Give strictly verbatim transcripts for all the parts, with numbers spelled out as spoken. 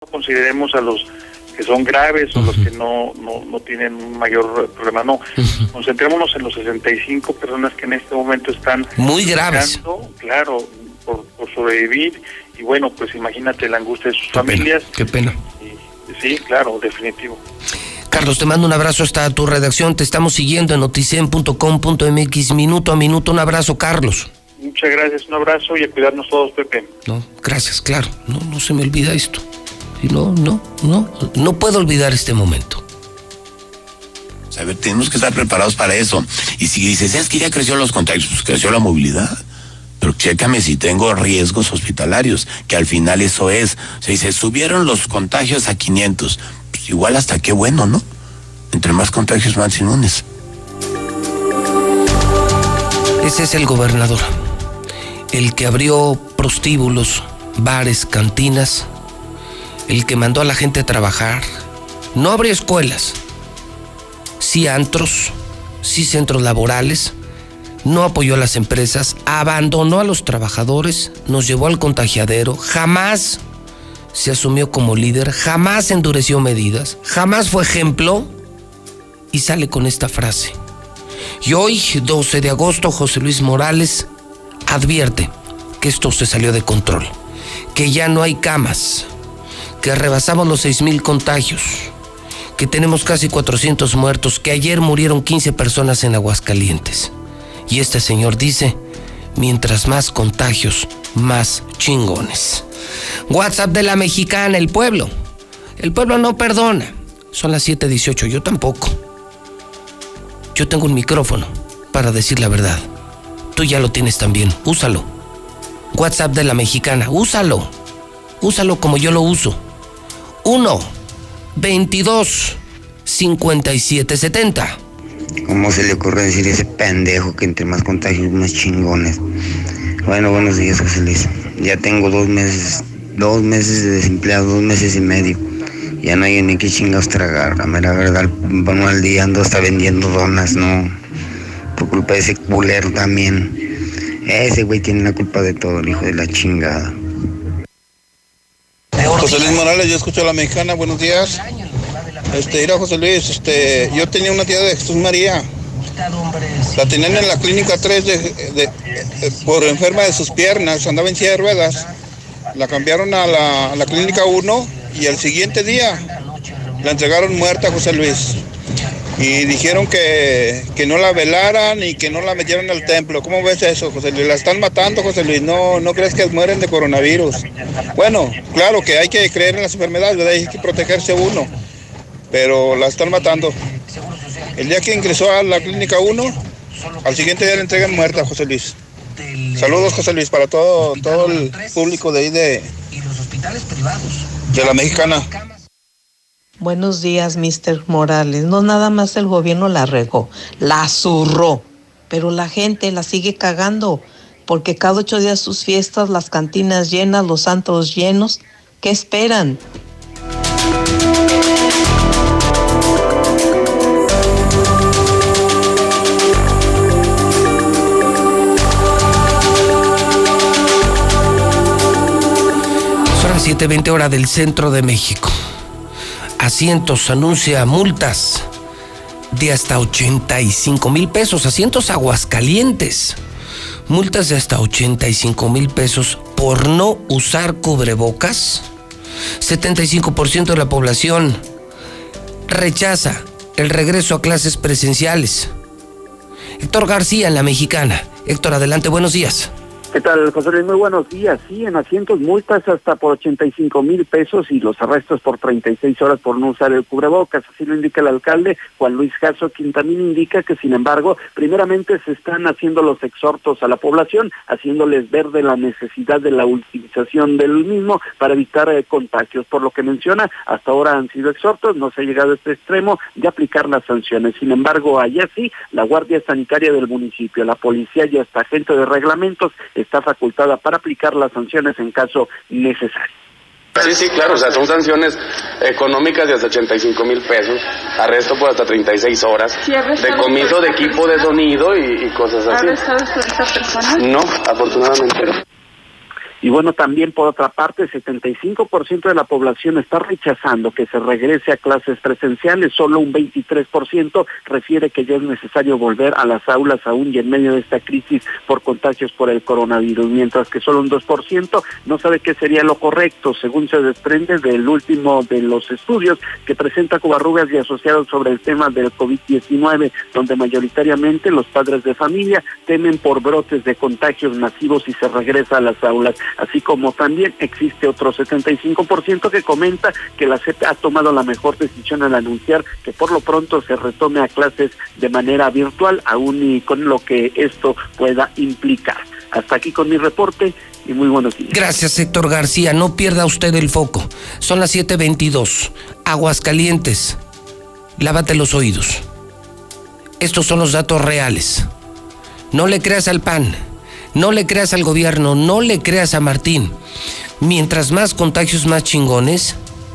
consideremos a los que son graves o uh-huh. los que no, no, no tienen un mayor problema, no. Uh-huh. Concentrémonos en los sesenta y cinco personas que en este momento están... Muy graves. Claro, por, por sobrevivir, y bueno, pues imagínate la angustia de sus Qué familias. Pena, qué pena. Y, sí, claro, definitivo. Carlos, te mando un abrazo hasta tu redacción, te estamos siguiendo en noticien punto com punto m x, minuto a minuto. Un abrazo, Carlos. Muchas gracias, un abrazo y a cuidarnos todos, Pepe. No, gracias, claro, no, no se me olvida esto. No, no, no, no puedo olvidar este momento. A ver, tenemos que estar preparados para eso. Y si dices, es que ya creció los contagios, pues creció la movilidad. Pero chécame si tengo riesgos hospitalarios, que al final eso es. O sea, se subieron los contagios a quinientos. Pues igual hasta qué bueno, ¿no? Entre más contagios, más inmunes. Ese es el gobernador. El que abrió prostíbulos, bares, cantinas. El que mandó a la gente a trabajar. No abrió escuelas. Sí antros, sí centros laborales. No apoyó a las empresas, abandonó a los trabajadores, nos llevó al contagiadero, jamás se asumió como líder, jamás endureció medidas, jamás fue ejemplo, y sale con esta frase. Y hoy, doce de agosto, José Luis Morales advierte que esto se salió de control, que ya no hay camas, que rebasamos los seis mil contagios, que tenemos casi cuatrocientos muertos, que ayer murieron quince personas en Aguascalientes. Y este señor dice, mientras más contagios, más chingones. WhatsApp de la Mexicana, el pueblo. El pueblo no perdona. Son las siete dieciocho, yo tampoco. Yo tengo un micrófono para decir la verdad. Tú ya lo tienes también, úsalo. WhatsApp de la Mexicana, úsalo. Úsalo como yo lo uso. uno, veintidós, cincuenta y siete, setenta. ¿Cómo se le ocurre decir ese pendejo que entre más contagios, más chingones? Bueno, buenos días, José Luis. Ya tengo dos meses, dos meses de desempleado, dos meses y medio. Ya no hay ni qué chingados tragar. La mera verdad, vamos al día, ando hasta vendiendo donas, ¿no? Por culpa de ese culero también. Ese güey tiene la culpa de todo, el hijo de la chingada. José Luis Morales, yo escucho a la Mexicana, buenos días. Este, mira, José Luis, este, yo tenía una tía de Jesús María. La tenían en la clínica tres de, de, de, por enferma de sus piernas, andaba en silla de ruedas. La cambiaron a la, a la clínica uno y el siguiente día la entregaron muerta, José Luis. Y dijeron que, que no la velaran y que no la metieran al templo. ¿Cómo ves eso, José Luis? La están matando, José Luis. No, no crees que mueren de coronavirus. Bueno, claro que hay que creer en las enfermedades, ¿verdad? Hay que protegerse uno. Pero la están matando. El día que ingresó a la clínica uno, al siguiente día le entregan muerta, José Luis. Saludos, José Luis, para todo, todo el público de ahí de, de la Mexicana. Buenos días, mister Morales. No nada más el gobierno la regó, la zurró, pero la gente la sigue cagando, porque cada ocho días sus fiestas, las cantinas llenas, los antros llenos. ¿Qué esperan? siete veinte hora del centro de México. Asientos anuncia multas de hasta ochenta y cinco mil pesos. Asientos Aguascalientes. Multas de hasta ochenta y cinco mil pesos por no usar cubrebocas. setenta y cinco por ciento de la población rechaza el regreso a clases presenciales. Héctor García en la Mexicana. Héctor, adelante, buenos días. ¿Qué tal, José Luis? Muy buenos días. Sí, en asientos multas hasta por ochenta y cinco mil pesos y los arrestos por treinta y seis horas por no usar el cubrebocas. Así lo indica el alcalde Juan Luis Jasso, quien también indica que, sin embargo, primeramente se están haciendo los exhortos a la población, haciéndoles ver de la necesidad de la utilización del mismo para evitar eh, contagios. Por lo que menciona, hasta ahora han sido exhortos, no se ha llegado a este extremo de aplicar las sanciones. Sin embargo, allá sí, la Guardia Sanitaria del municipio, la policía y hasta gente de reglamentos está facultada para aplicar las sanciones en caso necesario. Sí, sí, claro, o sea, son sanciones económicas de hasta ochenta y cinco mil pesos, arresto por hasta treinta y seis horas, decomiso de equipo de sonido y, y cosas así. ¿Ha arrestado usted a esta persona? No, afortunadamente. Y bueno, también por otra parte, setenta y cinco por ciento de la población está rechazando que se regrese a clases presenciales, solo un veintitrés por ciento refiere que ya es necesario volver a las aulas aún y en medio de esta crisis por contagios por el coronavirus, mientras que solo un dos por ciento no sabe qué sería lo correcto, según se desprende del último de los estudios que presenta Covarrubias y Asociados sobre el tema del COVID diecinueve, donde mayoritariamente los padres de familia temen por brotes de contagios masivos y se regresa a las aulas, así como también existe otro setenta y cinco por ciento que comenta que la S E P ha tomado la mejor decisión al anunciar que por lo pronto se retome a clases de manera virtual, aún y con lo que esto pueda implicar. Hasta aquí con mi reporte y muy buenos días. Gracias, Héctor García. No pierda usted el foco. Son las siete veintidós. Aguascalientes. Lávate los oídos. Estos son los datos reales. No le creas al P A N. No le creas al gobierno. No le creas a Martín. Mientras más contagios, más chingones.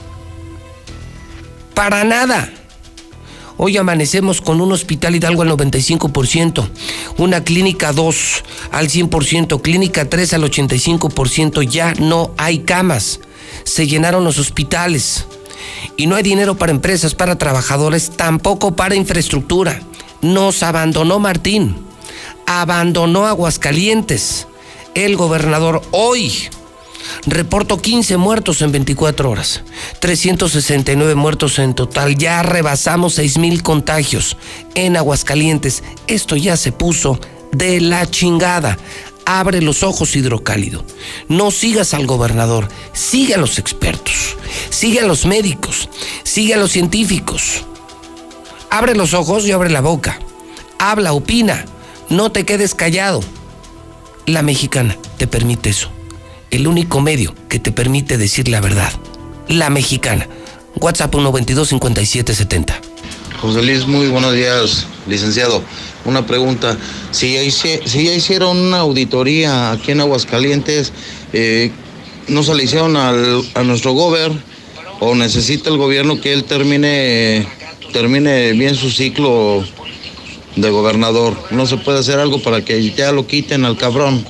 Para nada. Hoy amanecemos con un hospital Hidalgo al noventa y cinco por ciento, una clínica dos al cien por ciento, clínica tres al ochenta y cinco por ciento. Ya no hay camas. Se llenaron los hospitales. Y no hay dinero para empresas, para trabajadores, tampoco para infraestructura. Nos abandonó Martín. Abandonó Aguascalientes. El gobernador hoy reportó quince muertos en veinticuatro horas, trescientos sesenta y nueve muertos en total. Ya rebasamos seis mil contagios en Aguascalientes. Esto ya se puso de la chingada. Abre los ojos, Hidrocálido. No sigas al gobernador, sigue a los expertos, sigue a los médicos, sigue a los científicos. Abre los ojos y abre la boca. Habla, opina, no te quedes callado. La Mexicana te permite eso. El único medio que te permite decir la verdad. La Mexicana. WhatsApp uno veintidós cincuenta y siete setenta. José Luis, muy buenos días, licenciado. Una pregunta. Si ya, hice, si ya hicieron una auditoría aquí en Aguascalientes, eh, ¿no se le hicieron al, a nuestro gobernador o necesita el gobierno que él termine, termine bien su ciclo de gobernador? ¿No se puede hacer algo para que ya lo quiten al cabrón?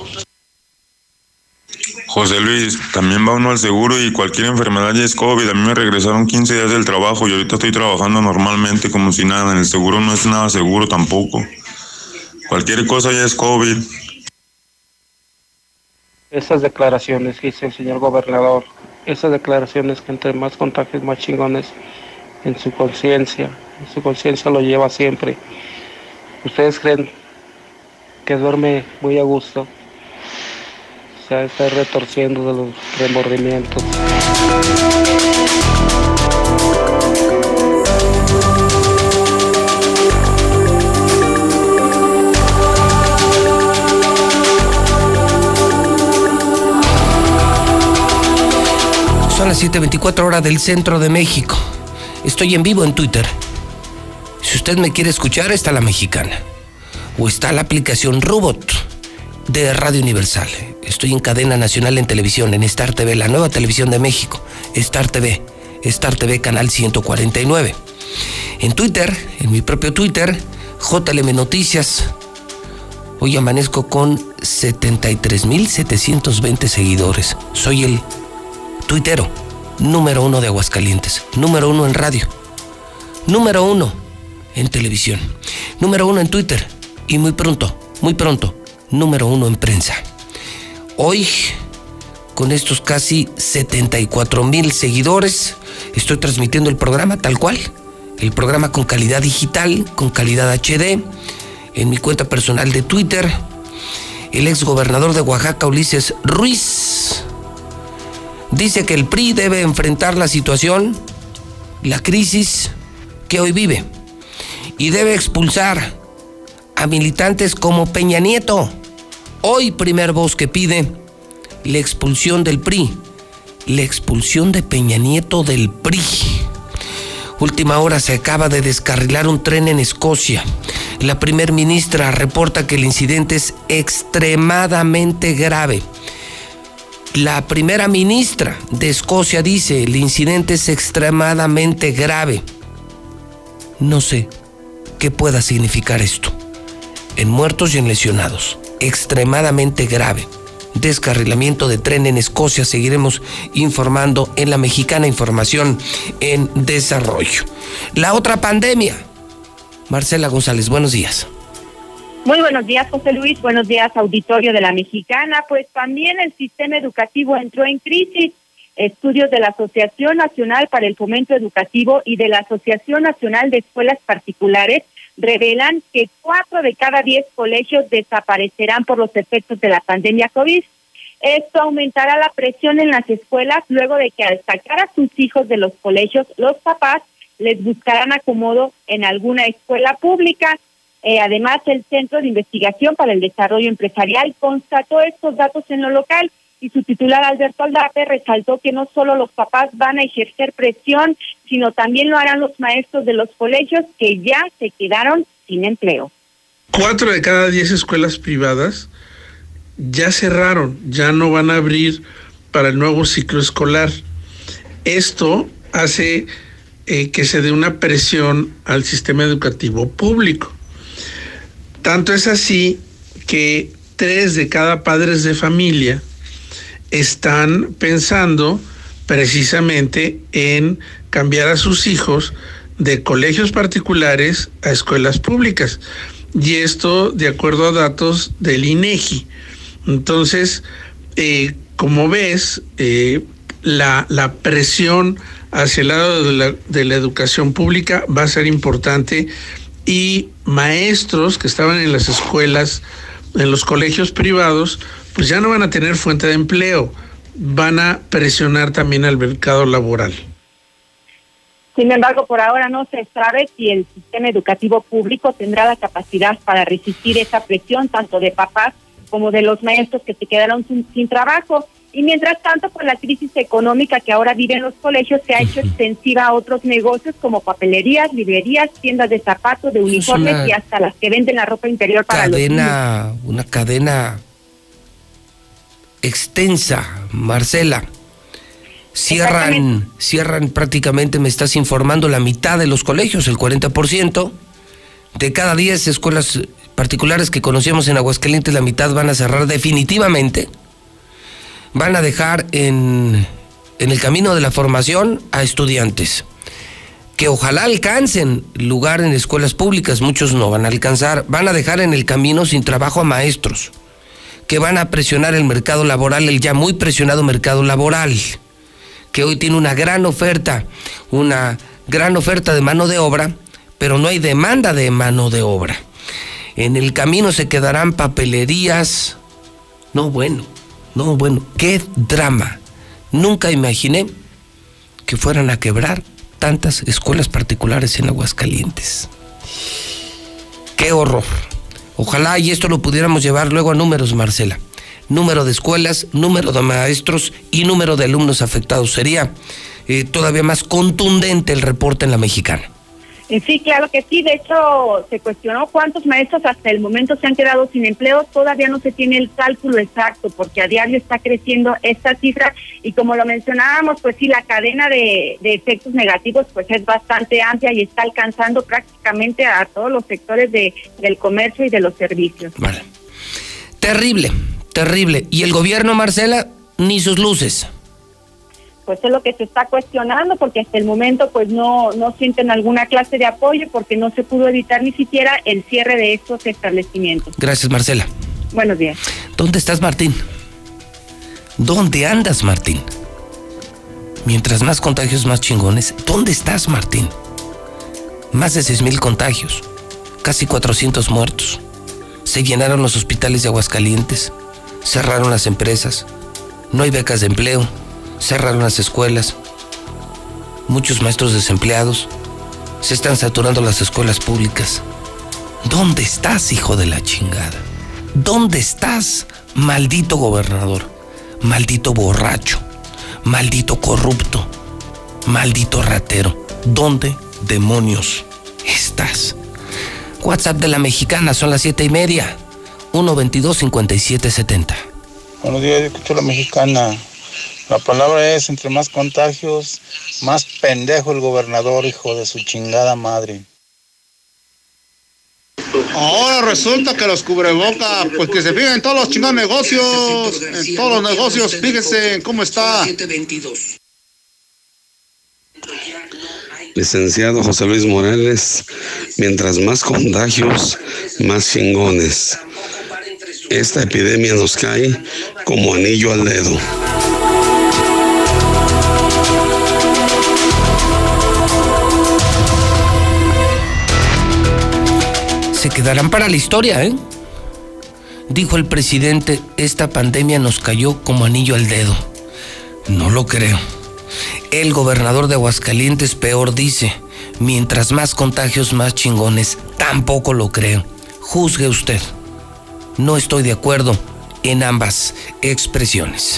José Luis, también va uno al seguro y cualquier enfermedad ya es COVID. A mí me regresaron quince días del trabajo y ahorita estoy trabajando normalmente como si nada. En el seguro no es nada seguro tampoco. Cualquier cosa ya es COVID. Esas declaraciones que hizo el señor gobernador, esas declaraciones que entre más contagios, más chingones, en su conciencia, en su conciencia lo lleva siempre. ¿Ustedes creen que duerme muy a gusto? Se está retorciendo de los remordimientos. Son las siete veinticuatro horas del centro de México. Estoy en vivo en Twitter. Si usted me quiere escuchar, está La Mexicana. O está la aplicación Robot de Radio Universal. Estoy en cadena nacional en televisión, en Star T V, la nueva televisión de México. Star T V, Star T V canal ciento cuarenta y nueve. En Twitter, en mi propio Twitter, J L M Noticias. Hoy amanezco con setenta y tres mil setecientos veinte seguidores. Soy el tuitero número uno de Aguascalientes, número uno en radio, número uno en televisión, número uno en Twitter y muy pronto, muy pronto, número uno en prensa. Hoy, con estos casi setenta y cuatro mil seguidores, estoy transmitiendo el programa tal cual, el programa con calidad digital, con calidad H D, en mi cuenta personal de Twitter. El exgobernador de Oaxaca, Ulises Ruiz, dice que el P R I debe enfrentar la situación, la crisis que hoy vive, y debe expulsar a militantes como Peña Nieto. Hoy primer voz que pide la expulsión del P R I, la expulsión de Peña Nieto del P R I. Última hora, se acaba de descarrilar un tren en Escocia. La primer ministra reporta que el incidente es extremadamente grave. La primera ministra de Escocia dice, el incidente es extremadamente grave. No sé qué pueda significar esto. En muertos y en lesionados. Extremadamente grave. descarrilamiento de tren en Escocia. Seguiremos informando en La Mexicana, información en desarrollo. La otra pandemia. Marcela González, buenos días. Muy buenos días, José Luis. Buenos días, auditorio de La Mexicana. Pues también el sistema educativo entró en crisis. Estudios de la Asociación Nacional para el Fomento Educativo y de la Asociación Nacional de Escuelas Particulares revelan que cuatro de cada diez colegios desaparecerán por los efectos de la pandemia COVID. Esto aumentará la presión en las escuelas luego de que al sacar a sus hijos de los colegios, los papás les buscarán acomodo en alguna escuela pública. Eh, además, el Centro de Investigación para el Desarrollo Empresarial constató estos datos en lo local y su titular, Alberto Aldape, resaltó que no solo los papás van a ejercer presión, sino también lo harán los maestros de los colegios que ya se quedaron sin empleo. Cuatro de cada diez escuelas privadas ya cerraron, ya no van a abrir para el nuevo ciclo escolar. Esto hace eh, que se dé una presión al sistema educativo público. Tanto es así que tres de cada padres de familia están pensando precisamente en cambiar a sus hijos de colegios particulares a escuelas públicas. Y esto de acuerdo a datos del INEGI. Entonces, eh, como ves, eh, la, la presión hacia el lado de la, de la educación pública va a ser importante, y maestros que estaban en las escuelas, en los colegios privados, pues ya no van a tener fuente de empleo, van a presionar también al mercado laboral. Sin embargo, por ahora no se sabe si el sistema educativo público tendrá la capacidad para resistir esa presión, tanto de papás como de los maestros que se quedaron sin, sin trabajo. Y mientras tanto, pues la crisis económica que ahora viven los colegios se ha hecho extensiva a otros negocios como papelerías, librerías, tiendas de zapatos, de uniformes una y hasta las que venden la ropa interior para cadena, los niños. Una cadena extensa, Marcela. Cierran, cierran prácticamente, me estás informando, la mitad de los colegios, el cuarenta por ciento. De cada diez escuelas particulares que conocíamos en Aguascalientes, la mitad van a cerrar definitivamente. Van a dejar en, en el camino de la formación a estudiantes que ojalá alcancen lugar en escuelas públicas, muchos no van a alcanzar. Van a dejar en el camino sin trabajo a maestros que van a presionar el mercado laboral, el ya muy presionado mercado laboral, que hoy tiene una gran oferta, una gran oferta de mano de obra, pero no hay demanda de mano de obra. En el camino se quedarán papelerías. No, bueno, no, bueno, qué drama. Nunca imaginé que fueran a quebrar tantas escuelas particulares en Aguascalientes. Qué horror. Ojalá y esto lo pudiéramos llevar luego a números, Marcela. Número de escuelas, número de maestros y número de alumnos afectados. Sería eh, todavía más contundente el reporte en La Mexicana. Sí, claro que sí. De hecho, se cuestionó cuántos maestros hasta el momento se han quedado sin empleo. Todavía no se tiene el cálculo exacto porque a diario está creciendo esta cifra y como lo mencionábamos, pues sí, la cadena de, de efectos negativos pues es bastante amplia y está alcanzando prácticamente a todos los sectores de, del comercio y de los servicios. Vale. Terrible, terrible. ¿Y el gobierno, Marcela? Ni sus luces. Pues es lo que se está cuestionando, porque hasta el momento pues no, no sienten alguna clase de apoyo porque no se pudo evitar ni siquiera el cierre de estos establecimientos. Gracias, Marcela. Buenos días. ¿Dónde estás, Martín? ¿Dónde andas, Martín? Mientras más contagios, más chingones. ¿Dónde estás, Martín? Más de seis mil contagios, casi cuatrocientos muertos. Se llenaron los hospitales de Aguascalientes, cerraron las empresas, no hay becas de empleo, cerraron las escuelas, muchos maestros desempleados, se están saturando las escuelas públicas. ¿Dónde estás, hijo de la chingada? ¿Dónde estás, maldito gobernador? Maldito borracho, maldito corrupto, maldito ratero. ¿Dónde demonios estás? WhatsApp de La Mexicana, son las siete y media, uno veintidós cincuenta y siete setenta. Buenos días, yo escucho La Mexicana. La palabra es, entre más contagios, más pendejo el gobernador, hijo de su chingada madre. Ahora resulta que los cubrebocas, pues que se fijen en todos los chingados negocios, en todos los negocios, fíjense cómo está. Licenciado José Luis Morales, mientras más contagios, más chingones. Esta epidemia nos cae como anillo al dedo. Se quedarán para la historia, ¿eh? Dijo el presidente, esta pandemia nos cayó como anillo al dedo. No lo creo. El gobernador de Aguascalientes peor dice, mientras más contagios, más chingones. Tampoco lo creo. Juzgue usted. No estoy de acuerdo en ambas expresiones.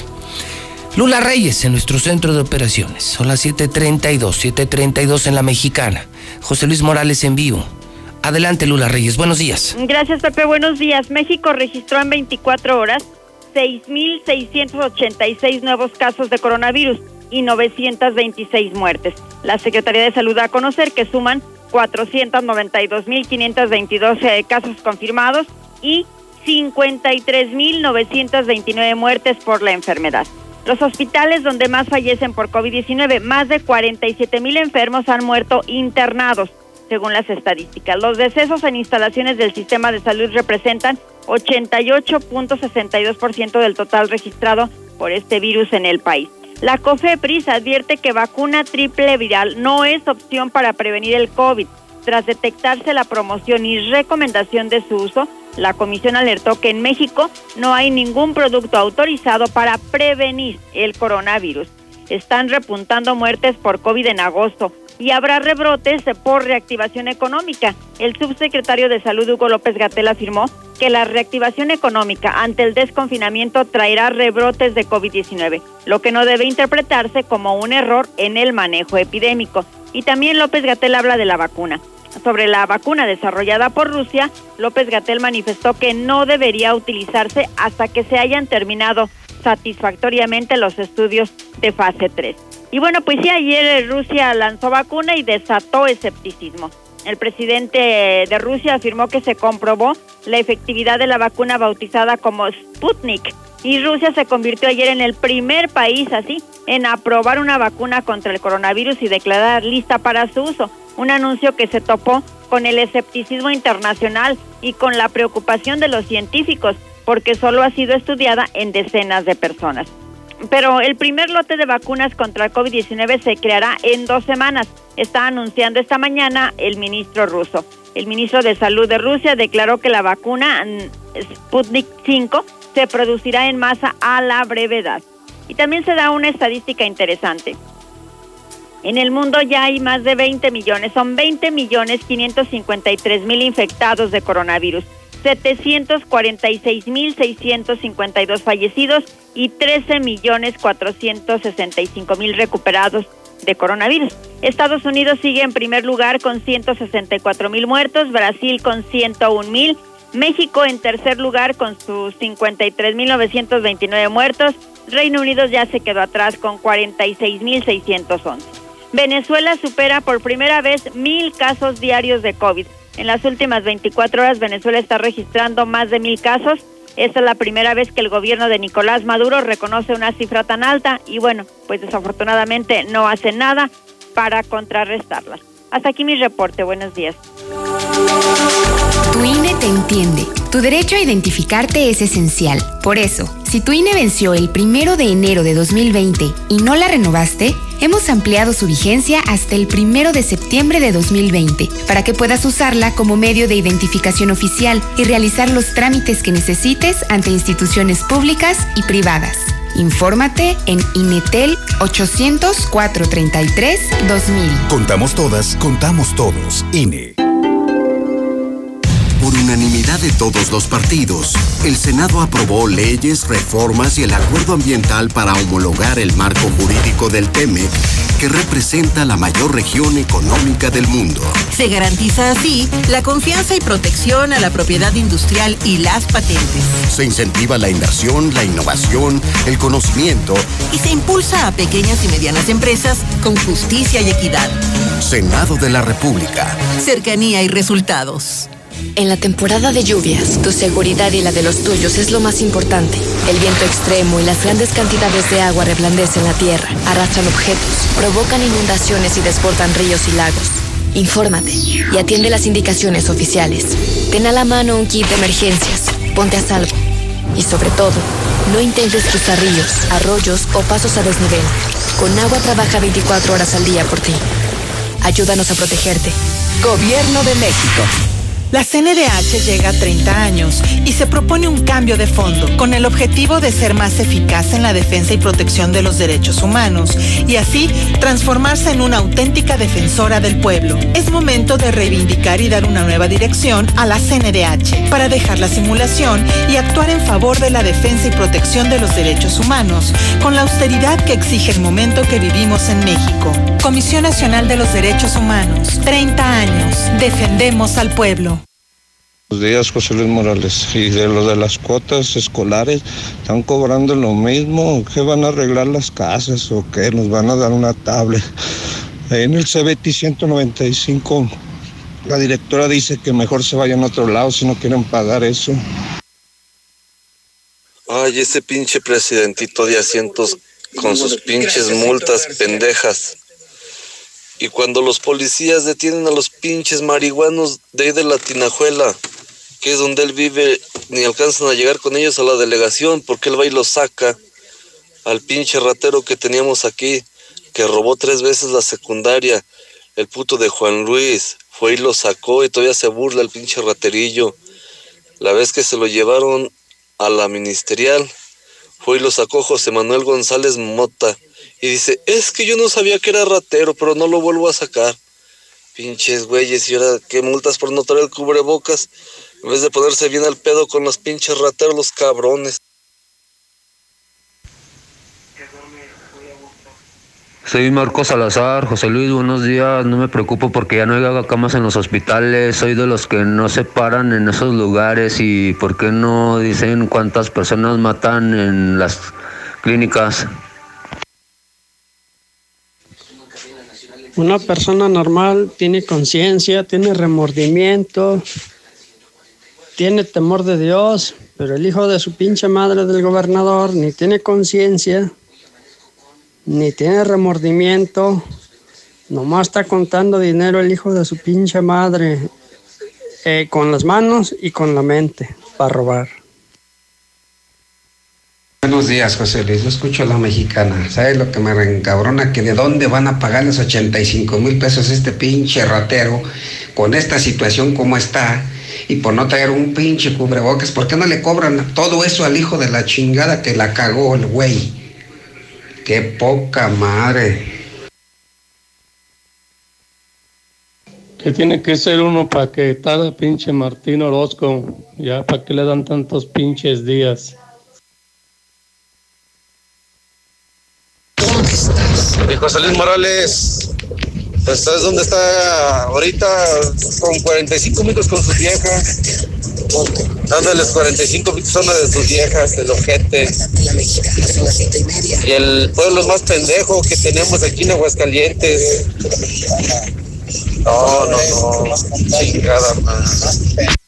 Lula Reyes en nuestro centro de operaciones. Son las siete treinta y dos, siete treinta y dos en la Mexicana. José Luis Morales en vivo. Adelante, Lula Reyes, buenos días. Gracias, Pepe, buenos días. México registró en veinticuatro horas seis mil seiscientos ochenta y seis nuevos casos de coronavirus y novecientas veintiséis muertes. La Secretaría de Salud da a conocer que suman cuatrocientos noventa y dos mil quinientos veintidós eh, casos confirmados y cincuenta y tres mil novecientas veintinueve muertes por la enfermedad. Los hospitales donde más fallecen por COVID diecinueve, más de cuarenta y siete mil enfermos han muerto internados, según las estadísticas. Los decesos en instalaciones del sistema de salud representan ochenta y ocho punto sesenta y dos por ciento del total registrado por este virus en el país. La COFEPRIS advierte que vacuna triple viral no es opción para prevenir el COVID. Tras detectarse la promoción y recomendación de su uso, la comisión alertó que en México no hay ningún producto autorizado para prevenir el coronavirus. Están repuntando muertes por COVID en agosto y habrá rebrotes por reactivación económica. El subsecretario de Salud, Hugo López-Gatell, afirmó que la reactivación económica ante el desconfinamiento traerá rebrotes de COVID diecinueve, lo que no debe interpretarse como un error en el manejo epidémico. Y también López-Gatell habla de la vacuna. Sobre la vacuna desarrollada por Rusia, López-Gatell manifestó que no debería utilizarse hasta que se hayan terminado satisfactoriamente los estudios de fase tres. Y bueno, pues sí, ayer Rusia lanzó vacuna y desató escepticismo. El presidente de Rusia afirmó que se comprobó la efectividad de la vacuna bautizada como Sputnik, y Rusia se convirtió ayer en el primer país así en aprobar una vacuna contra el coronavirus y declarar lista para su uso. Un anuncio que se topó con el escepticismo internacional y con la preocupación de los científicos, porque solo ha sido estudiada en decenas de personas. Pero el primer lote de vacunas contra el COVID diecinueve se creará en dos semanas. Está anunciando esta mañana el ministro ruso. El ministro de Salud de Rusia declaró que la vacuna Sputnik cinco se producirá en masa a la brevedad. Y también se da una estadística interesante. En el mundo ya hay más de veinte millones, son veinte millones quinientos cincuenta y tres mil infectados de coronavirus, setecientos cuarenta y seis mil seiscientos cincuenta y dos fallecidos y trece millones cuatrocientos sesenta y cinco mil recuperados de coronavirus. Estados Unidos sigue en primer lugar con ciento sesenta y cuatro mil muertos, Brasil con ciento un mil, México en tercer lugar con sus cincuenta y tres mil novecientos veintinueve muertos, Reino Unido ya se quedó atrás con cuarenta y seis mil seiscientos once. Venezuela supera por primera vez mil casos diarios de COVID. En las últimas veinticuatro horas, Venezuela está registrando más de mil casos. Esta es la primera vez que el gobierno de Nicolás Maduro reconoce una cifra tan alta y bueno, pues desafortunadamente no hace nada para contrarrestarla. Hasta aquí mi reporte. Buenos días. Tu I N E te entiende. Tu derecho a identificarte es esencial. Por eso, si tu I N E venció el primero de enero de dos mil veinte y no la renovaste, hemos ampliado su vigencia hasta el primero de septiembre de dos mil veinte para que puedas usarla como medio de identificación oficial y realizar los trámites que necesites ante instituciones públicas y privadas. Infórmate en Inetel ochocientos, cuatrocientos treinta y tres, dos mil. Contamos todas, contamos todos. I N E. Por unanimidad de todos los partidos, el Senado aprobó leyes, reformas y el acuerdo ambiental para homologar el marco jurídico del TEMEC, que representa la mayor región económica del mundo. Se garantiza así la confianza y protección a la propiedad industrial y las patentes. Se incentiva la inversión, la innovación, el conocimiento. Y se impulsa a pequeñas y medianas empresas con justicia y equidad. Senado de la República. Cercanía y resultados. En la temporada de lluvias, tu seguridad y la de los tuyos es lo más importante. El viento extremo y las grandes cantidades de agua reblandecen la tierra, arrastran objetos, provocan inundaciones y desbordan ríos y lagos. Infórmate y atiende las indicaciones oficiales. Ten a la mano un kit de emergencias, ponte a salvo. Y sobre todo, no intentes cruzar ríos, arroyos o pasos a desnivel. Con agua trabaja veinticuatro horas al día por ti. Ayúdanos a protegerte. Gobierno de México. La C N D H llega a treinta años y se propone un cambio de fondo con el objetivo de ser más eficaz en la defensa y protección de los derechos humanos y así transformarse en una auténtica defensora del pueblo. Es momento de reivindicar y dar una nueva dirección a la C N D H para dejar la simulación y actuar en favor de la defensa y protección de los derechos humanos con la austeridad que exige el momento que vivimos en México. Comisión Nacional de los Derechos Humanos, treinta años. Defendemos al pueblo. Buenos días, José Luis Morales. Y de lo de las cuotas escolares, ¿están cobrando lo mismo? ¿Qué van a arreglar las casas o qué? ¿Nos van a dar una tablet? Ahí en el C B T ciento noventa y cinco, la directora dice que mejor se vayan a otro lado si no quieren pagar eso. Ay, ese pinche presidentito de asientos con sus pinches multas pendejas. Y cuando los policías detienen a los pinches marihuanos de ahí de la Tinajuela, que es donde él vive, ni alcanzan a llegar con ellos a la delegación, porque él va y los saca al pinche ratero que teníamos aquí, que robó tres veces la secundaria, el puto de Juan Luis, fue y lo sacó y todavía se burla el pinche raterillo. La vez que se lo llevaron a la ministerial, fue y lo sacó José Manuel González Mota, y dice, es que yo no sabía que era ratero, pero no lo vuelvo a sacar. Pinches güeyes, y ahora qué multas por no traer el cubrebocas, en vez de ponerse bien al pedo con los pinches rateros, los cabrones. Soy Marco Salazar. José Luis, buenos días. No me preocupo porque ya no hay camas en los hospitales. Soy de los que no se paran en esos lugares. ¿Y por qué no dicen cuántas personas matan en las clínicas? Una persona normal tiene conciencia, tiene remordimiento, tiene temor de Dios, pero el hijo de su pinche madre del gobernador ni tiene conciencia, ni tiene remordimiento, nomás está contando dinero el hijo de su pinche madre, eh, con las manos y con la mente, para robar. Buenos días, José Luis. Yo escucho a la mexicana. ¿Sabes lo que me reencabrona? Que de dónde van a pagar los ochenta y cinco mil pesos este pinche ratero con esta situación como está y por no traer un pinche cubrebocas. ¿Por qué no le cobran todo eso al hijo de la chingada que la cagó el güey? ¡Qué poca madre! ¿Qué tiene que ser uno para que tal pinche Martín Orozco? Ya, ¿para qué le dan tantos pinches días? Y José Luis Morales, pues ¿sabes dónde está ahorita? Con cuarenta y cinco minutos con sus viejas, dándoles cuarenta y cinco minutos a una de sus viejas, el ojete. Y el pueblo más pendejo que tenemos aquí en Aguascalientes. No, no, no, chingada más.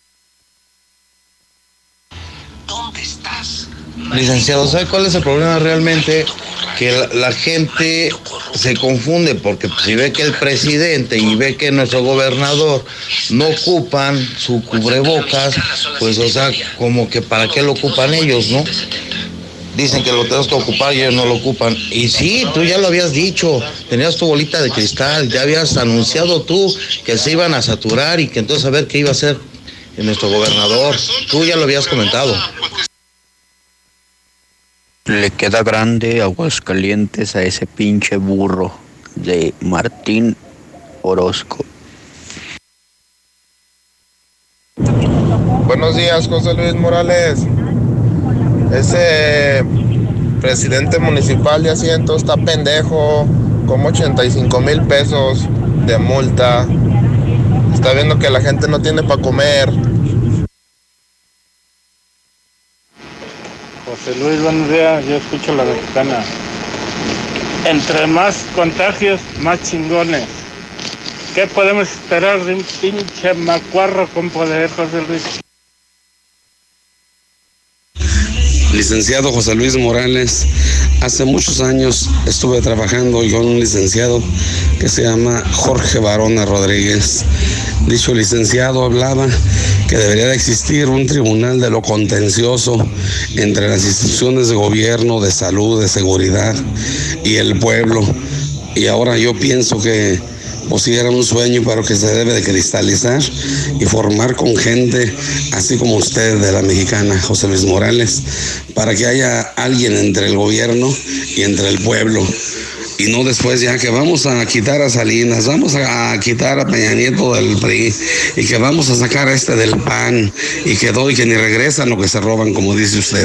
Licenciado, ¿sabe cuál es el problema realmente? Que la, la gente se confunde porque pues, si ve que el presidente y ve que nuestro gobernador no ocupan su cubrebocas, pues o sea, como que para qué lo ocupan ellos, ¿no? Dicen que lo tenemos que ocupar y ellos no lo ocupan. Y sí, tú ya lo habías dicho, tenías tu bolita de cristal, ya habías anunciado tú que se iban a saturar y que entonces a ver qué iba a hacer nuestro gobernador. Tú ya lo habías comentado. Le queda grande Aguascalientes a ese pinche burro de Martín Orozco. Buenos días, José Luis Morales. Ese presidente municipal de asiento está pendejo, como ochenta y cinco mil pesos de multa. Está viendo que la gente no tiene para comer. José Luis, buenos días, yo escucho a la mexicana. Entre más contagios, más chingones. ¿Qué podemos esperar de un pinche macuarro con poder, José Luis? Licenciado José Luis Morales, hace muchos años estuve trabajando con un licenciado que se llama Jorge Barona Rodríguez. Dicho licenciado hablaba que debería de existir un tribunal de lo contencioso entre las instituciones de gobierno, de salud, de seguridad y el pueblo. Y ahora yo pienso que pues sí era un sueño, pero que se debe de cristalizar y formar con gente así como usted de la Mexicana, José Luis Morales, para que haya alguien entre el gobierno y entre el pueblo. Y no después ya que vamos a quitar a Salinas, vamos a quitar a Peña Nieto del P R I y que vamos a sacar a este del P A N y que doy que ni regresan lo que se roban, como dice usted.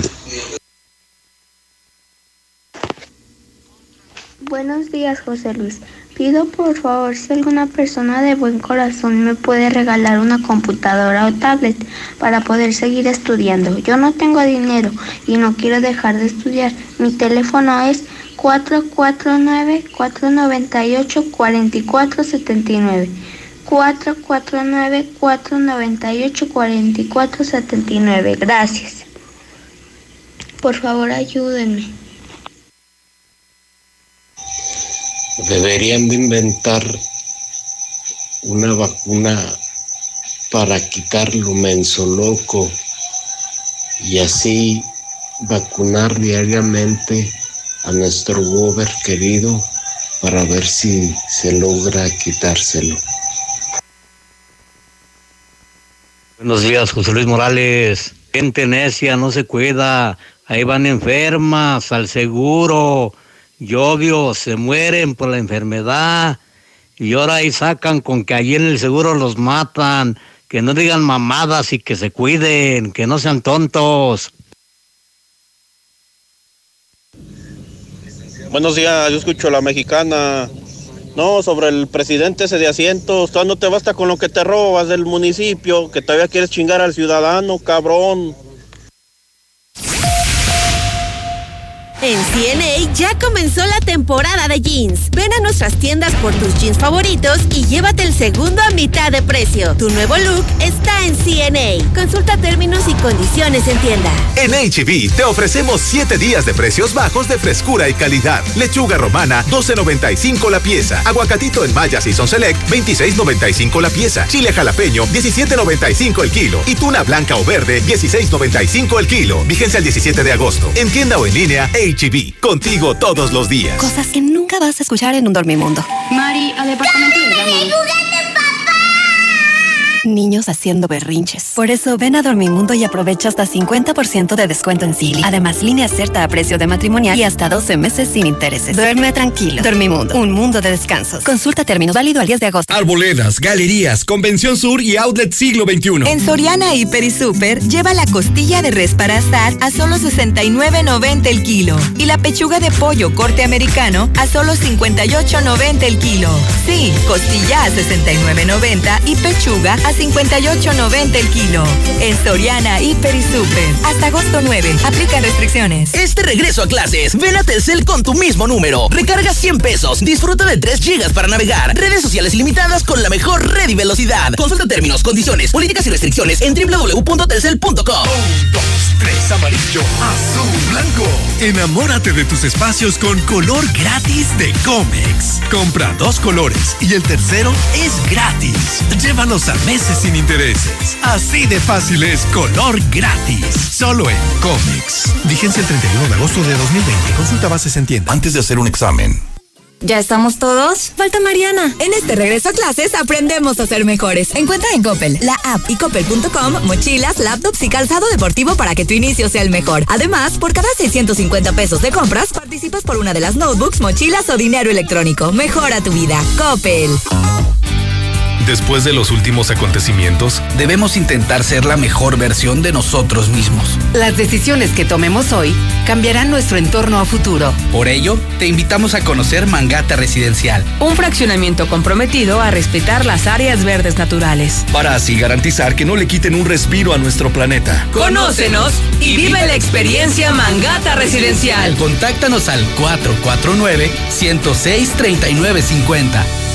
Buenos días, José Luis. Pido por favor si alguna persona de buen corazón me puede regalar una computadora o tablet para poder seguir estudiando. Yo no tengo dinero y no quiero dejar de estudiar. Mi teléfono es cuatro cuatro nueve, cuatro nueve ocho, cuatro cuatro siete nueve. cuatro cuatro nueve, cuatro nueve ocho, cuatro cuatro siete nueve. Gracias. Por favor, ayúdenme. Deberían de inventar una vacuna para quitar lo menso loco y así vacunar diariamente a nuestro gober querido para ver si se logra quitárselo. Buenos días, José Luis Morales. Gente necia, no se cuida. Ahí van enfermas al seguro. Y obvio, se mueren por la enfermedad. Y ahora ahí sacan con que allí en el seguro los matan. Que no digan mamadas y que se cuiden, que no sean tontos. Buenos días, yo escucho a la Mexicana. No, sobre el presidente ese de asientos, todavía no te basta con lo que te robas del municipio, que todavía quieres chingar al ciudadano, cabrón. En C N A ya comenzó la temporada de jeans. Ven a nuestras tiendas por tus jeans favoritos y llévate el segundo a mitad de precio. Tu nuevo look está en C N A. Consulta términos y condiciones en tienda. En H E B te ofrecemos siete días de precios bajos de frescura y calidad. Lechuga romana, doce noventa y cinco la pieza. Aguacatito en Maya Season Select, veintiséis noventa y cinco la pieza. Chile jalapeño, diecisiete noventa y cinco el kilo. Y tuna blanca o verde, dieciséis noventa y cinco el kilo. Vigencia el diecisiete de agosto. En tienda o en línea, H E B. Contigo todos los días. Cosas que nunca vas a escuchar en un dormimundo. Mari, al departamento de llama. Niños haciendo berrinches. Por eso ven a Dormimundo y aprovecha hasta cincuenta por ciento de descuento en Silly. Además, línea Certa a precio de matrimonial y hasta doce meses sin intereses. Duerme tranquilo. Dormimundo, un mundo de descansos. Consulta términos, válido al diez de agosto. Arboledas, galerías, Convención Sur y Outlet Siglo veintiuno. En Soriana Hiper y Super, lleva la costilla de res para asar a solo sesenta y nueve noventa el kilo. Y la pechuga de pollo corte americano a solo cincuenta y ocho noventa el kilo. Sí, costilla a sesenta y nueve noventa y pechuga a cincuenta y ocho noventa el kilo. En Soriana, Hiper y Super. Hasta agosto nueve. Aplican restricciones. Este regreso a clases, ven a Telcel con tu mismo número. Recarga cien pesos. Disfruta de tres gigas para navegar. Redes sociales limitadas con la mejor red y velocidad. Consulta términos, condiciones, políticas y restricciones en doble u doble u doble u punto telcel punto com. Un, dos, tres, amarillo, azul, blanco. Enamórate de tus espacios con color gratis de Comex. Compra dos colores y el tercero es gratis. Llévalos a meses sin intereses. Así de fácil es color gratis. Solo en Comex. Vigencia el treinta y uno de agosto de dos mil veinte. Consulta bases en tienda. Antes de hacer un examen. ¿Ya estamos todos? Falta Mariana. En este regreso a clases aprendemos a ser mejores. Encuentra en Coppel, la app y coppel punto com mochilas, laptops y calzado deportivo para que tu inicio sea el mejor. Además, por cada seiscientos cincuenta pesos de compras, participas por una de las notebooks, mochilas o dinero electrónico. Mejora tu vida. Coppel. Después de los últimos acontecimientos, debemos intentar ser la mejor versión de nosotros mismos. Las decisiones que tomemos hoy cambiarán nuestro entorno a futuro. Por ello, te invitamos a conocer Mangata Residencial, un fraccionamiento comprometido a respetar las áreas verdes naturales, para así garantizar que no le quiten un respiro a nuestro planeta. Conócenos y vive la experiencia Mangata Residencial. Contáctanos al cuatro cuatro nueve, uno cero seis, tres nueve cinco cero.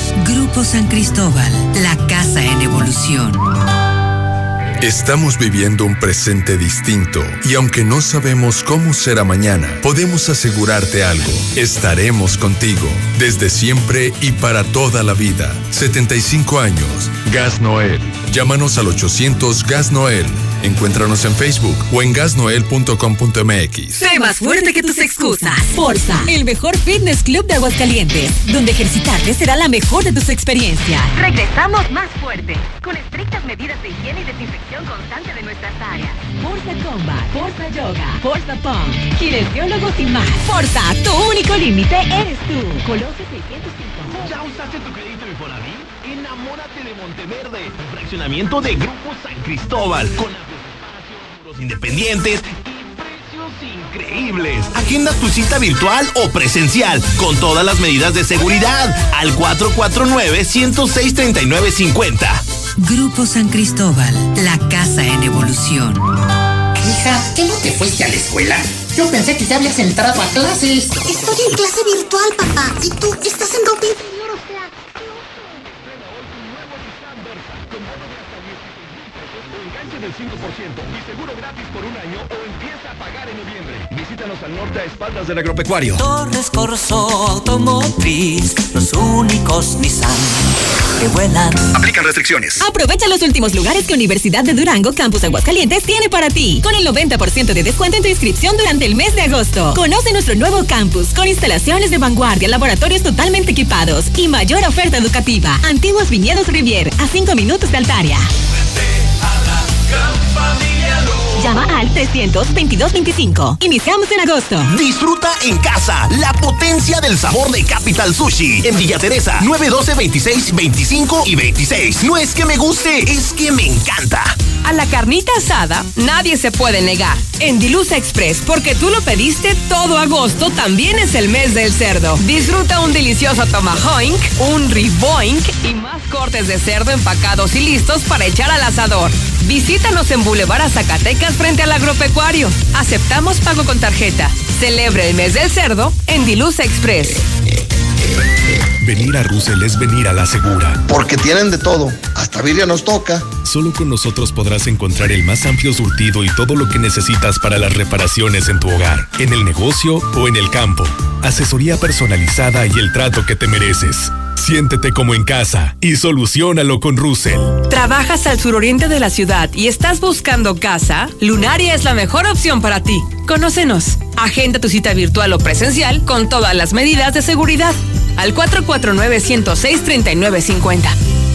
Grupo San Cristóbal, la casa en evolución. Estamos viviendo un presente distinto y aunque no sabemos cómo será mañana, podemos asegurarte algo. Estaremos contigo desde siempre y para toda la vida. setenta y cinco años. Gas Noel. Llámanos al ochocientos Gas Noel. Encuéntranos en Facebook o en gas noel punto com punto m x. Sé más fuerte que tus excusas. Forza, el mejor fitness club de Aguascalientes, donde ejercitarte será la mejor de tus experiencias. Regresamos más fuerte, con estrictas medidas de higiene y desinfección constante de nuestras áreas. Forza Combat, Forza Yoga, Forza Punk, kinesiólogos y más. Forza, tu único límite eres tú. Colosio seiscientos cinco. ¿Ya usaste tu crédito Infonavit? Enamórate de Monteverde, un fraccionamiento de Grupo San Cristóbal, con espacios independientes y precios increíbles. Agenda tu cita virtual o presencial con todas las medidas de seguridad al cuatro cuatro nueve, uno cero seis, tres nueve cinco cero. Grupo San Cristóbal, la casa en evolución. Hija, ¿qué no te fuiste a la escuela? Yo pensé que ya habías entrado a clases. Estoy en clase virtual, papá. Y tú estás en ropa interior, o sea... del cinco por ciento y seguro gratis por un año o empieza a pagar en noviembre. Visítanos al norte a espaldas del agropecuario. Torres Corso Automotriz, los únicos Nissan que vuelan. Aplican restricciones. Aprovecha los últimos lugares que Universidad de Durango Campus Aguascalientes tiene para ti, con el noventa por ciento de descuento en tu inscripción durante el mes de agosto. Conoce nuestro nuevo campus con instalaciones de vanguardia, laboratorios totalmente equipados y mayor oferta educativa. Antiguos Viñedos Rivier, a cinco minutos de Altaria. Llama al trescientos veintidós veinticinco. Iniciamos en agosto. Disfruta en casa la potencia del sabor de Capital Sushi en Villa Teresa, nueve doce, veintiséis, veinticinco y veintiséis. No es que me guste, es que me encanta. A la carnita asada nadie se puede negar. En Dilusa Express, porque tú lo pediste, todo agosto también es el mes del cerdo. Disfruta un delicioso tomahawk, un riboink y más cortes de cerdo empacados y listos para echar al asador. Visítanos en Boulevard a Zacatecas frente al agropecuario. Aceptamos pago con tarjeta. Celebra el mes del cerdo en Dilusa Express. Venir a Russell es venir a la segura. Porque tienen de todo, hasta birria nos toca. Solo con nosotros podrás encontrar el más amplio surtido y todo lo que necesitas para las reparaciones en tu hogar, en el negocio o en el campo. Asesoría personalizada y el trato que te mereces. Siéntete como en casa y soluciónalo con Russell. ¿Trabajas al suroriente de la ciudad y estás buscando casa? Lunaria es la mejor opción para ti. Conócenos. Agenda tu cita virtual o presencial con todas las medidas de seguridad. Al cuatro cuatro nueve, uno cero seis, tres nueve cinco cero.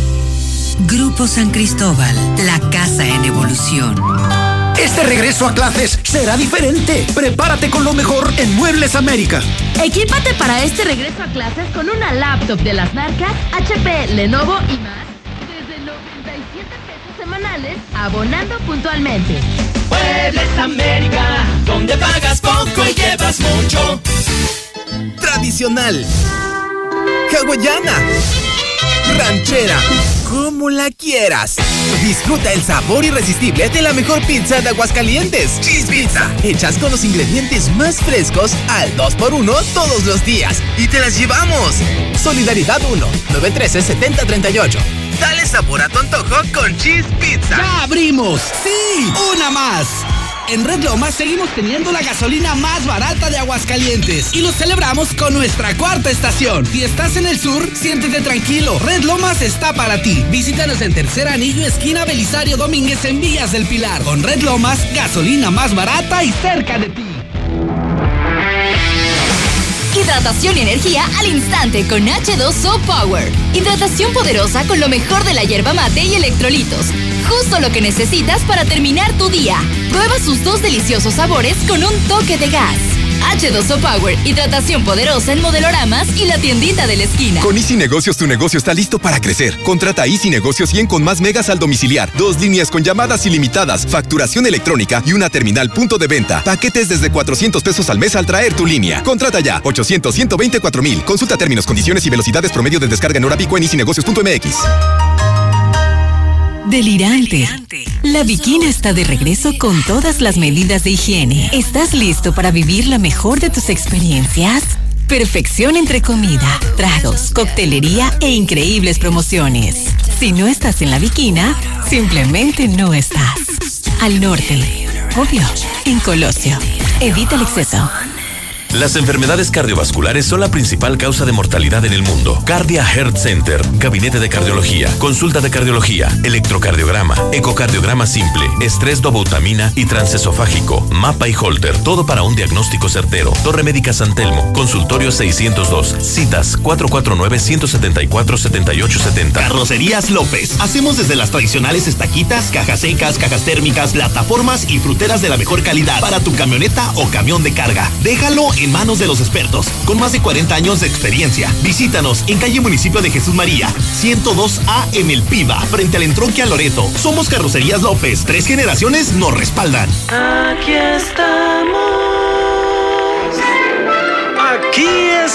Grupo San Cristóbal, la casa en evolución. Este regreso a clases será diferente. Prepárate con lo mejor en Muebles América. Equípate para este regreso a clases con una laptop de las marcas H P, Lenovo y más desde noventa y siete pesos semanales, abonando puntualmente. Muebles América, donde pagas poco y llevas mucho. Tradicional, hawaiana, ranchera, como la quieras. Disfruta el sabor irresistible de la mejor pizza de Aguascalientes. Cheese Pizza. Hechas con los ingredientes más frescos al dos por uno todos los días. Y te las llevamos. Solidaridad uno, nueve uno tres, siete cero tres ocho. Dale sabor a tu antojo con Cheese Pizza. ¡Ya abrimos! ¡Sí! ¡Una más! En Red Lomas seguimos teniendo la gasolina más barata de Aguascalientes y lo celebramos con nuestra cuarta estación. Si estás en el sur, siéntete tranquilo. Red Lomas está para ti. Visítanos en Tercer Anillo, esquina Belisario Domínguez en Villas del Pilar. Con Red Lomas, gasolina más barata y cerca de ti. Hidratación y energía al instante con H dos O Power. Hidratación poderosa con lo mejor de la yerba mate y electrolitos. Justo lo que necesitas para terminar tu día. Prueba sus dos deliciosos sabores con un toque de gas. H dos O Power, hidratación poderosa en modeloramas y la tiendita de la esquina. Con Easy Negocios tu negocio está listo para crecer. Contrata Easy Negocios cien con más megas al domiciliar, dos líneas con llamadas ilimitadas, facturación electrónica y una terminal punto de venta. Paquetes desde cuatrocientos pesos al mes al traer tu línea. Contrata ya, ochocientos, ciento veinticuatro mil. Consulta términos, condiciones y velocidades promedio de descarga en hora pico en easy negocios punto m x. Delirante. La Bikina está de regreso con todas las medidas de higiene. ¿Estás listo para vivir la mejor de tus experiencias? Perfección entre comida, tragos, coctelería e increíbles promociones. Si no estás en la Viquina, simplemente no estás. Al norte, obvio, en Colosio. Evita el exceso. Las enfermedades cardiovasculares son la principal causa de mortalidad en el mundo. Cardia Heart Center, gabinete de cardiología, consulta de cardiología, electrocardiograma, ecocardiograma simple, estrés dobutamina y transesofágico, mapa y holter, todo para un diagnóstico certero. Torre Médica San Telmo, consultorio seiscientos dos, citas cuatro cuatro nueve, uno siete cuatro, siete ocho siete cero. Carrocerías López. Hacemos desde las tradicionales estaquitas, cajas secas, cajas térmicas, plataformas y fruteras de la mejor calidad para tu camioneta o camión de carga. Déjalo en manos de los expertos, con más de cuarenta años de experiencia. Visítanos en calle Municipio de Jesús María, ciento dos A en El Piba, frente al entronque a Loreto. Somos Carrocerías López. Tres generaciones nos respaldan. Aquí estamos. Aquí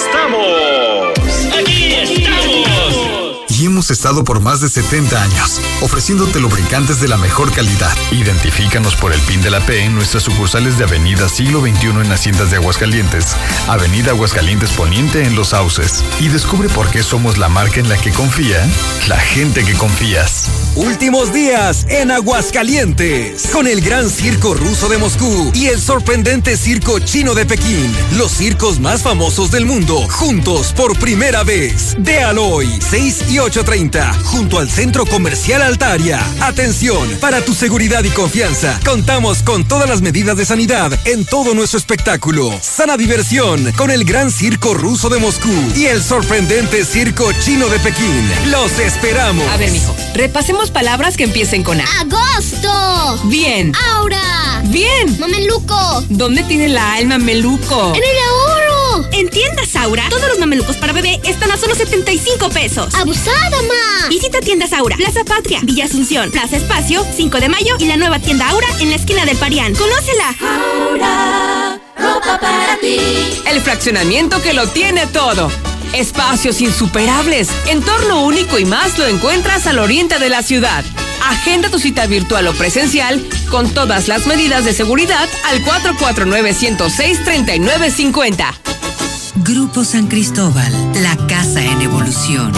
estamos. Aquí estamos. Y hemos estado por más de setenta años, ofreciéndote lubricantes de la mejor calidad. Identifícanos por el PIN de la P en nuestras sucursales de Avenida Siglo veintiuno en Haciendas de Aguascalientes, Avenida Aguascalientes Poniente en Los Sauces. Y descubre por qué somos la marca en la que confía la gente que confías. Últimos días en Aguascalientes, con el Gran Circo Ruso de Moscú y el sorprendente Circo Chino de Pekín. Los circos más famosos del mundo, juntos por primera vez. Véalo hoy, seis y ocho treinta, junto al Centro Comercial Altaria. Atención, para tu seguridad y confianza, contamos con todas las medidas de sanidad en todo nuestro espectáculo. Sana diversión con el Gran Circo Ruso de Moscú y el sorprendente Circo Chino de Pekín. Los esperamos. A ver, mijo, repasemos palabras que empiecen con A. ¡Agosto! Bien. ¡Aura! Bien. ¡Mameluco! ¿Dónde tiene la alma mameluco? ¡En el ahorro! En Tiendas Aura, todos los mamelucos para bebé están a solo setenta y cinco pesos. ¡Abusada, ma! Visita Tiendas Aura, Plaza Patria, Villa Asunción, Plaza Espacio, cinco de mayo y la nueva tienda Aura en la esquina del Parián. ¡Conócela! Aura, ropa para ti. El fraccionamiento que lo tiene todo. Espacios insuperables, entorno único y más lo encuentras al oriente de la ciudad. Agenda tu cita virtual o presencial con todas las medidas de seguridad al cuatro cuatro nueve, uno cero seis, tres nueve cinco cero. Grupo San Cristóbal, la casa en evolución.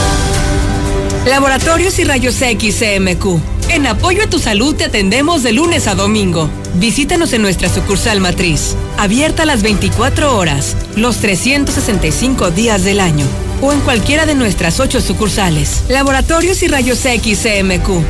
Laboratorios y Rayos X C M Q. En apoyo a tu salud te atendemos de lunes a domingo. Visítanos en nuestra sucursal matriz, abierta las veinticuatro horas, los trescientos sesenta y cinco días del año, o en cualquiera de nuestras ocho sucursales. Laboratorios y Rayos X C M Q.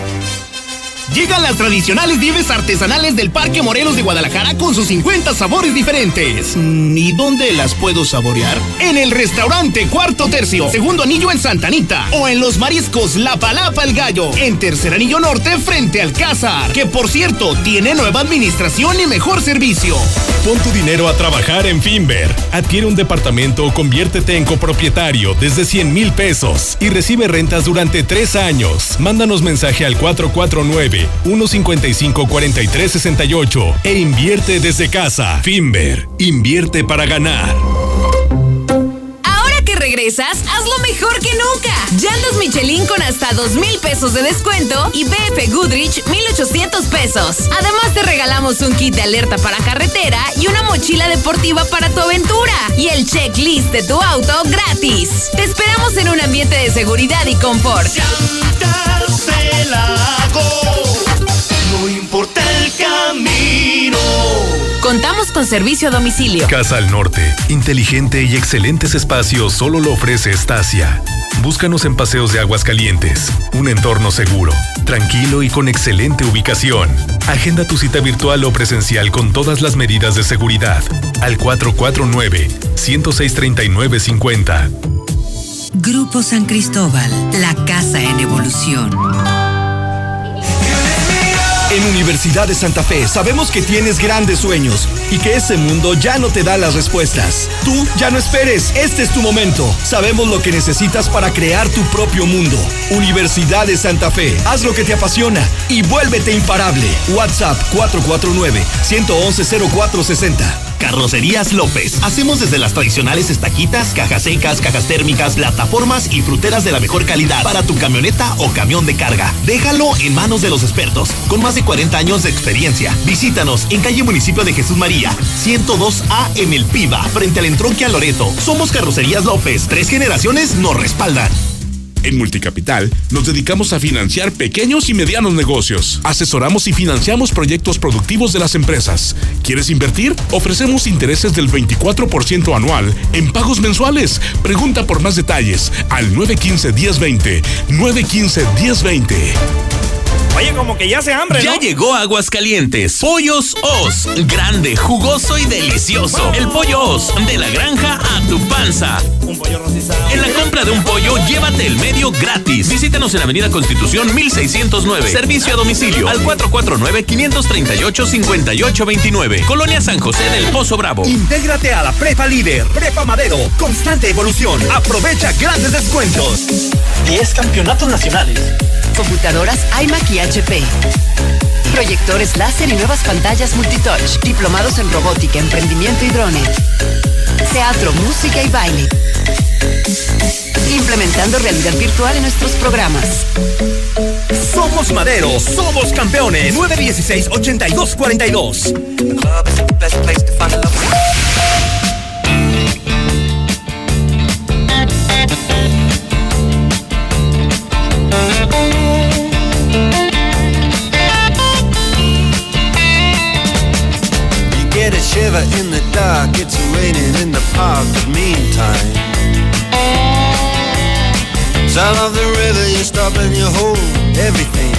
Llegan las tradicionales nieves artesanales del Parque Morelos de Guadalajara con sus cincuenta sabores diferentes. ¿Y dónde las puedo saborear? En el restaurante Cuarto Tercio, segundo anillo en Santa Anita. O en los mariscos La Palapa el Gallo, en tercer anillo norte frente al Cázar. Que por cierto, tiene nueva administración y mejor servicio. Pon tu dinero a trabajar en Finver. Adquiere un departamento o conviértete en copropietario desde cien mil pesos y recibe rentas durante tres años. Mándanos mensaje al cuatro cuatro nueve, uno cinco cinco, cuatro tres seis ocho e invierte desde casa. Finver, invierte para ganar. Ahora que regresas, hazlo mejor que nunca. Llantas Michelin con hasta dos mil pesos de descuento y B F Goodrich mil ochocientos pesos. Además te regalamos un kit de alerta para carretera y una mochila deportiva para tu aventura. Y el checklist de tu auto gratis. Te esperamos en un ambiente de seguridad y confort. Llantas del Lago. No importa el camino. Contamos con servicio a domicilio. Casa al Norte, inteligente y excelentes espacios solo lo ofrece Estacia. Búscanos en Paseos de Aguascalientes, un entorno seguro, tranquilo y con excelente ubicación. Agenda tu cita virtual o presencial con todas las medidas de seguridad al cuatro cuatro nueve, uno cero seis, tres nueve cinco cero. Grupo San Cristóbal, la casa en evolución. En Universidad de Santa Fe sabemos que tienes grandes sueños y que ese mundo ya no te da las respuestas. Tú ya no esperes, este es tu momento. Sabemos lo que necesitas para crear tu propio mundo. Universidad de Santa Fe, haz lo que te apasiona y vuélvete imparable. WhatsApp cuatro cuatro nueve, uno uno uno, cero cuatro seis cero. Carrocerías López. Hacemos desde las tradicionales estaquitas, cajas secas, cajas térmicas, plataformas y fruteras de la mejor calidad para tu camioneta o camión de carga. Déjalo en manos de los expertos, con más de cuarenta años de experiencia. Visítanos en calle Municipio de Jesús María, ciento dos A en El Piba, frente al entronque a Loreto. Somos Carrocerías López. Tres generaciones nos respaldan. En Multicapital nos dedicamos a financiar pequeños y medianos negocios. Asesoramos y financiamos proyectos productivos de las empresas. ¿Quieres invertir? Ofrecemos intereses del veinticuatro por ciento anual en pagos mensuales. Pregunta por más detalles al nueve uno cinco, diez veinte. nueve uno cinco, diez veinte. Oye, como que ya se hambre, ¿no? Ya llegó Aguascalientes. Pollos Os. Grande, jugoso y delicioso. El Pollo Os, de la granja a tu panza. Un pollo rostizado. En la compra de un pollo, llévate el medio gratis. Visítanos en Avenida Constitución mil seiscientos nueve. Servicio a domicilio al cuatro cuatro nueve, cinco tres ocho, cinco ocho dos nueve. Colonia San José del Pozo Bravo. Intégrate a la Prepa Líder. Prepa Madero. Constante evolución. Aprovecha grandes descuentos. diez campeonatos nacionales. Computadoras iMac y H P. Proyectores láser y nuevas pantallas multitouch. Diplomados en robótica, emprendimiento y drones. Teatro, música y baile. Implementando realidad virtual en nuestros programas. Somos Madero, somos campeones. nueve dieciséis, ochenta y dos cuarenta y dos. Get a shiver in the dark, it's raining in the park, but meantime sound of the river, you stop and you hold everything.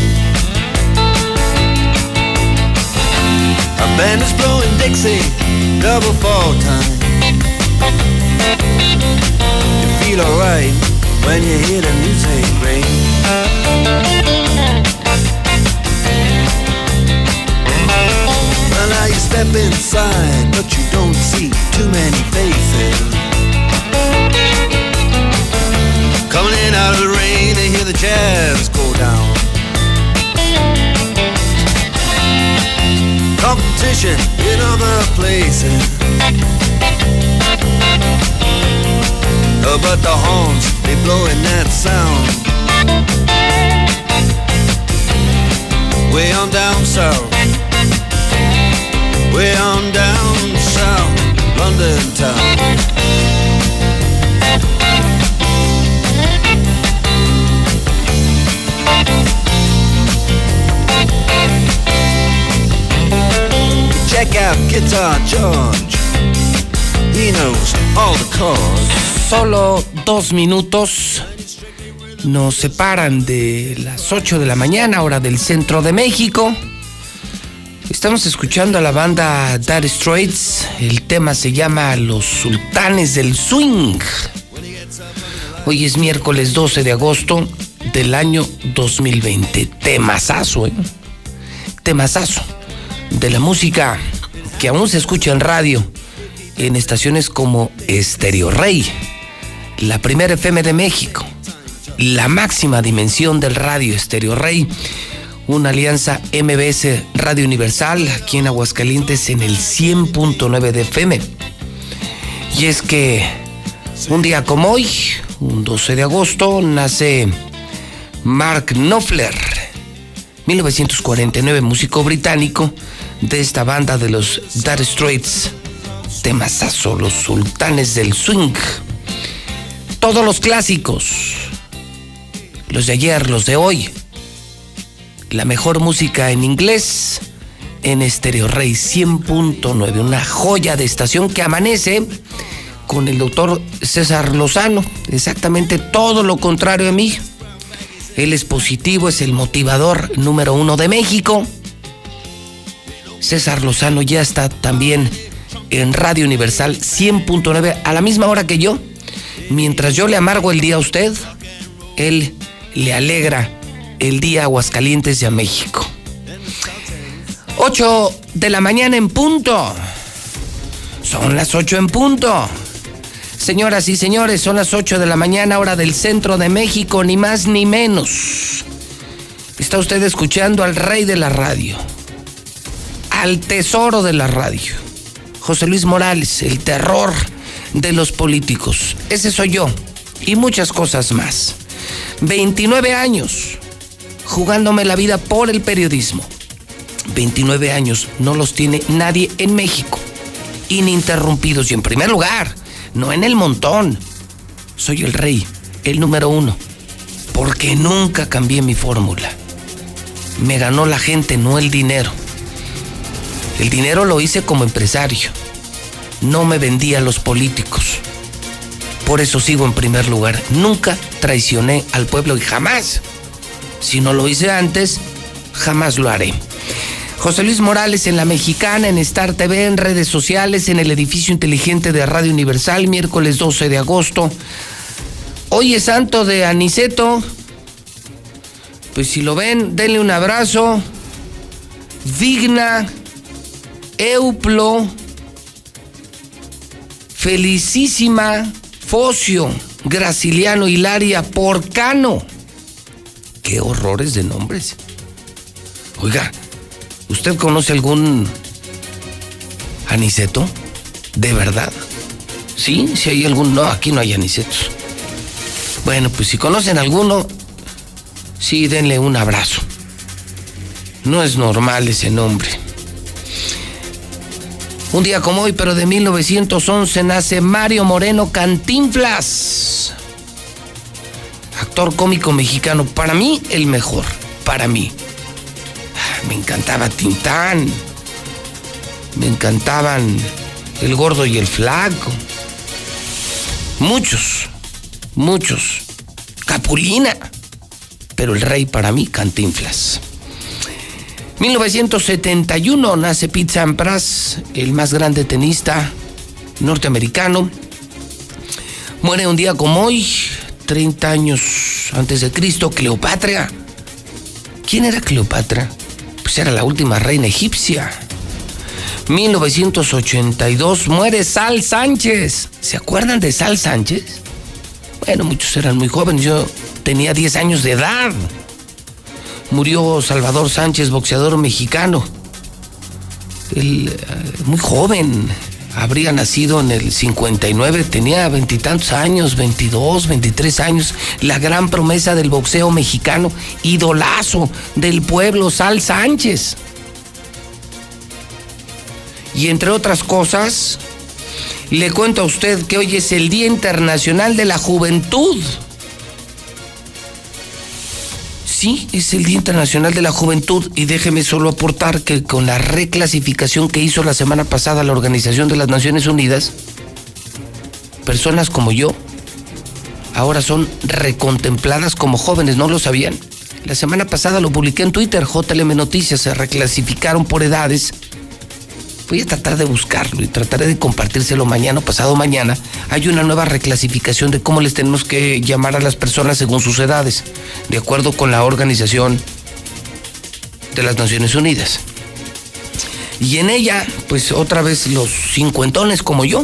A band is blowing Dixie, double fall time. You feel alright when you hear the music ring. Well, now you step inside, but you don't see too many faces. Coming in out of the rain, they hear the jazz go down. Competition in other places. Oh, but the horns, they blowing that sound. Way on down south. Way on down south, London town. Check out Guitar George. He knows all the chords. Solo dos minutos nos separan de las ocho de la mañana, hora del centro de México. Estamos escuchando a la banda Dire Straits. El tema se llama Los Sultanes del Swing. Hoy es miércoles doce de agosto del año dos mil veinte. Temazazo, ¿eh? Temazazo de la música que aún se escucha en radio en estaciones como Estéreo Rey, la primera F M de México, la máxima dimensión del radio Estéreo Rey. Una alianza M B S Radio Universal aquí en Aguascalientes en el cien punto nueve de F M. Y es que un día como hoy, un doce de agosto, nace Mark Knopfler, mil novecientos cuarenta y nueve, músico británico de esta banda de los Dire Straits. Temazazo, Los Sultanes del Swing. Todos los clásicos, los de ayer, los de hoy. La mejor música en inglés en Estéreo Rey cien punto nueve, una joya de estación que amanece con el doctor César Lozano, exactamente todo lo contrario a mí. Él es positivo, es el motivador número uno de México. César Lozano ya está también en Radio Universal cien punto nueve a la misma hora que yo. Mientras yo le amargo el día a usted, él le alegra el día a Aguascalientes y a México. ocho de la mañana en punto. Son las ocho en punto. Señoras y señores, son las ocho de la mañana, hora del centro de México, ni más ni menos. Está usted escuchando al rey de la radio, al tesoro de la radio, José Luis Morales, el terror de los políticos. Ese soy yo y muchas cosas más. veintinueve años jugándome la vida por el periodismo. veintinueve años no los tiene nadie en México. Ininterrumpidos y en primer lugar, no en el montón. Soy el rey, el número uno, porque nunca cambié mi fórmula. Me ganó la gente, no el dinero. El dinero lo hice como empresario. No me vendí a los políticos. Por eso sigo en primer lugar. Nunca traicioné al pueblo y jamás, si no lo hice antes, jamás lo haré. José Luis Morales en La Mexicana, en Star T V, en redes sociales, en el edificio inteligente de Radio Universal, miércoles doce de agosto. Hoy es santo de Aniceto. Pues si lo ven, denle un abrazo. Digna, Euplo, Felicísima, Focio, Graciliano, Hilaria, Porcano. Qué horrores de nombres. Oiga, ¿usted conoce algún Aniceto? ¿De verdad? ¿Sí? ¿Si hay algún? No, aquí no hay Anicetos. Bueno, pues si conocen alguno, sí, denle un abrazo. No es normal ese nombre. Un día como hoy, pero de mil novecientos once, nace Mario Moreno Cantinflas. Actor cómico mexicano, para mí el mejor, para mí. Me encantaba Tintán, me encantaban El Gordo y el Flaco, muchos, muchos, Capulina, pero el rey para mí, Cantinflas. mil novecientos setenta y uno nace Pete Sampras, el más grande tenista norteamericano. Muere un día como hoy, treinta años antes de Cristo, Cleopatra. ¿Quién era Cleopatra? Pues era la última reina egipcia. mil novecientos ochenta y dos muere Sal Sánchez. ¿Se acuerdan de Sal Sánchez? Bueno, muchos eran muy jóvenes, yo tenía diez años de edad. Murió Salvador Sánchez, boxeador mexicano. Él, muy joven, habría nacido en el cincuenta y nueve, tenía veintitantos años, veintidós, veintitrés años. La gran promesa del boxeo mexicano, idolazo del pueblo, Sal Sánchez. Y entre otras cosas, le cuento a usted que hoy es el Día Internacional de la Juventud. Sí, es el Día Internacional de la Juventud y déjeme solo aportar que con la reclasificación que hizo la semana pasada la Organización de las Naciones Unidas, personas como yo ahora son recontempladas como jóvenes, ¿no lo sabían? La semana pasada lo publiqué en Twitter, J L M Noticias, se reclasificaron por edades. Voy a tratar de buscarlo y trataré de compartírselo mañana o pasado mañana. Hay una nueva reclasificación de cómo les tenemos que llamar a las personas según sus edades, de acuerdo con la Organización de las Naciones Unidas. Y en ella, pues otra vez los cincuentones como yo,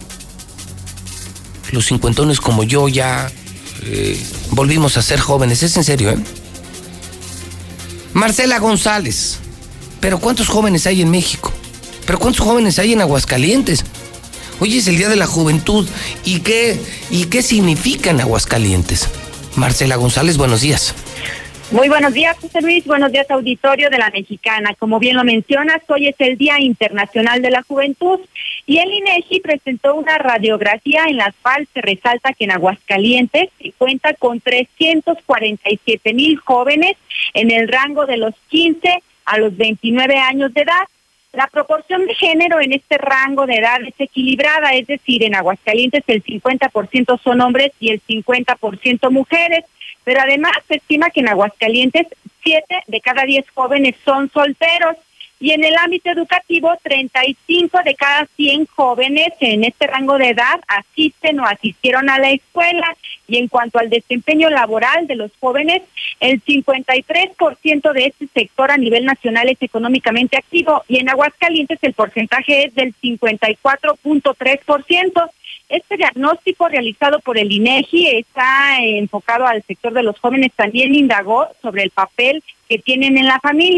los cincuentones como yo ya eh, volvimos a ser jóvenes, es en serio, ¿eh? Marcela González, pero ¿cuántos jóvenes hay en México? ¿Pero cuántos jóvenes hay en Aguascalientes? Hoy es el Día de la Juventud. ¿Y qué, y qué significa en Aguascalientes? Marcela González, buenos días. Muy buenos días, José Luis. Buenos días, auditorio de La Mexicana. Como bien lo mencionas, hoy es el Día Internacional de la Juventud y el INEGI presentó una radiografía en la cual se resalta que en Aguascalientes se cuenta con trescientos cuarenta y siete mil jóvenes en el rango de los quince a los veintinueve años de edad. La proporción de género en este rango de edad es equilibrada, es decir, en Aguascalientes el cincuenta por ciento son hombres y el cincuenta por ciento mujeres, pero además se estima que en Aguascalientes siete de cada diez jóvenes son solteros y en el ámbito educativo treinta y cinco de cada cien jóvenes en este rango de edad asisten o asistieron a la escuela y en cuanto al desempeño laboral de los jóvenes, el cincuenta y tres por ciento de este sector a nivel nacional es económicamente activo y en Aguascalientes el porcentaje es del cincuenta y cuatro punto tres por ciento. Este diagnóstico realizado por el INEGI está enfocado al sector de los jóvenes, también indagó sobre el papel que tienen en la familia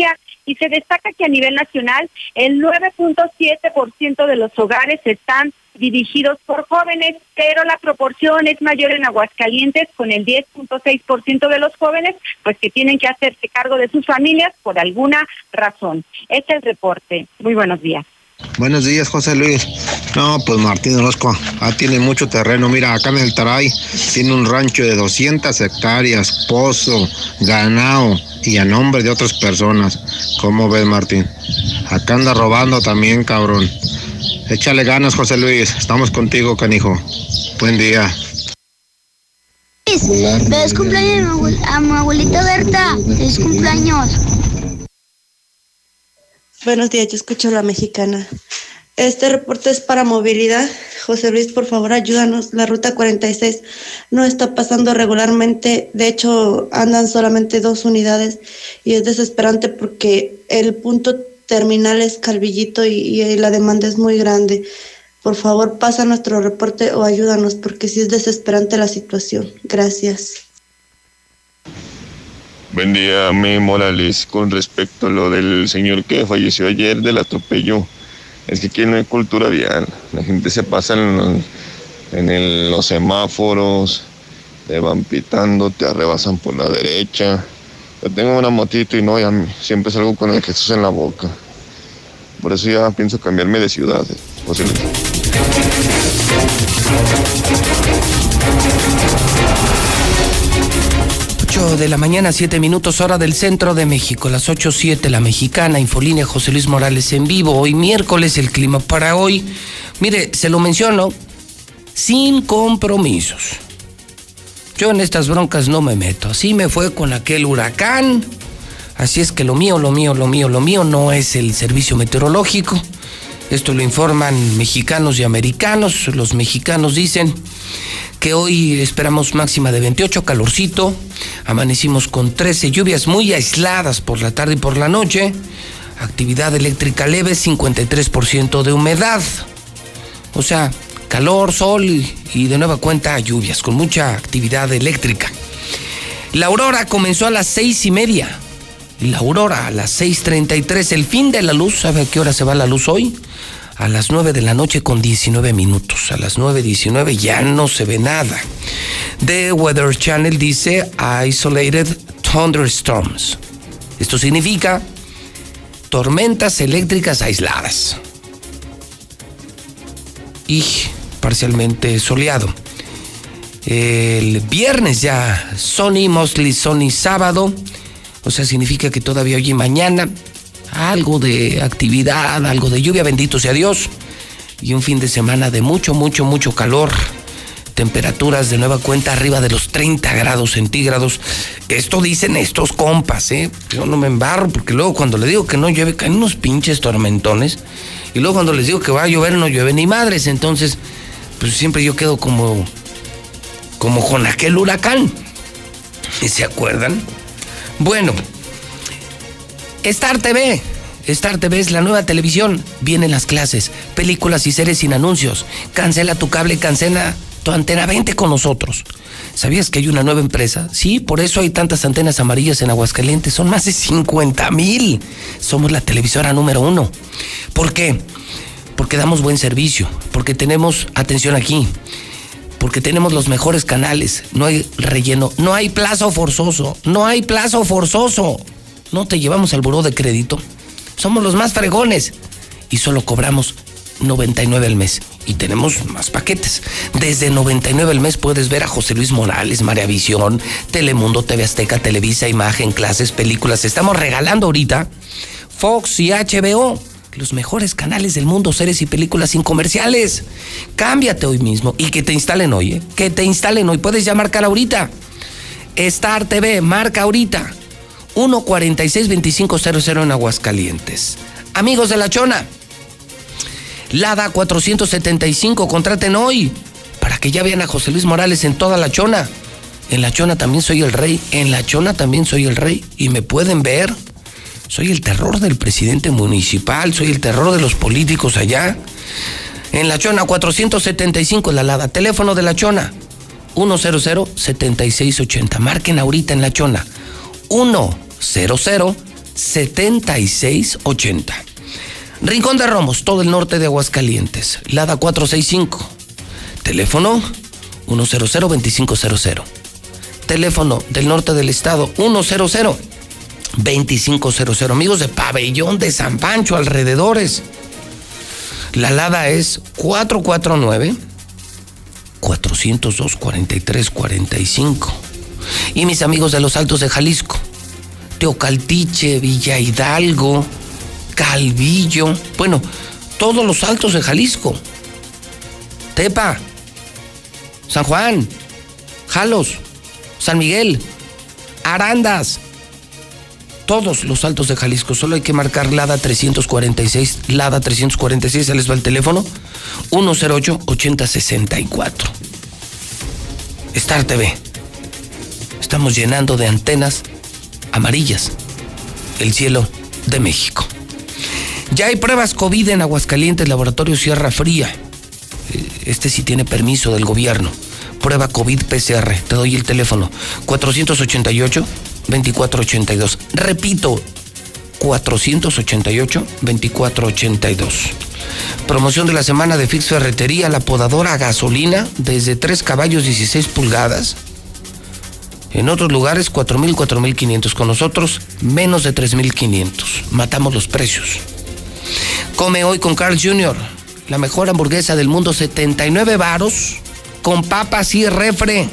y se destaca que a nivel nacional el nueve punto siete por ciento de los hogares están dirigidos por jóvenes, pero la proporción es mayor en Aguascalientes, con el diez punto seis por ciento de los jóvenes pues que tienen que hacerse cargo de sus familias por alguna razón. Este es el reporte. Muy buenos días. Buenos días, José Luis. No, pues Martín Orozco, ah, tiene mucho terreno. Mira, acá en el Taray tiene un rancho de doscientas hectáreas, pozo, ganado y a nombre de otras personas. ¿Cómo ves, Martín? Acá anda robando también, cabrón. Échale ganas, José Luis. Estamos contigo, canijo. Buen día. Feliz cumpleaños a mi abuelita Berta. Feliz cumpleaños. Buenos días, yo escucho La Mexicana. Este reporte es para movilidad. José Luis, por favor, ayúdanos. La ruta cuarenta y seis no está pasando regularmente. De hecho, andan solamente dos unidades y es desesperante porque el punto terminal es Calvillito y, y la demanda es muy grande. Por favor, pasa nuestro reporte o ayúdanos porque sí es desesperante la situación. Gracias. Buen día, mi Morales, con respecto a lo del señor que falleció ayer del atropello. Es que aquí no hay cultura vial, la gente se pasa en los, en el, los semáforos, te van pitando, te arrebasan por la derecha. Yo tengo una motito y no, ya siempre salgo con el Jesús en la boca. Por eso ya pienso cambiarme de ciudad, José Luis. ocho de la mañana, siete minutos, hora del centro de México, las ocho siete, La Mexicana, Infolínea, José Luis Morales en vivo. Hoy miércoles, el clima para hoy, mire, se lo menciono, sin compromisos. Yo en estas broncas no me meto, así me fue con aquel huracán, así es que lo mío, lo mío, lo mío, lo mío no es el servicio meteorológico. Esto lo informan mexicanos y americanos. Los mexicanos dicen que hoy esperamos máxima de veintiocho, calorcito. Amanecimos con trece, lluvias muy aisladas por la tarde y por la noche. Actividad eléctrica leve, cincuenta y tres por ciento de humedad. O sea, calor, sol y, y de nueva cuenta lluvias con mucha actividad eléctrica. La aurora comenzó a las seis y media. La aurora a las seis treinta y tres. El fin de la luz, ¿sabe a qué hora se va la luz hoy? A las nueve de la noche con diecinueve minutos. A las nueve diecinueve ya no se ve nada. The Weather Channel dice Isolated Thunderstorms. Esto significa tormentas eléctricas aisladas. Y parcialmente soleado. El viernes ya sunny, mostly sunny sábado. O sea, significa que todavía hoy y mañana algo de actividad, algo de lluvia, bendito sea Dios. Y un fin de semana de mucho, mucho, mucho calor. Temperaturas de nueva cuenta arriba de los treinta grados centígrados. Esto dicen estos compas, ¿eh? Yo no me embarro porque luego cuando les digo que no llueve, caen unos pinches tormentones. Y luego cuando les digo que va a llover, no llueve ni madres. Entonces, pues siempre yo quedo como, como con aquel huracán. ¿Se acuerdan? Bueno, Star T V. Star T V es la nueva televisión. Vienen las clases, películas y series sin anuncios. Cancela tu cable, cancela tu antena, vente con nosotros. ¿Sabías que hay una nueva empresa? Sí, por eso hay tantas antenas amarillas en Aguascalientes. Son más de cincuenta mil. Somos la televisora número uno. ¿Por qué? Porque damos buen servicio, porque tenemos atención aquí, porque tenemos los mejores canales, no hay relleno, no hay plazo forzoso, no hay plazo forzoso. No te llevamos al buró de crédito. Somos los más fregones y solo cobramos noventa y nueve al mes. Y tenemos más paquetes. Desde noventa y nueve al mes puedes ver a José Luis Morales, María Visión, Telemundo, T V Azteca, Televisa, Imagen, clases, películas. Estamos regalando ahorita Fox y H B O. Los mejores canales del mundo, series y películas sin comerciales. Cámbiate hoy mismo y que te instalen hoy, ¿eh? Que te instalen hoy. Puedes ya marcar ahorita. Star T V, marca ahorita. uno cuarenta y seis veinticinco cero cero en Aguascalientes. Amigos de La Chona, Lada cuatrocientos setenta y cinco, contraten hoy para que ya vean a José Luis Morales en toda La Chona. En La Chona también soy el rey. En La Chona también soy el rey. Y me pueden ver. Soy el terror del presidente municipal, soy el terror de los políticos allá. En La Chona, cuatrocientos setenta y cinco, la Lada. Teléfono de La Chona, uno cero cero, siete seis ocho cero. Marquen ahorita en La Chona, uno cero cero, setenta y seis ochenta. Rincón de Romos, todo el norte de Aguascalientes. Lada cuatro seis cinco. Teléfono uno cero cero veinticinco cero cero. Teléfono del norte del estado uno cero cero veinticinco cero cero. Amigos de Pabellón de San Pancho, alrededores. La Lada es cuatro cuatro nueve cuatro cero dos cuatro tres cuatro cinco. Y mis amigos de los Altos de Jalisco, Teocaltiche, Villa Hidalgo, Calvillo, bueno, todos los Altos de Jalisco, Tepa, San Juan, Jalos, San Miguel, Arandas, todos los Altos de Jalisco. Solo hay que marcar Lada trescientos cuarenta y seis, Lada trescientos cuarenta y seis, se les va el teléfono uno cero ocho ochenta sesenta y cuatro. Star T V. Estamos llenando de antenas amarillas el cielo de México. Ya hay pruebas COVID en Aguascalientes, Laboratorio Sierra Fría. Este sí tiene permiso del gobierno. Prueba COVID P C R. Te doy el teléfono cuatrocientos ochenta y ocho veinticuatro ochenta y dos. Repito, cuatrocientos ochenta y ocho veinticuatro ochenta y dos. Promoción de la semana de Fix Ferretería, la podadora a gasolina desde tres caballos dieciséis pulgadas. En otros lugares cuatro mil, cuatro mil quinientos. Con nosotros menos de tres mil quinientos. Matamos los precios. Come hoy con Carl junior La mejor hamburguesa del mundo, setenta y nueve varos. Con papas y refre.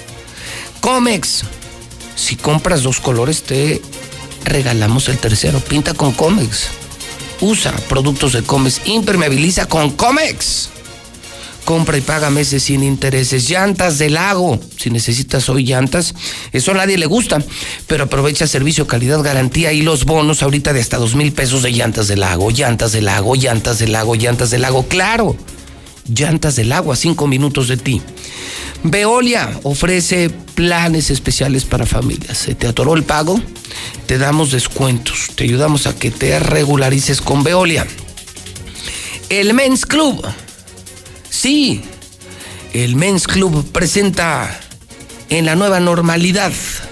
Comex. Si compras dos colores te regalamos el tercero. Pinta con Comex. Usa productos de Comex. Impermeabiliza con Comex. Compra y paga meses sin intereses. Llantas del Lago. Si necesitas hoy llantas, eso a nadie le gusta, pero aprovecha servicio, calidad, garantía y los bonos ahorita de hasta dos mil pesos de Llantas del Lago. Llantas del Lago, Llantas del Lago, Llantas del Lago. Claro, Llantas del Lago, a cinco minutos de ti. Veolia ofrece planes especiales para familias. Se te atoró el pago, te damos descuentos. Te ayudamos a que te regularices con Veolia. El Men's Club. Sí, el Men's Club presenta en la nueva normalidad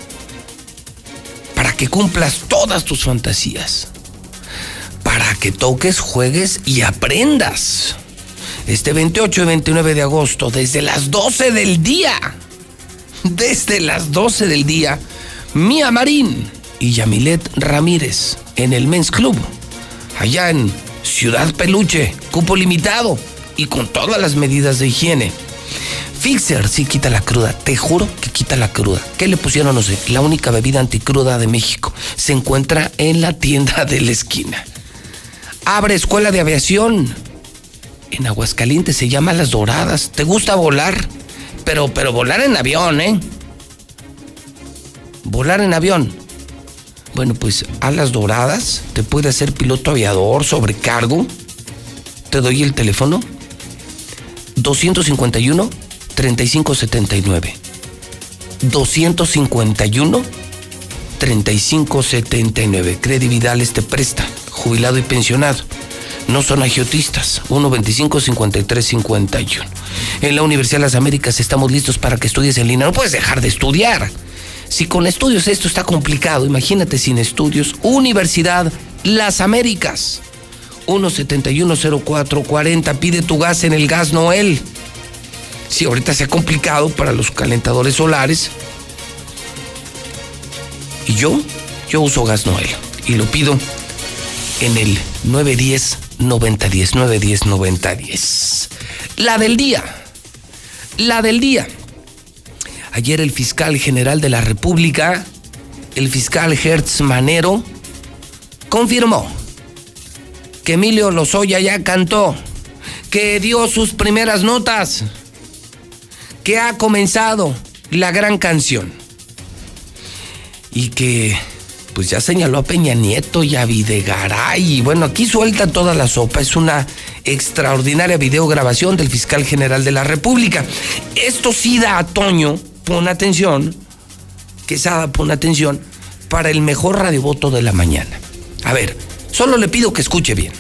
para que cumplas todas tus fantasías, para que toques, juegues y aprendas. Este veintiocho y veintinueve de agosto, desde las doce del día, desde las doce del día, Mía Marín y Yamilet Ramírez en el Men's Club, allá en Ciudad Peluche, cupo limitado y con todas las medidas de higiene. Fixer sí quita la cruda, te juro que quita la cruda. ¿Qué le pusieron? No sé. La única bebida anticruda de México se encuentra en la tienda de la esquina. Abre escuela de aviación en Aguascalientes, se llama Las Doradas. ¿Te gusta volar? Pero, pero volar en avión, ¿eh? Volar en avión. Bueno, pues a Las Doradas te puede hacer piloto aviador, sobrecargo. Te doy el teléfono doscientos cincuenta y uno treinta y cinco setenta y nueve. doscientos cincuenta y uno treinta y cinco setenta y nueve. Credividales te presta, jubilado y pensionado. No son agiotistas. uno veinticinco cincuenta y tres cincuenta y uno. En la Universidad de las Américas estamos listos para que estudies en línea. No puedes dejar de estudiar. Si con estudios esto está complicado, imagínate sin estudios. Universidad Las Américas. uno setenta y uno cero cuatro cuarenta. Pide tu gas en el Gas Noel. Si ahorita se ha complicado para los calentadores solares. Y yo, yo uso Gas Noel. Y lo pido en el nueve diez noventa diez. nueve diez noventa diez. La del día. La del día. Ayer el fiscal general de la República, el fiscal Hertz Manero, confirmó que Emilio Lozoya ya cantó, que dio sus primeras notas, que ha comenzado la gran canción y que pues ya señaló a Peña Nieto y a Videgaray. Y bueno, aquí suelta toda la sopa. Es una extraordinaria videograbación del fiscal general de la República. Esto sí da a Toño, pon atención, Quesada, pon atención, para el mejor radiovoto de la mañana. A ver, solo le pido que escuche bien.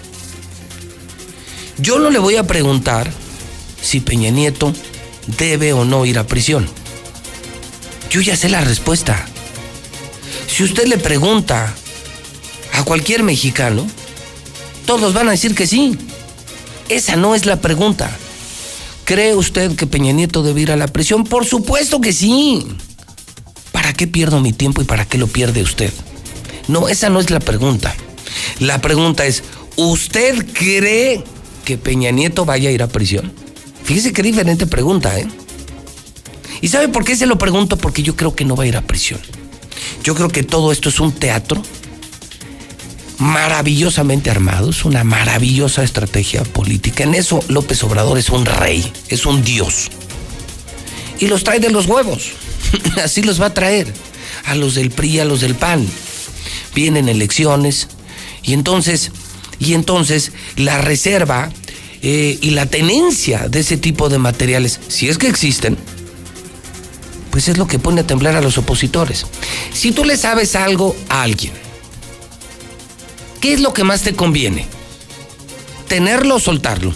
Yo no le voy a preguntar si Peña Nieto debe o no ir a prisión. Yo ya sé la respuesta. Si usted le pregunta a cualquier mexicano, todos van a decir que sí. Esa no es la pregunta. ¿Cree usted que Peña Nieto debe ir a la prisión? Por supuesto que sí. ¿Para qué pierdo mi tiempo y para qué lo pierde usted? No, esa no es la pregunta. La pregunta es, ¿usted cree que Peña Nieto vaya a ir a prisión? Fíjese qué diferente pregunta, ¿eh? ¿Y sabe por qué se lo pregunto? Porque yo creo que no va a ir a prisión. Yo creo que todo esto es un teatro maravillosamente armado, es una maravillosa estrategia política. En eso López Obrador es un rey, es un dios. Y los trae de los huevos. Así los va a traer. A los del P R I, a los del P A N. Vienen elecciones y entonces, y entonces la reserva eh, y la tenencia de ese tipo de materiales, si es que existen, pues es lo que pone a temblar a los opositores. Si tú le sabes algo a alguien, ¿qué es lo que más te conviene? ¿Tenerlo o soltarlo?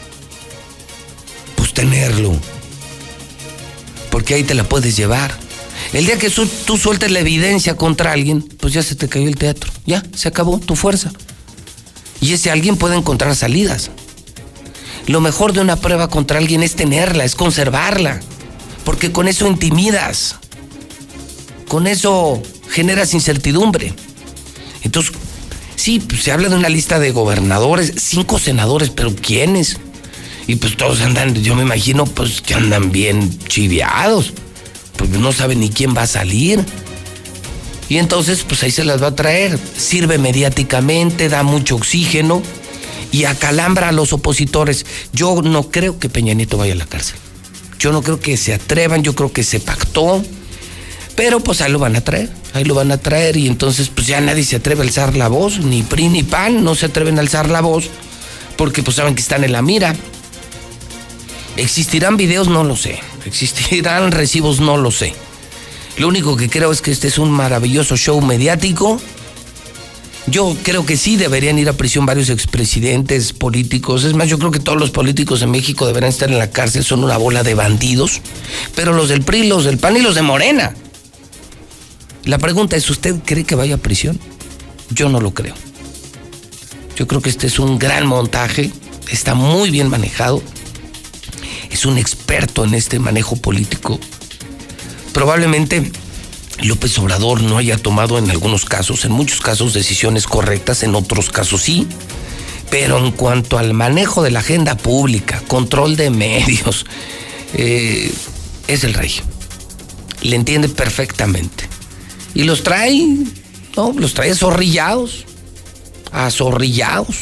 Pues tenerlo. Porque ahí te la puedes llevar. El día que tú, tú sueltes la evidencia contra alguien, pues ya se te cayó el teatro. Ya, se acabó tu fuerza. Y ese alguien puede encontrar salidas. Lo mejor de una prueba contra alguien es tenerla, es conservarla. Porque con eso intimidas. Con eso generas incertidumbre. Entonces, sí, pues se habla de una lista de gobernadores, cinco senadores, pero ¿quiénes? Y pues todos andan, yo me imagino, pues que andan bien chiviados. Pues no saben ni quién va a salir. Y entonces, pues ahí se las va a traer. Sirve mediáticamente, da mucho oxígeno y acalambra a los opositores. Yo no creo que Peña Nieto vaya a la cárcel. Yo no creo que se atrevan, yo creo que se pactó. Pero pues ahí lo van a traer, ahí lo van a traer. Y entonces pues ya nadie se atreve a alzar la voz, ni P R I ni P A N no se atreven a alzar la voz, porque pues saben que están en la mira. ¿Existirán videos? No lo sé. ¿Existirán recibos? No lo sé. Lo único que creo es que este es un maravilloso show mediático. Yo creo que sí deberían ir a prisión varios expresidentes políticos. Es más, yo creo que todos los políticos en México deberían estar en la cárcel. Son una bola de bandidos. Pero los del P R I, los del P A N y los de Morena. La pregunta es, ¿usted cree que vaya a prisión? Yo no lo creo. Yo creo que este es un gran montaje. Está muy bien manejado. Es un experto en este manejo político. Probablemente López Obrador no haya tomado en algunos casos, en muchos casos, decisiones correctas, en otros casos sí. Pero en cuanto al manejo de la agenda pública, control de medios, eh, es el rey. Le entiende perfectamente. Y los trae, no, los trae azorrillados, azorrillados.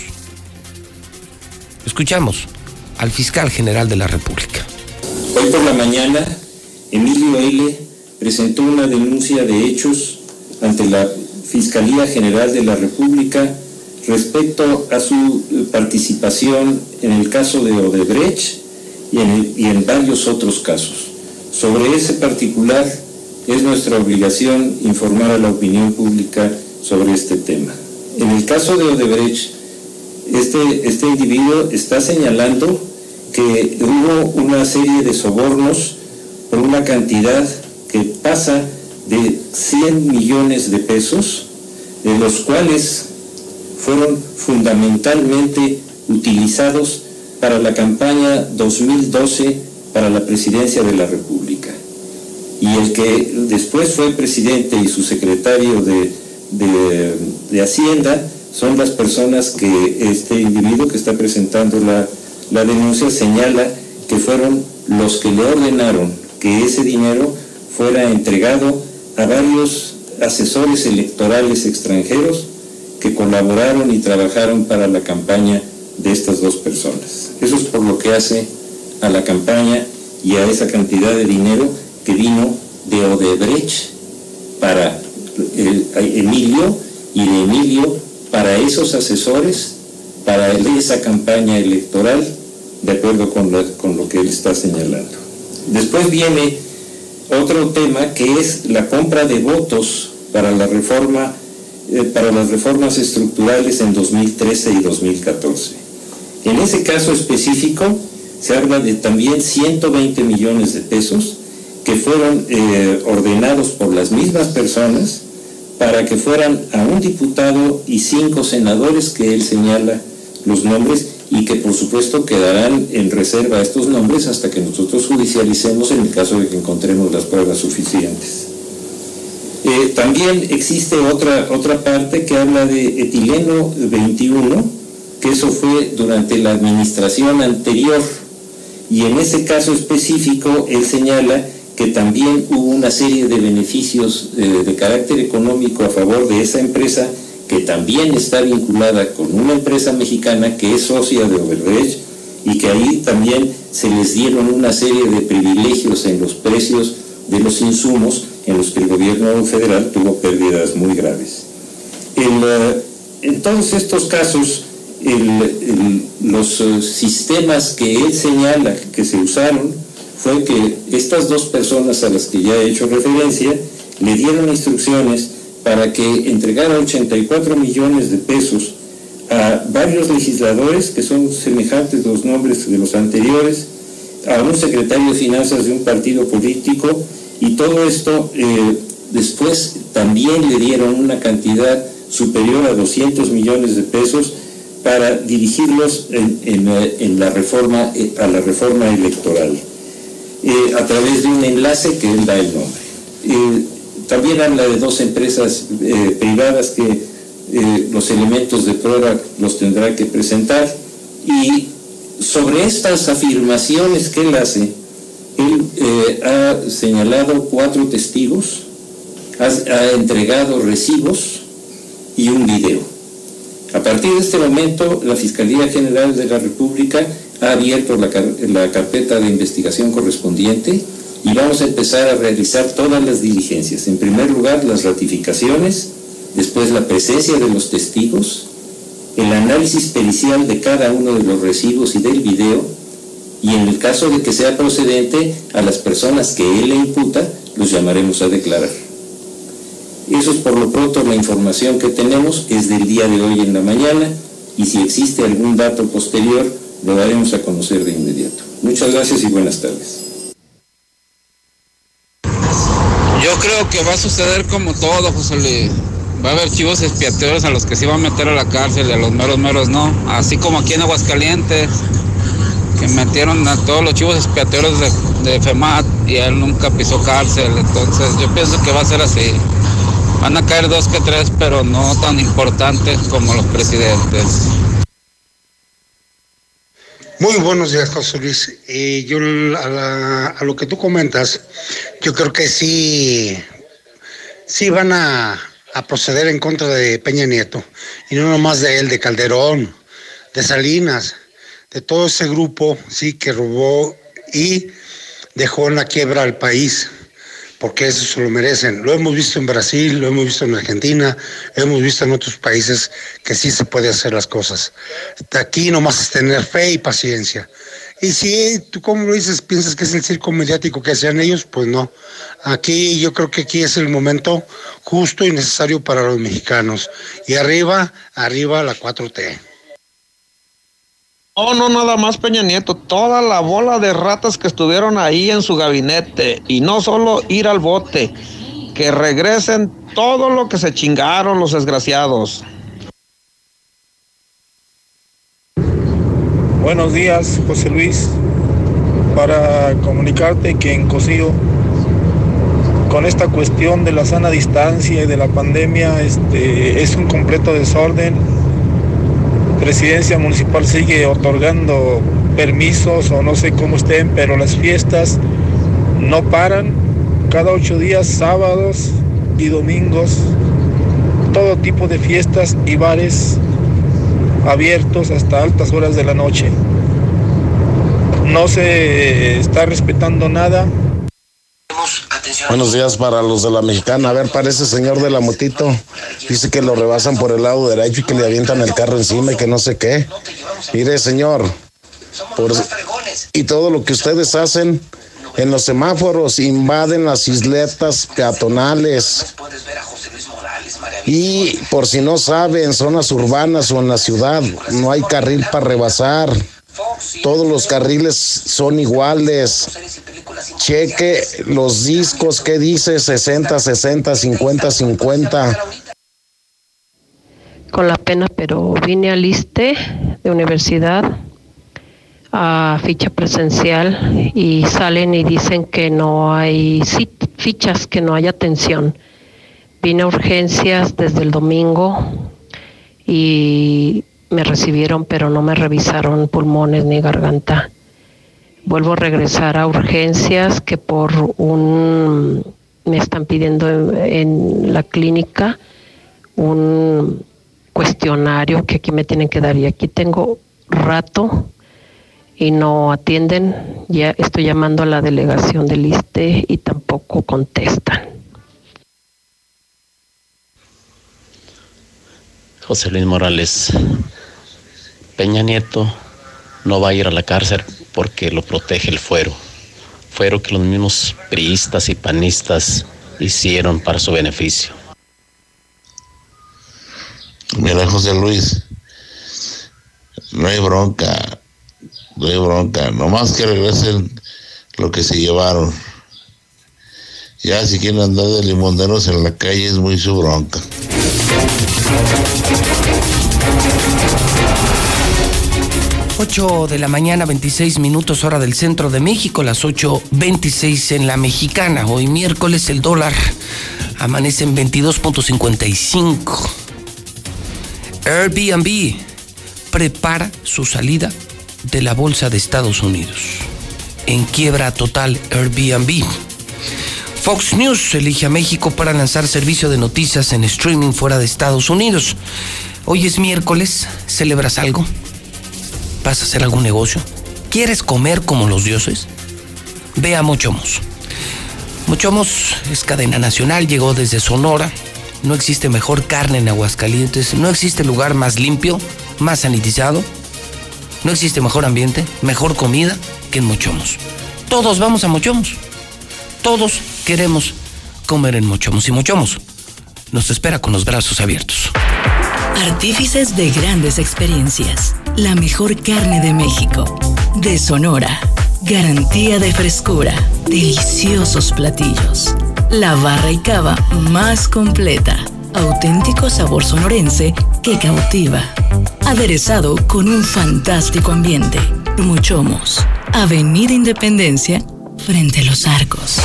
Escuchamos al fiscal general de la República. Hoy por la mañana, Emilio L. presentó una denuncia de hechos ante la Fiscalía General de la República respecto a su participación en el caso de Odebrecht y en, el, y en varios otros casos. Sobre ese particular, es nuestra obligación informar a la opinión pública sobre este tema. En el caso de Odebrecht, este, este individuo está señalando que hubo una serie de sobornos por una cantidad que pasa de cien millones de pesos, de los cuales fueron fundamentalmente utilizados para la campaña dos mil doce para la presidencia de la República. Y el que después fue presidente y su secretario de, de, de Hacienda son las personas que este individuo que está presentando la, la denuncia señala que fueron los que le ordenaron que ese dinero fuera entregado a varios asesores electorales extranjeros que colaboraron y trabajaron para la campaña de estas dos personas. Eso es por lo que hace a la campaña y a esa cantidad de dinero que vino de Odebrecht para el, Emilio y de Emilio para esos asesores, para esa campaña electoral, de acuerdo con lo, con lo que él está señalando. Después viene otro tema que es la compra de votos para la reforma, eh, para las reformas estructurales en dos mil trece y dos mil catorce. En ese caso específico se habla de también ciento veinte millones de pesos que fueron eh, ordenados por las mismas personas para que fueran a un diputado y cinco senadores que él señala los nombres y que por supuesto quedarán en reserva estos nombres hasta que nosotros judicialicemos en el caso de que encontremos las pruebas suficientes. Eh, también existe otra, otra parte que habla de etileno veintiuno, que eso fue durante la administración anterior, y en ese caso específico él señala que también hubo una serie de beneficios eh, de carácter económico a favor de esa empresa, que también está vinculada con una empresa mexicana que es socia de Odebrecht, y que ahí también se les dieron una serie de privilegios en los precios de los insumos en los que el gobierno federal tuvo pérdidas muy graves. El, uh, en todos estos casos, el, el, los uh, sistemas que él señala que se usaron fue que estas dos personas a las que ya he hecho referencia le dieron instrucciones para que entregara ochenta y cuatro millones de pesos a varios legisladores que son semejantes los nombres de los anteriores, a un secretario de finanzas de un partido político, y todo esto eh, después también le dieron una cantidad superior a doscientos millones de pesos para dirigirlos en, en, en la reforma, a la reforma electoral, eh, a través de un enlace que él da el nombre. Eh, también habla de dos empresas eh, privadas que eh, los elementos de prueba los tendrá que presentar, y sobre estas afirmaciones que él hace, él eh, ha señalado cuatro testigos, ha, ha entregado recibos y un video. A partir de este momento, la Fiscalía General de la República ha abierto la, la carpeta de investigación correspondiente y vamos a empezar a realizar todas las diligencias. En primer lugar, las ratificaciones, después la presencia de los testigos, el análisis pericial de cada uno de los recibos y del video, y en el caso de que sea procedente, a las personas que él le imputa, los llamaremos a declarar. Eso es por lo pronto la información que tenemos, es del día de hoy en la mañana, y si existe algún dato posterior, lo daremos a conocer de inmediato. Muchas gracias y buenas tardes. Yo creo que va a suceder como todo, José Luis. Va a haber chivos expiatorios a los que sí van a meter a la cárcel y a los meros meros no. Así como aquí en Aguascalientes, que metieron a todos los chivos expiatorios de, de FEMAT y él nunca pisó cárcel. Entonces yo pienso que va a ser así. Van a caer dos que tres, pero no tan importantes como los presidentes. Muy buenos días, José Luis. Eh, yo a, la, a lo que tú comentas, yo creo que sí, sí van a, a proceder en contra de Peña Nieto. Y no nomás de él, de Calderón, de Salinas, de todo ese grupo, sí, que robó y dejó en la quiebra al país, porque eso se lo merecen. Lo hemos visto en Brasil, lo hemos visto en Argentina, lo hemos visto en otros países que sí se puede hacer las cosas. Aquí nomás es tener fe y paciencia. Y si tú, como lo dices, piensas que es el circo mediático que hacían ellos, pues no. Aquí yo creo que aquí es el momento justo y necesario para los mexicanos. Y arriba, arriba la cuatro T. No, no, nada más Peña Nieto, toda la bola de ratas que estuvieron ahí en su gabinete, y no solo ir al bote, que regresen todo lo que se chingaron los desgraciados. Buenos días, José Luis, para comunicarte que en Cocío, con esta cuestión de la sana distancia y de la pandemia, este, es un completo desorden. Presidencia municipal sigue otorgando permisos o no sé cómo estén, pero las fiestas no paran. Cada ocho días, sábados y domingos, todo tipo de fiestas y bares abiertos hasta altas horas de la noche. No se está respetando nada. Buenos días para los de la Mexicana. A ver, para ese señor de la motito, dice que lo rebasan por el lado derecho y que le avientan el carro encima y que no sé qué. Mire, señor, por... y todo lo que ustedes hacen en los semáforos, invaden las isletas peatonales. Y por si no saben, zonas urbanas o en la ciudad, no hay carril para rebasar. Todos los carriles son iguales. cheque los discos, ¿qué dice? sesenta, sesenta, cincuenta, cincuenta. Con la pena, pero vine al ISSSTE de universidad a ficha presencial y salen y dicen que no hay fichas, que no hay atención. Vine a urgencias desde el domingo y me recibieron, pero no me revisaron pulmones ni garganta. Vuelvo a regresar a urgencias, que por un me están pidiendo en, en la clínica un cuestionario que aquí me tienen que dar, y aquí tengo rato y no atienden. Ya estoy llamando a la delegación del ISSSTE y tampoco contestan. José Luis Morales, Peña Nieto no va a ir a la cárcel porque lo protege el fuero. Fuero que los mismos priistas y panistas hicieron para su beneficio. Mira, José Luis, no hay bronca, no hay bronca, nomás que regresen lo que se llevaron. Ya si quieren andar de limoneros en la calle es muy su bronca. ocho de la mañana, veintiséis minutos, hora del centro de México, las ocho veintiséis en la Mexicana. Hoy miércoles el dólar amanece en veintidós punto cincuenta y cinco. Airbnb prepara su salida de la bolsa de Estados Unidos. En quiebra total Airbnb. Fox News elige a México para lanzar servicio de noticias en streaming fuera de Estados Unidos. Hoy es miércoles, ¿celebras algo? ¿Vas a hacer algún negocio? ¿Quieres comer como los dioses? Ve a Mochomos. Mochomos es cadena nacional, llegó desde Sonora. No existe mejor carne en Aguascalientes, no existe lugar más limpio, más sanitizado, no existe mejor ambiente, mejor comida que en Mochomos. Todos vamos a Mochomos, todos queremos comer en Mochomos, y Mochomos nos espera con los brazos abiertos. Artífices de grandes experiencias, la mejor carne de México, de Sonora, garantía de frescura, deliciosos platillos. La barra y cava más completa. Auténtico sabor sonorense que cautiva. Aderezado con un fantástico ambiente. Mochomos, Avenida Independencia, frente a Los Arcos.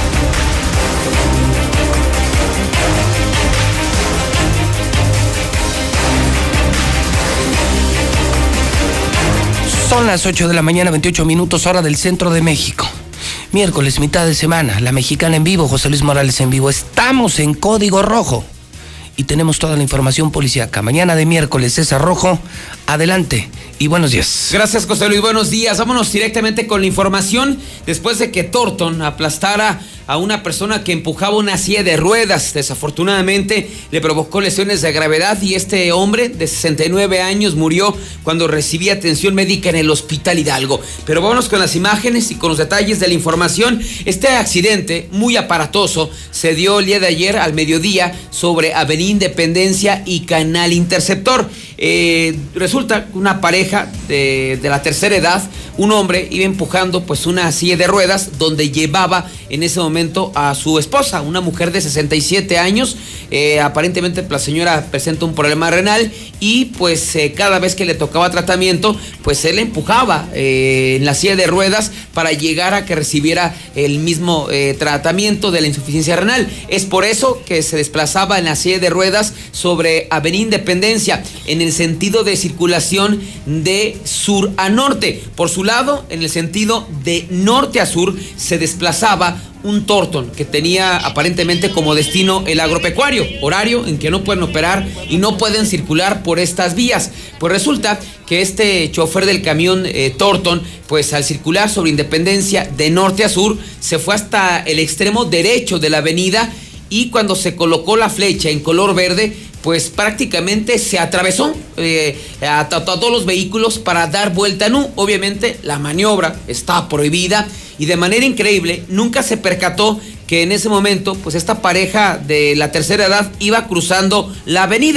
Son las ocho de la mañana, veintiocho minutos, hora del centro de México. Miércoles, mitad de semana, La Mexicana en vivo, José Luis Morales en vivo. Estamos en Código Rojo y tenemos toda la información policíaca. Mañana de miércoles, César Rojo, adelante y buenos días. Gracias, José Luis, buenos días. Vámonos directamente con la información. Después de que Thornton aplastara a una persona que empujaba una silla de ruedas, desafortunadamente le provocó lesiones de gravedad, y este hombre de sesenta y nueve años murió cuando recibía atención médica en el Hospital Hidalgo. Pero vámonos con las imágenes y con los detalles de la información. Este accidente muy aparatoso se dio el día de ayer al mediodía sobre Avenida Independencia y Canal Interceptor. Eh, resulta que una pareja de, de la tercera edad, un hombre iba empujando pues una silla de ruedas donde llevaba en ese momento a su esposa, una mujer de sesenta y siete años. Eh, aparentemente la señora presenta un problema renal y pues eh, cada vez que le tocaba tratamiento pues él empujaba eh, en la silla de ruedas para llegar a que recibiera el mismo eh, tratamiento de la insuficiencia renal. Es por eso que se desplazaba en la silla de ruedas sobre Avenida Independencia en el sentido de circulación de sur a norte. Por su lado, en el sentido de norte a sur, se desplazaba un Thornton que tenía aparentemente como destino el agropecuario, horario en que no pueden operar y no pueden circular por estas vías. Pues resulta que este chofer del camión eh, Thornton, pues al circular sobre Independencia de norte a sur, se fue hasta el extremo derecho de la avenida, y cuando se colocó la flecha en color verde, pues prácticamente se atravesó eh, a, a, a todos los vehículos para dar vuelta en U. Obviamente la maniobra está prohibida, y de manera increíble nunca se percató que en ese momento pues esta pareja de la tercera edad iba cruzando la avenida.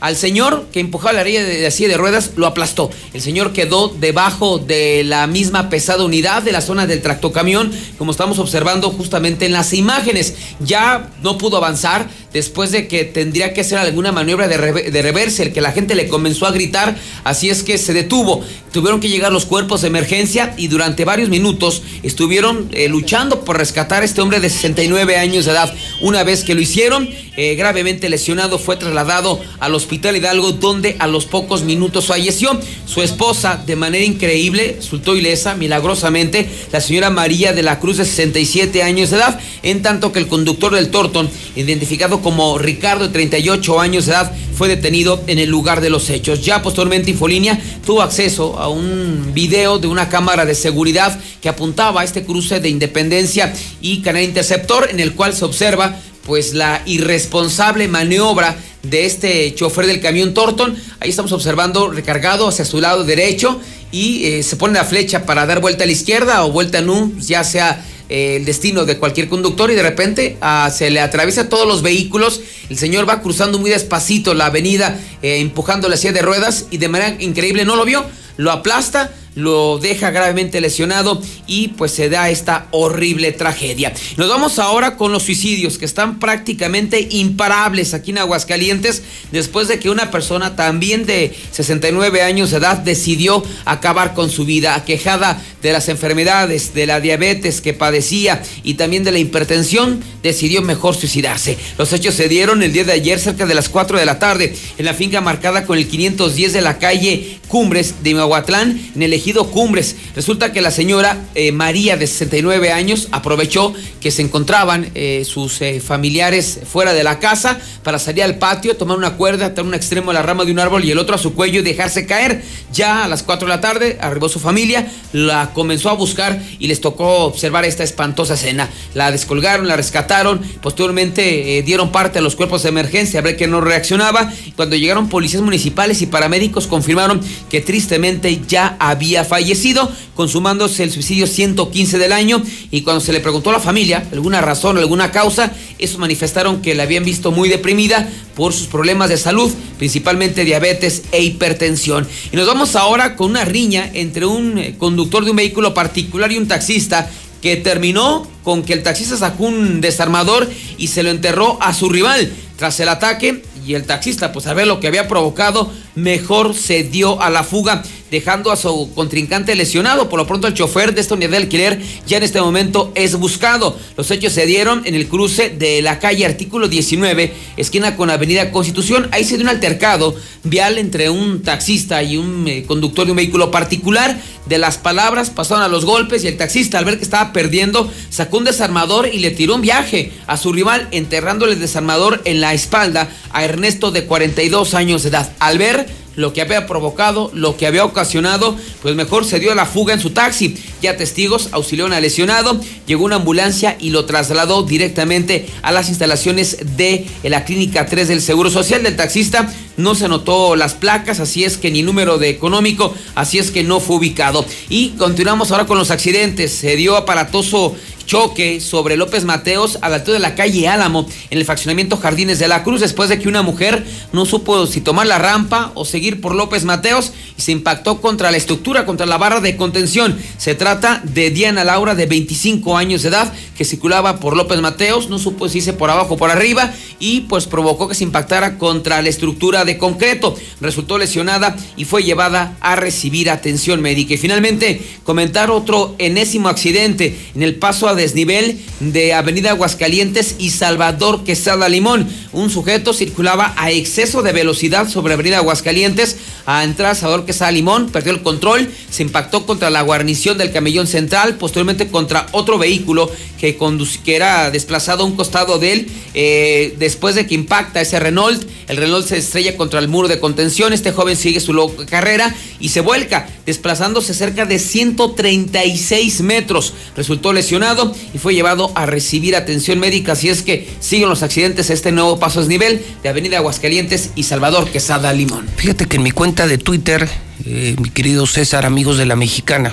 Al señor que empujaba la silla de, de silla de ruedas lo aplastó. El señor quedó debajo de la misma pesada unidad de la zona del tractocamión, como estamos observando justamente en las imágenes. Ya no pudo avanzar después de que tendría que hacer alguna maniobra de, re, de reverse, el que la gente le comenzó a gritar, así es que se detuvo. Tuvieron que llegar los cuerpos de emergencia y durante varios minutos estuvieron eh, luchando por rescatar a este hombre de sesenta y nueve años de edad. Una vez que lo hicieron, eh, gravemente lesionado, fue trasladado al Hospital Hidalgo, donde a los pocos minutos falleció. Su esposa, de manera increíble, resultó ilesa, milagrosamente, la señora María de la Cruz, de sesenta y siete años de edad, en tanto que el conductor del Torton, identificado como Ricardo, de treinta y ocho años de edad, fue detenido en el lugar de los hechos. Ya posteriormente Infolínea tuvo acceso a un video de una cámara de seguridad que apuntaba a este cruce de Independencia y Canal Interceptor, en el cual se observa pues la irresponsable maniobra de este chofer del camión Torton. Ahí estamos observando recargado hacia su lado derecho y eh, se pone la flecha para dar vuelta a la izquierda o vuelta en U, ya sea eh, el destino de cualquier conductor, y de repente ah, se le atraviesa todos los vehículos. El señor va cruzando muy despacito la avenida, eh, empujando la silla de ruedas, y de manera increíble no lo vio, lo aplasta, lo deja gravemente lesionado y pues se da esta horrible tragedia. Nos vamos ahora con los suicidios, que están prácticamente imparables aquí en Aguascalientes, después de que una persona también de sesenta y nueve años de edad decidió acabar con su vida, aquejada de las enfermedades, de la diabetes que padecía y también de la hipertensión, decidió mejor suicidarse. Los hechos se dieron el día de ayer cerca de las cuatro de la tarde en la finca marcada con el quinientos diez de la calle Cumbres de Miahuatlán, en el ejido Cumbres. Resulta que la señora eh, María, de sesenta y nueve años, aprovechó que se encontraban eh, sus eh, familiares fuera de la casa para salir al patio, tomar una cuerda, atar un extremo a la rama de un árbol y el otro a su cuello y dejarse caer. Ya a las cuatro de la tarde arribó su familia, la comenzó a buscar y les tocó observar esta espantosa escena. La descolgaron, la rescataron, posteriormente eh, dieron parte a los cuerpos de emergencia a ver que no reaccionaba. Cuando llegaron policías municipales y paramédicos, confirmaron que tristemente ya había fallecido, consumándose el suicidio ciento quince del año. Y cuando se le preguntó a la familia alguna razón, alguna causa, esos manifestaron que la habían visto muy deprimida por sus problemas de salud, principalmente diabetes e hipertensión. Y nos vamos ahora con una riña entre un conductor de un vehículo particular y un taxista, que terminó con que el taxista sacó un desarmador y se lo enterró a su rival. Tras el ataque, y el taxista, pues al ver lo que había provocado, mejor se dio a la fuga, dejando a su contrincante lesionado. Por lo pronto, el chofer de esta unidad de alquiler ya en este momento es buscado. Los hechos se dieron en el cruce de la calle Artículo diecinueve, esquina con Avenida Constitución. Ahí se dio un altercado vial entre un taxista y un eh, conductor de un vehículo particular. De las palabras pasaron a los golpes, y el taxista, al ver que estaba perdiendo, sacó un desarmador y le tiró un viaje a su rival, enterrándole el desarmador en la espalda a Ernesto, de cuarenta y dos años de edad. Al ver lo que había provocado, lo que había ocasionado, pues mejor se dio a la fuga en su taxi. Ya testigos auxiliaron al lesionado, llegó una ambulancia y lo trasladó directamente a las instalaciones de la Clínica tres del Seguro Social. Del taxista no se anotó las placas, así es que ni número de económico, así es que no fue ubicado. Y continuamos ahora con los accidentes. Se dio aparatoso choque sobre López Mateos a la altura de la calle Álamo, en el fraccionamiento Jardines de la Cruz, después de que una mujer no supo si tomar la rampa o seguir por López Mateos y se impactó contra la estructura, contra la barra de contención. Se trata de Diana Laura, de veinticinco años de edad, que circulaba por López Mateos, no supo si irse por abajo o por arriba, y pues provocó que se impactara contra la estructura de concreto. Resultó lesionada y fue llevada a recibir atención médica. Y finalmente, comentar otro enésimo accidente en el paso a desnivel de Avenida Aguascalientes y Salvador Quesada Limón. Un sujeto circulaba a exceso de velocidad sobre Avenida Aguascalientes a entrar a Salvador Quesada Limón, perdió el control, se impactó contra la guarnición del camellón central, posteriormente contra otro vehículo que, conduc- que era desplazado a un costado de él. Eh, después de que impacta ese Renault, el Renault se estrella contra el muro de contención. Este joven sigue su lo- carrera y se vuelca, desplazándose cerca de ciento treinta y seis metros. Resultó lesionado y fue llevado a recibir atención médica. Así es que siguen los accidentes a este nuevo paso a desnivel de Avenida Aguascalientes y Salvador Quesada Limón. Fíjate que en mi cuenta de Twitter, eh, mi querido César, amigos de La Mexicana,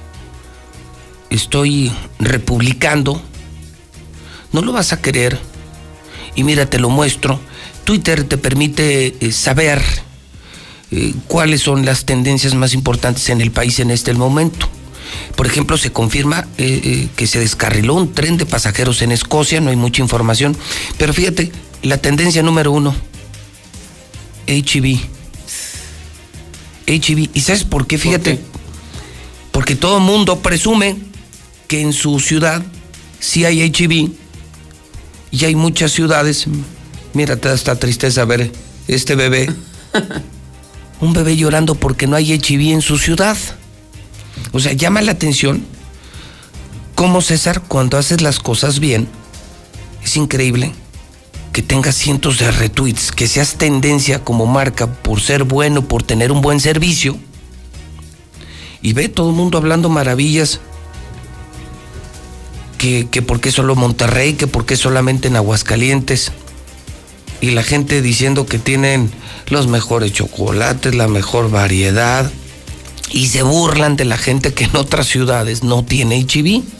estoy republicando, no lo vas a querer, y mira, te lo muestro, Twitter te permite eh, saber eh, cuáles son las tendencias más importantes en el país en este momento. Por ejemplo, se confirma eh, eh, que se descarriló un tren de pasajeros en Escocia, no hay mucha información, pero fíjate, la tendencia número uno, H I V. H I V. ¿Y sabes por qué? Fíjate, ¿por qué? Porque todo el mundo presume que en su ciudad sí hay H I V y hay muchas ciudades. Mira, te da esta tristeza ver este bebé, un bebé llorando porque no hay H I V en su ciudad. O sea, llama la atención cómo, César, cuando haces las cosas bien, es increíble que tengas cientos de retweets, que seas tendencia como marca por ser bueno, por tener un buen servicio, y ve todo el mundo hablando maravillas, que, que por qué solo Monterrey, que por qué solamente en Aguascalientes, y la gente diciendo que tienen los mejores chocolates, la mejor variedad, y se burlan de la gente que en otras ciudades no tiene H I V.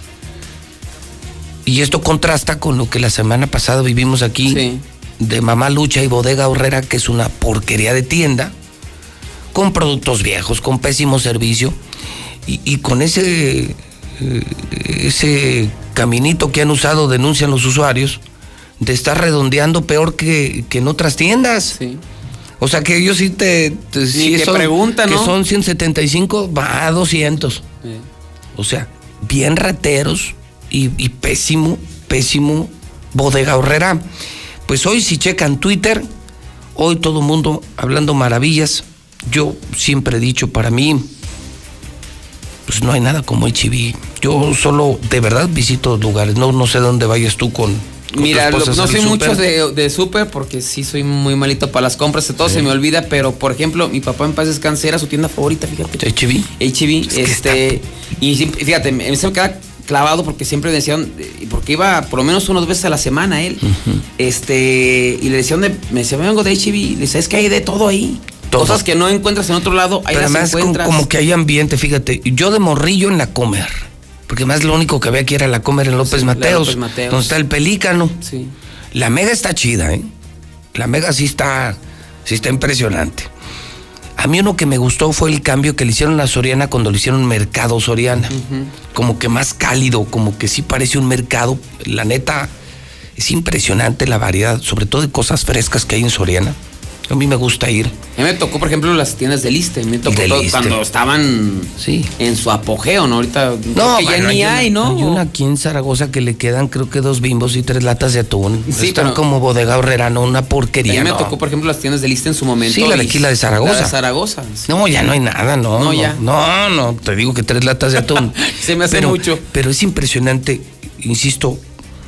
Y esto contrasta con lo que la semana pasada vivimos aquí, sí, de Mamá Lucha y Bodega Aurrera, que es una porquería de tienda, con productos viejos, con pésimo servicio, y, y con ese, ese caminito que han usado, denuncian los usuarios, de estar redondeando peor que, que en otras tiendas. Sí. O sea que ellos sí te... te Ni sí que son, preguntan, ¿no? Que son ciento setenta y cinco, va a doscientos. Sí. O sea, bien rateros y, y pésimo, pésimo Bodega Aurrera. Pues hoy si checan Twitter, hoy todo el mundo hablando maravillas. Yo siempre he dicho, para mí, pues no hay nada como H I V. Yo solo, de verdad, visito lugares. No, no sé dónde vayas tú con... Mira, lo, no soy mucho de, de súper porque sí soy muy malito para las compras, de todo sí. Se me olvida, pero por ejemplo, mi papá en paz descanse era su tienda favorita, fíjate. H I V. H I V, es este, y fíjate, me, se me queda clavado porque siempre decían, porque iba por lo menos unas veces a la semana él, uh-huh. este, y le decían, de, me decía, vengo de H I V, le decía, es que hay de todo ahí. Todo. Cosas que no encuentras en otro lado, ahí pero las encuentras. Como, como que hay ambiente, fíjate, yo de morrillo en la Comer, porque más lo único que había aquí era la Comer en López, sí, Mateos, López Mateos, donde está el Pelícano. Sí. La Mega está chida, ¿eh? La Mega sí está, sí está impresionante. A mí uno que me gustó fue el cambio que le hicieron a Soriana cuando le hicieron Mercado Soriana. Uh-huh. Como que más cálido, como que sí parece un mercado. La neta, es impresionante la variedad, sobre todo de cosas frescas que hay en Soriana. A mí me gusta ir. A mí me tocó, por ejemplo, las tiendas de Liste. Me tocó todo cuando estaban sí. en su apogeo, ¿no? Ahorita no, que bueno, ya ni hay, hay, ¿no? Hay una aquí en Zaragoza que le quedan, creo que dos Bimbos y tres latas de atún. Sí, están pero, como Bodega Aurrera, no una porquería. A mí no. me tocó, por ejemplo, las tiendas de Liste en su momento. Sí, la de aquí, la de Zaragoza. La de Zaragoza. Sí. No, ya no hay nada, no. No, no ya. No, no, te digo que tres latas de atún. Se me hace pero, mucho. Pero es impresionante, insisto.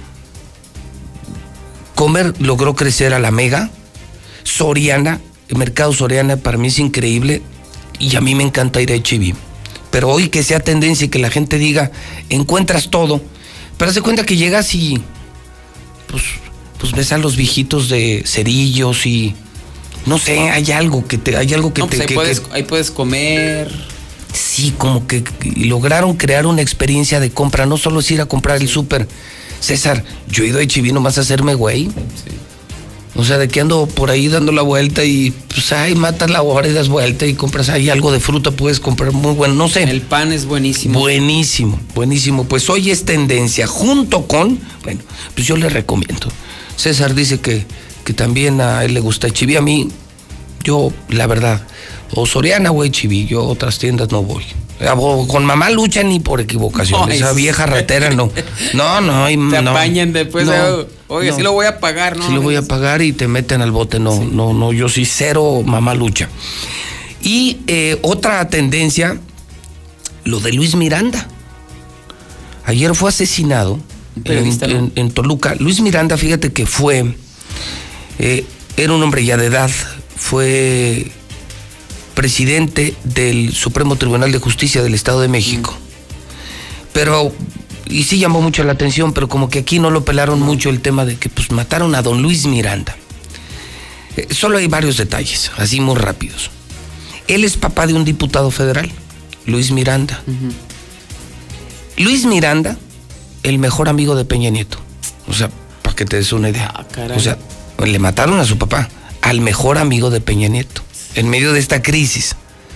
Comer logró crecer a la Mega. Soriana, el Mercado Soriana para mí es increíble y a mí me encanta ir a H I V. Pero hoy que sea tendencia y que la gente diga, encuentras todo, pero haz de cuenta que llegas y pues, pues ves a los viejitos de cerillos y no sé, hay algo que te, hay algo que no, te... Pues ahí, que, puedes, que, ahí puedes comer. Sí, como que lograron crear una experiencia de compra, no solo es ir a comprar el súper. César, yo he ido a H I V nomás a hacerme güey. Sí. O sea, de que ando por ahí dando la vuelta y pues ahí matas la hora y das vuelta y compras ahí algo de fruta, puedes comprar muy bueno, no sé. El pan es buenísimo. Buenísimo, buenísimo. Pues hoy es tendencia, junto con, bueno, pues yo le recomiendo. César dice que, que también a él le gusta H I V. A mí, yo, la verdad, o Soriana o H I V, yo a otras tiendas no voy. Con Mamá Lucha ni por equivocación. No, esa vieja ratera no. No, no. Te no, apañan después no, de, oye, no. sí lo voy a pagar, ¿no? Sí lo voy a pagar y te meten al bote. No, sí. no, no. Yo sí cero Mamá Lucha. Y eh, otra tendencia, lo de Luis Miranda. Ayer fue asesinado en, en, en Toluca. Luis Miranda, fíjate que fue, eh, era un hombre ya de edad, fue presidente del Supremo Tribunal de Justicia del Estado de México. Pero, y sí llamó mucho la atención, pero como que aquí no lo pelaron mucho el tema de que pues mataron a don Luis Miranda. Eh, solo hay varios detalles, así muy rápidos. Él es papá de un diputado federal, Luis Miranda. Uh-huh. Luis Miranda, el mejor amigo de Peña Nieto. O sea, para que te des una idea. Ah, caray. O sea, le mataron a su papá, al mejor amigo de Peña Nieto, en medio de esta crisis.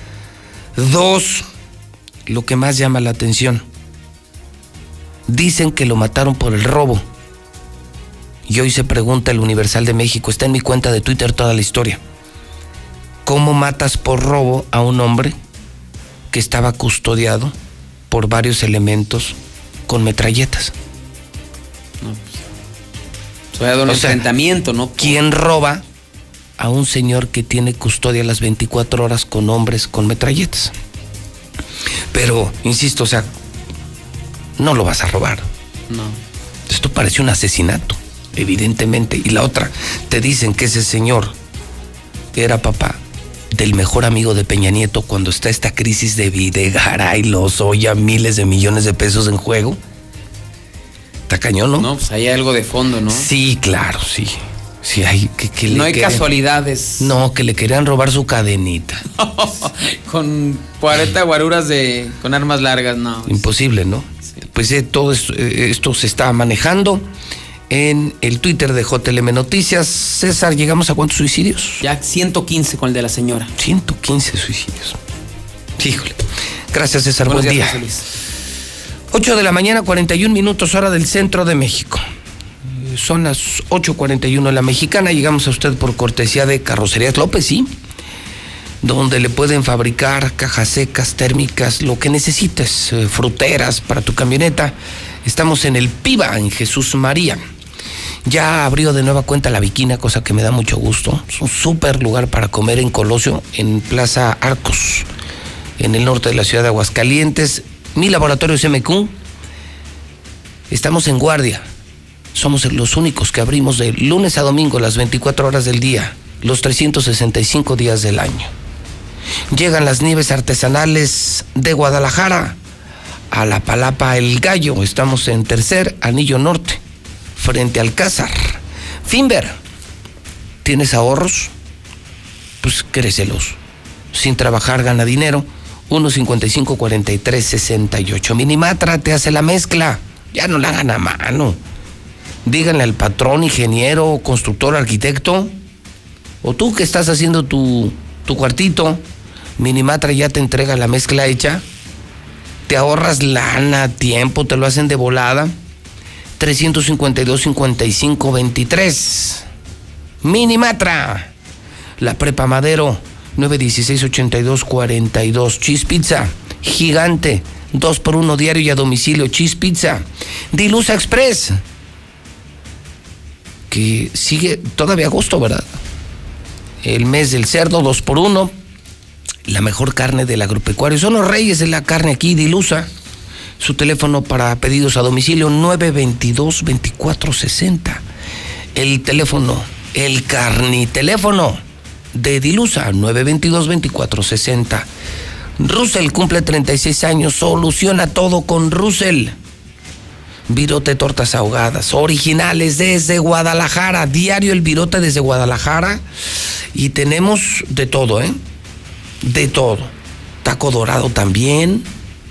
Dos, lo que más llama la atención, dicen que lo mataron por el robo. Y hoy se pregunta el Universal de México, está en mi cuenta de Twitter toda la historia. ¿Cómo matas por robo a un hombre que estaba custodiado por varios elementos con metralletas? No, pues, o sea, un enfrentamiento, ¿no? ¿Quién roba a un señor que tiene custodia las veinticuatro horas con hombres con metralletas? Pero, insisto, o sea, no lo vas a robar. No. Esto parece un asesinato, evidentemente. Y la otra, te dicen que ese señor era papá del mejor amigo de Peña Nieto cuando está esta crisis de Videgaray, Lozoya, miles de millones de pesos en juego. Está cañón, ¿no? No, pues hay algo de fondo, ¿no? Sí, claro, sí. Sí, hay que, que no le hay querían, casualidades. No, que le querían robar su cadenita. Con cuarenta guaruras de con armas largas, no. Imposible, ¿no? Sí. Pues eh, todo esto, eh, esto se está manejando en el Twitter de J L M Noticias. César, ¿llegamos a cuántos suicidios? Ya ciento quince con el de la señora. ciento quince suicidios. Híjole. Gracias, César. Buenos Buen días, día. Luis. ocho de la mañana, cuarenta y un minutos, hora del centro de México. Son las ocho cuarenta y uno en la Mexicana. Llegamos a usted por cortesía de Carrocerías López, ¿sí? Donde le pueden fabricar cajas secas, térmicas, lo que necesites, eh, fruteras para tu camioneta. Estamos en el Piba, en Jesús María. Ya abrió de nueva cuenta La Viquina, cosa que me da mucho gusto. Es un súper lugar para comer en Colosio, en Plaza Arcos, en el norte de la ciudad de Aguascalientes. Mi laboratorio es M Q. Estamos en guardia. Somos los únicos que abrimos de lunes a domingo las veinticuatro horas del día, los trescientos sesenta y cinco días del año. Llegan las nieves artesanales de Guadalajara a la Palapa El Gallo. Estamos en Tercer Anillo Norte, frente al Alcázar. Finver, ¿tienes ahorros? Pues crécelos. Sin trabajar gana dinero. uno cincuenta y cinco cuarenta y tres sesenta y ocho. Minimatra te hace la mezcla. Ya no la hagan a mano. Díganle al patrón, ingeniero, constructor, arquitecto, o tú que estás haciendo tu, tu cuartito, Minimatra ya te entrega la mezcla hecha, te ahorras lana, tiempo, te lo hacen de volada. trescientos cincuenta y dos cincuenta y cinco veintitrés. Minimatra. La Prepa Madero, nueve dieciséis ochenta y dos cuarenta y dos. Cheese Pizza, gigante, dos por uno diario y a domicilio. Cheese Pizza. Dilusa Express, que sigue todavía agosto, ¿verdad? El mes del cerdo, dos por uno. La mejor carne del agropecuario. Son los reyes de la carne aquí, Dilusa. Su teléfono para pedidos a domicilio, nueve veintidós veinticuatro sesenta. El teléfono, el carniteléfono de Dilusa, nueve veintidós veinticuatro sesenta. Russell cumple treinta y seis años. Soluciona todo con Russell. Virote, tortas ahogadas, originales desde Guadalajara. Diario el virote desde Guadalajara. Y tenemos de todo, ¿eh? De todo. Taco dorado también.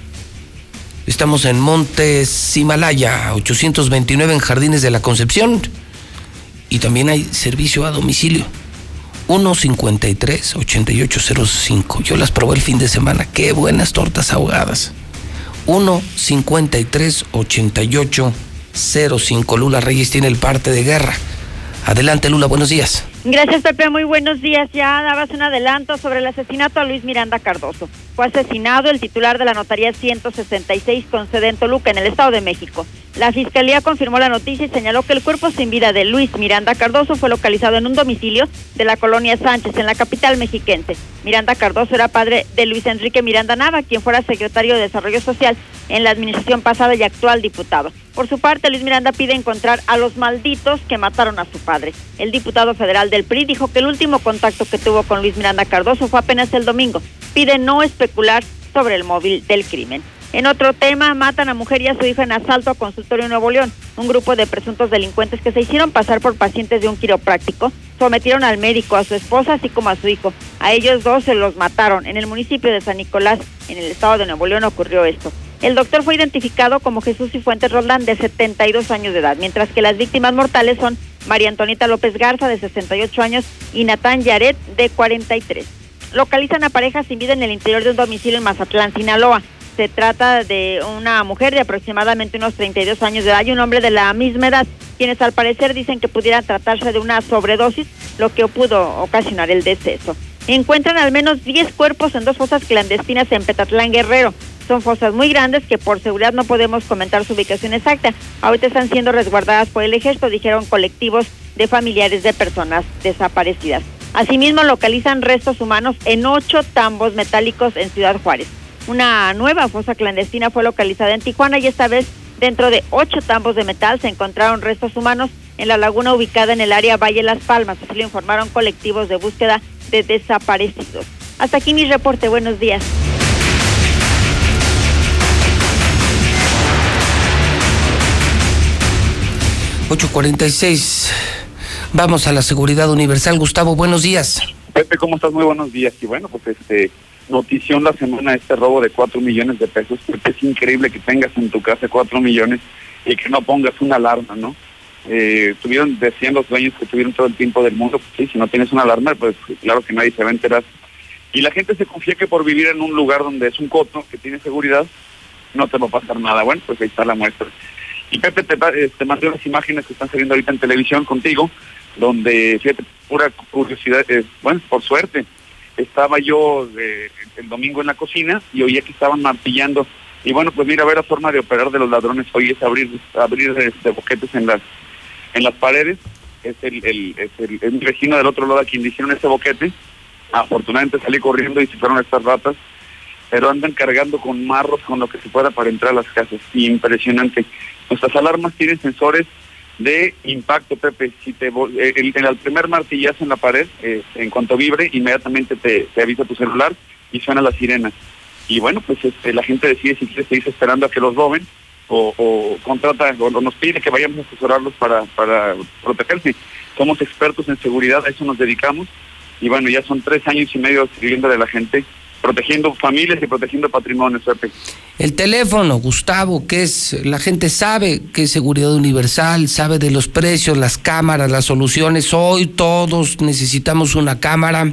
Estamos en Montes Himalaya, ochocientos veintinueve en Jardines de la Concepción. Y también hay servicio a domicilio. uno cincuenta y tres ochenta y ocho cero cinco. Yo las probé el fin de semana. Qué buenas tortas ahogadas. uno cincuenta y tres ochenta y ocho cero cinco. Lula Reyes tiene el parte de guerra. Adelante, Lula, buenos días. Gracias, Pepe, muy buenos días. Ya dabas un adelanto sobre el asesinato a Luis Miranda Cardoso. Fue asesinado el titular de la notaría ciento sesenta y seis con sede en Toluca, en el Estado de México. La Fiscalía confirmó la noticia y señaló que el cuerpo sin vida de Luis Miranda Cardoso fue localizado en un domicilio de la colonia Sánchez, en la capital mexiquense. Miranda Cardoso era padre de Luis Enrique Miranda Nava, quien fuera secretario de Desarrollo Social en la administración pasada y actual diputado. Por su parte, Luis Miranda pide encontrar a los malditos que mataron a su padre. El diputado federal del P R I dijo que el último contacto que tuvo con Luis Miranda Cardoso fue apenas el domingo. Pide no especular sobre el móvil del crimen. En otro tema, matan a mujer y a su hija en asalto a consultorio en Nuevo León. Un grupo de presuntos delincuentes que se hicieron pasar por pacientes de un quiropráctico sometieron al médico, a su esposa, así como a su hijo. A ellos dos se los mataron. En el municipio de San Nicolás, en el estado de Nuevo León, ocurrió esto. El doctor fue identificado como Jesús Cifuentes Roldán, de setenta y dos años de edad, mientras que las víctimas mortales son María Antonieta López Garza, de sesenta y ocho años, y Natán Yaret, de cuarenta y tres. Localizan a pareja sin vida en el interior de un domicilio en Mazatlán, Sinaloa. Se trata de una mujer de aproximadamente unos treinta y dos años de edad y un hombre de la misma edad, quienes al parecer dicen que pudiera tratarse de una sobredosis, lo que pudo ocasionar el deceso. Encuentran al menos diez cuerpos en dos fosas clandestinas en Petatlán, Guerrero. Son fosas muy grandes que por seguridad no podemos comentar su ubicación exacta. Ahorita están siendo resguardadas por el ejército, dijeron colectivos de familiares de personas desaparecidas. Asimismo, localizan restos humanos en ocho tambos metálicos en Ciudad Juárez. Una nueva fosa clandestina fue localizada en Tijuana y esta vez dentro de ocho tambos de metal se encontraron restos humanos en la laguna ubicada en el área Valle Las Palmas. Así lo informaron colectivos de búsqueda de desaparecidos. Hasta aquí mi reporte. Buenos días. ocho cuarenta y seis. Vamos a la seguridad universal. Gustavo, buenos días. Pepe, ¿cómo estás? Muy buenos días. Y bueno, pues este, notición la semana, este robo de cuatro millones de pesos, porque es increíble que tengas en tu casa cuatro millones y que no pongas una alarma, ¿no? Eh, tuvieron, decían los dueños que tuvieron todo el tiempo del mundo, pues sí, si no tienes una alarma, pues claro que nadie se va a enterar. Y la gente se confía que por vivir en un lugar donde es un coto, que tiene seguridad, no te va a pasar nada. Bueno, pues ahí está la muestra. Y Pepe, te, te mandé unas imágenes que están saliendo ahorita en televisión contigo, donde, fíjate, pura curiosidad, eh, bueno, por suerte, estaba yo eh, el domingo en la cocina y oía que estaban martillando. Y bueno, pues mira, a ver, la forma de operar de los ladrones hoy es abrir abrir este, boquetes en las en las paredes. Es el, el, es el, el vecino del otro lado a quien le hicieron ese boquete. Afortunadamente salí corriendo y se fueron estas ratas, pero andan cargando con marros, con lo que se pueda para entrar a las casas. Impresionante. Nuestras alarmas tienen sensores de impacto, Pepe. Si te el, el, el primer martillazo en la pared, eh, en cuanto vibre, inmediatamente te, te avisa tu celular y suena la sirena. Y bueno, pues este, la gente decide si quiere seguir esperando a que los roben o, o contrata o nos pide que vayamos a asesorarlos para, para protegerse. Somos expertos en seguridad, a eso nos dedicamos. Y bueno, ya son tres años y medio sirviendo de la gente, protegiendo familias y protegiendo patrimonios, Pepe. El teléfono, Gustavo, que es, la gente sabe que es seguridad universal, sabe de los precios, las cámaras, las soluciones. Hoy todos necesitamos una cámara,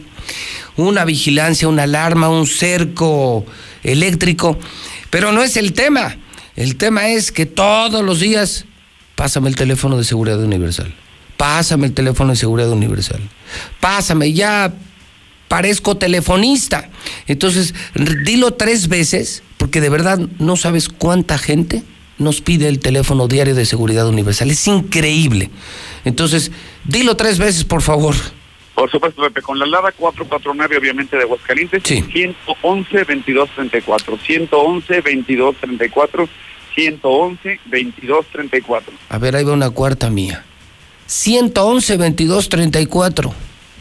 una vigilancia, una alarma, un cerco eléctrico, pero no es el tema. El tema es que todos los días, pásame el teléfono de seguridad universal, pásame el teléfono de seguridad universal, pásame, ya parezco telefonista. Entonces, dilo tres veces, porque de verdad no sabes cuánta gente nos pide el teléfono diario de seguridad universal. Es increíble. Entonces, dilo tres veces, por favor. Por supuesto, Pepe, con la Lada cuatro cuatro nueve, obviamente, de Aguascalientes, sí. ciento once, veintidós treinta y cuatro, ciento once, veintidós treinta y cuatro, ciento once, veintidós treinta y cuatro. A ver, ahí va una cuarta mía. ciento once, veintidós treinta y cuatro.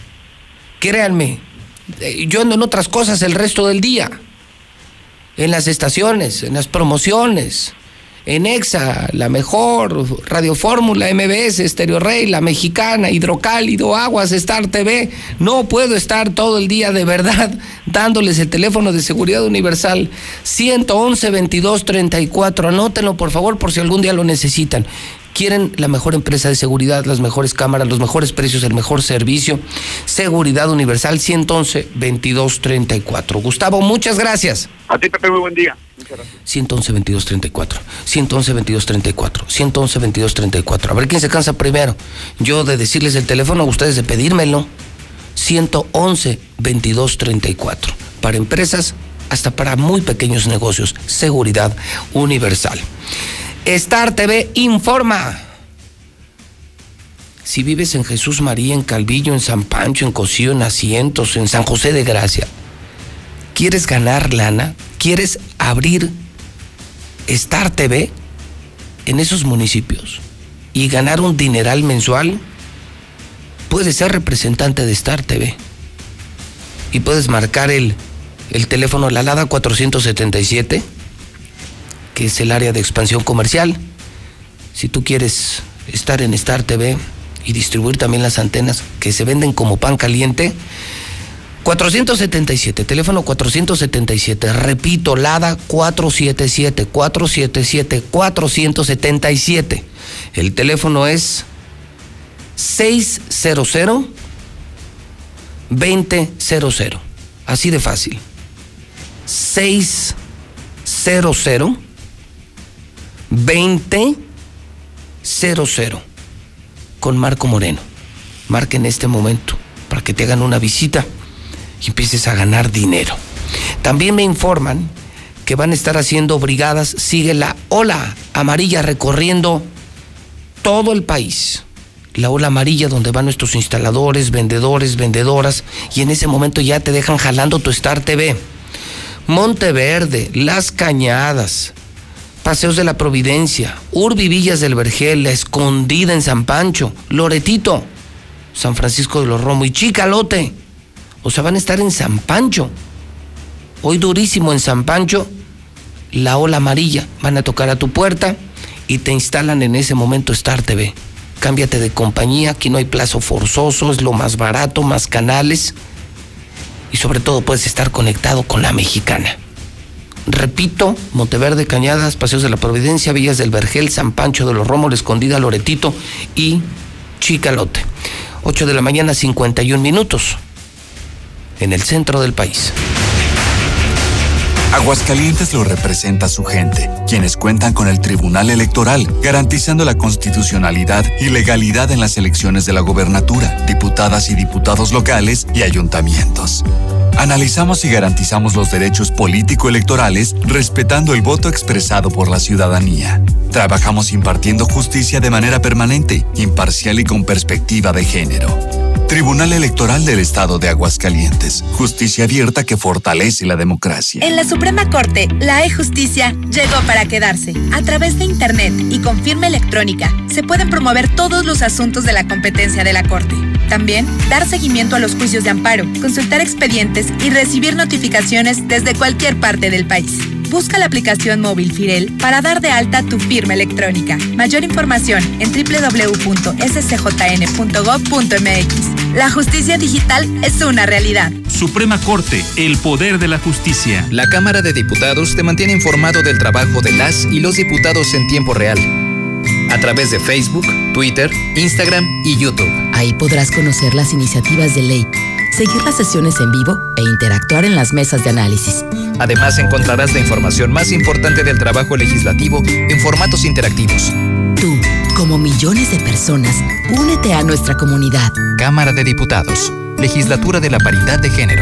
Créanme, yo ando en otras cosas el resto del día. En las estaciones, en las promociones, en Exa, La Mejor, Radio Fórmula, M B S, Stereo Rey, La Mexicana, Hidrocálido, Aguas, Star T V. No puedo estar todo el día de verdad dándoles el teléfono de seguridad universal. ciento once, veintidós treinta y cuatro. Anótenlo, por favor, por si algún día lo necesitan. Quieren la mejor empresa de seguridad, las mejores cámaras, los mejores precios, el mejor servicio. Seguridad Universal, ciento once, veintidós treinta y cuatro. Gustavo, muchas gracias. A ti, Pepe, muy buen día. Muchas gracias. ciento once, veintidós treinta y cuatro. ciento once, veintidós treinta y cuatro. ciento once, veintidós treinta y cuatro. A ver quién se cansa primero. Yo de decirles el teléfono, ustedes de pedírmelo. ciento once, veintidós treinta y cuatro. Para empresas, hasta para muy pequeños negocios. Seguridad Universal. Star T V informa. Si vives en Jesús María, en Calvillo, en San Pancho, en Cocío, en Asientos, en San José de Gracia, ¿quieres ganar lana? ¿Quieres abrir Star T V en esos municipios y ganar un dineral mensual? Puedes ser representante de Star T V y puedes marcar el, el teléfono La Lada cuatrocientos setenta y siete, que es el área de expansión comercial. Si tú quieres estar en Star T V y distribuir también las antenas que se venden como pan caliente, cuatrocientos setenta y siete, teléfono cuatrocientos setenta y siete, repito, Lada cuatrocientos setenta y siete, cuatrocientos setenta y siete, cuatrocientos setenta y siete. El teléfono es seis cero cero, dos cero cero. Así de fácil. seis cero cero, dos cero cero. Con Marco Moreno. Marca en este momento para que te hagan una visita y empieces a ganar dinero. También me informan que van a estar haciendo brigadas. Sigue la ola amarilla recorriendo todo el país. La ola amarilla donde van nuestros instaladores, vendedores, vendedoras, y en ese momento ya te dejan jalando tu Star T V. Monteverde, Las Cañadas, Paseos de la Providencia, Urbi Villas del Vergel, La Escondida en San Pancho, Loretito, San Francisco de los Romo y Chicalote. O sea, van a estar en San Pancho. Hoy durísimo en San Pancho, la ola amarilla. Van a tocar a tu puerta y te instalan en ese momento Star T V. Cámbiate de compañía, aquí no hay plazo forzoso, es lo más barato, más canales. Y sobre todo puedes estar conectado con la Mexicana. Repito, Monteverde, Cañadas, Paseos de la Providencia, Villas del Vergel, San Pancho de los Romos, La Escondida, Loretito y Chicalote. ocho de la mañana, cincuenta y un minutos, en el centro del país. Aguascalientes lo representa su gente, quienes cuentan con el Tribunal Electoral, garantizando la constitucionalidad y legalidad en las elecciones de la gobernatura, diputadas y diputados locales y ayuntamientos. Analizamos y garantizamos los derechos político-electorales respetando el voto expresado por la ciudadanía. Trabajamos impartiendo justicia de manera permanente, imparcial y con perspectiva de género. Tribunal Electoral del Estado de Aguascalientes. Justicia abierta que fortalece la democracia. En la Suprema Corte, la e-Justicia llegó para quedarse. A través de Internet y con firma electrónica, se pueden promover todos los asuntos de la competencia de la Corte. También, dar seguimiento a los juicios de amparo, consultar expedientes y recibir notificaciones desde cualquier parte del país. Busca la aplicación móvil Firel para dar de alta tu firma electrónica. Mayor información en doble u doble u doble u punto s c j n punto gob punto m x. La justicia digital es una realidad. Suprema Corte, el poder de la justicia. La Cámara de Diputados te mantiene informado del trabajo de las y los diputados en tiempo real, a través de Facebook, Twitter, Instagram y YouTube. Ahí podrás conocer las iniciativas de ley, seguir las sesiones en vivo e interactuar en las mesas de análisis. Además, encontrarás la información más importante del trabajo legislativo en formatos interactivos. Tú, como millones de personas, únete a nuestra comunidad. Cámara de Diputados, Legislatura de la Paridad de Género.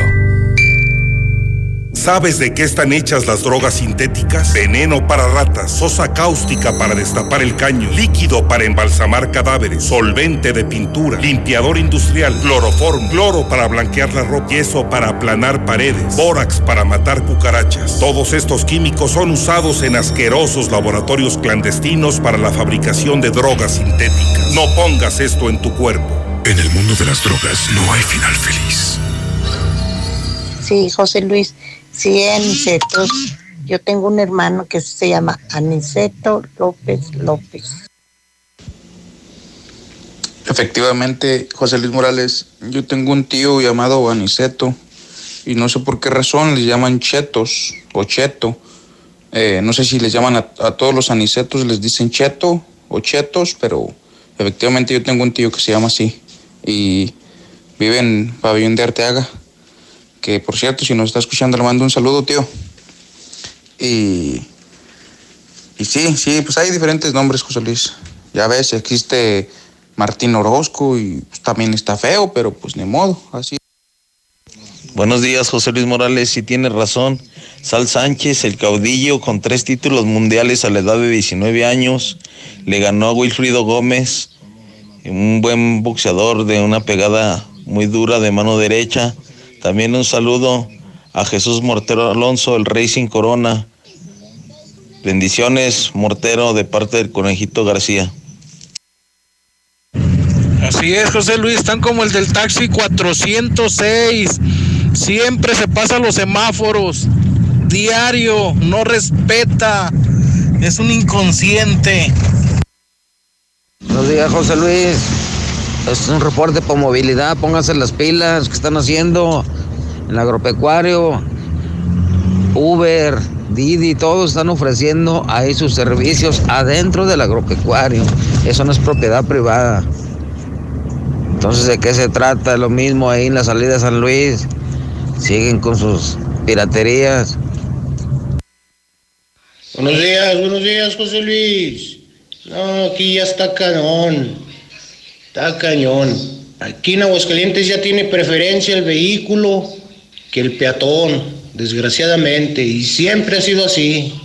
¿Sabes de qué están hechas las drogas sintéticas? Veneno para ratas, sosa cáustica para destapar el caño, líquido para embalsamar cadáveres, solvente de pintura, limpiador industrial, cloroformo, cloro para blanquear la ropa, yeso para aplanar paredes, bórax para matar cucarachas. Todos estos químicos son usados en asquerosos laboratorios clandestinos para la fabricación de drogas sintéticas. No pongas esto en tu cuerpo. En el mundo de las drogas no hay final feliz. Sí, José Luis. Sí, Aniceto. Yo tengo un hermano que se llama Aniceto López López. Efectivamente, José Luis Morales, yo tengo un tío llamado Aniceto y no sé por qué razón les llaman chetos o cheto. Eh, no sé si les llaman a, a todos los anicetos, les dicen cheto o chetos, pero efectivamente yo tengo un tío que se llama así y vive en Pabellón de Arteaga. Que por cierto, si nos está escuchando, le mando un saludo, tío. Y, y sí, sí, pues hay diferentes nombres, José Luis. Ya ves, existe Martín Orozco y pues, también está feo, pero pues ni modo, así. Buenos días, José Luis Morales, sí tiene razón. Sal Sánchez, el caudillo, con tres títulos mundiales a la edad de diecinueve años, le ganó a Wilfrido Gómez, un buen boxeador de una pegada muy dura de mano derecha. También un saludo a Jesús Mortero Alonso, el Rey sin Corona. Bendiciones, Mortero, de parte del Conejito García. Así es, José Luis, están como el del taxi cuatrocientos seis. Siempre se pasa los semáforos. Diario, no respeta. Es un inconsciente. Buenos días, José Luis. Es un reporte por movilidad, pónganse las pilas, ¿qué están haciendo? En el agropecuario, Uber, Didi, todos están ofreciendo ahí sus servicios adentro del agropecuario. Eso no es propiedad privada. Entonces, ¿de qué se trata? Lo mismo ahí en la salida de San Luis. Siguen con sus piraterías. Buenos días, buenos días, José Luis. No, aquí ya está cañón. Está cañón. Aquí en Aguascalientes ya tiene preferencia el vehículo que el peatón, desgraciadamente, y siempre ha sido así.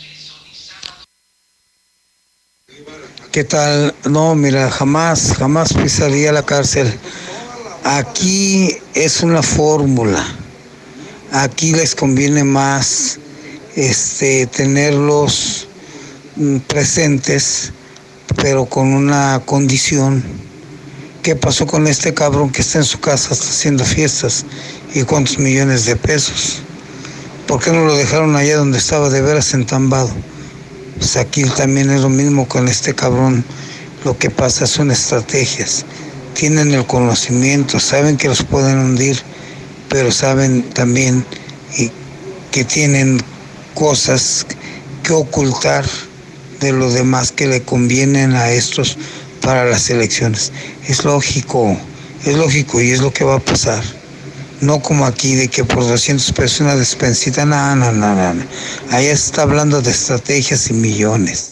¿Qué tal? No, mira, jamás, jamás pisaría la cárcel. Aquí es una fórmula. Aquí les conviene más este, tenerlos presentes, pero con una condición. ¿Qué pasó con este cabrón que está en su casa, está haciendo fiestas? ¿Y cuántos millones de pesos? ¿Por qué no lo dejaron allá donde estaba de veras entambado? Pues aquí también es lo mismo con este cabrón. Lo que pasa son estrategias. Tienen el conocimiento, saben que los pueden hundir, pero saben también que tienen cosas que ocultar de lo demás que le convienen a estos para las elecciones. Es lógico, es lógico y es lo que va a pasar. No como aquí de que por doscientos pesos una despensita, no, no, no, no. Allá se está hablando de estrategias y millones.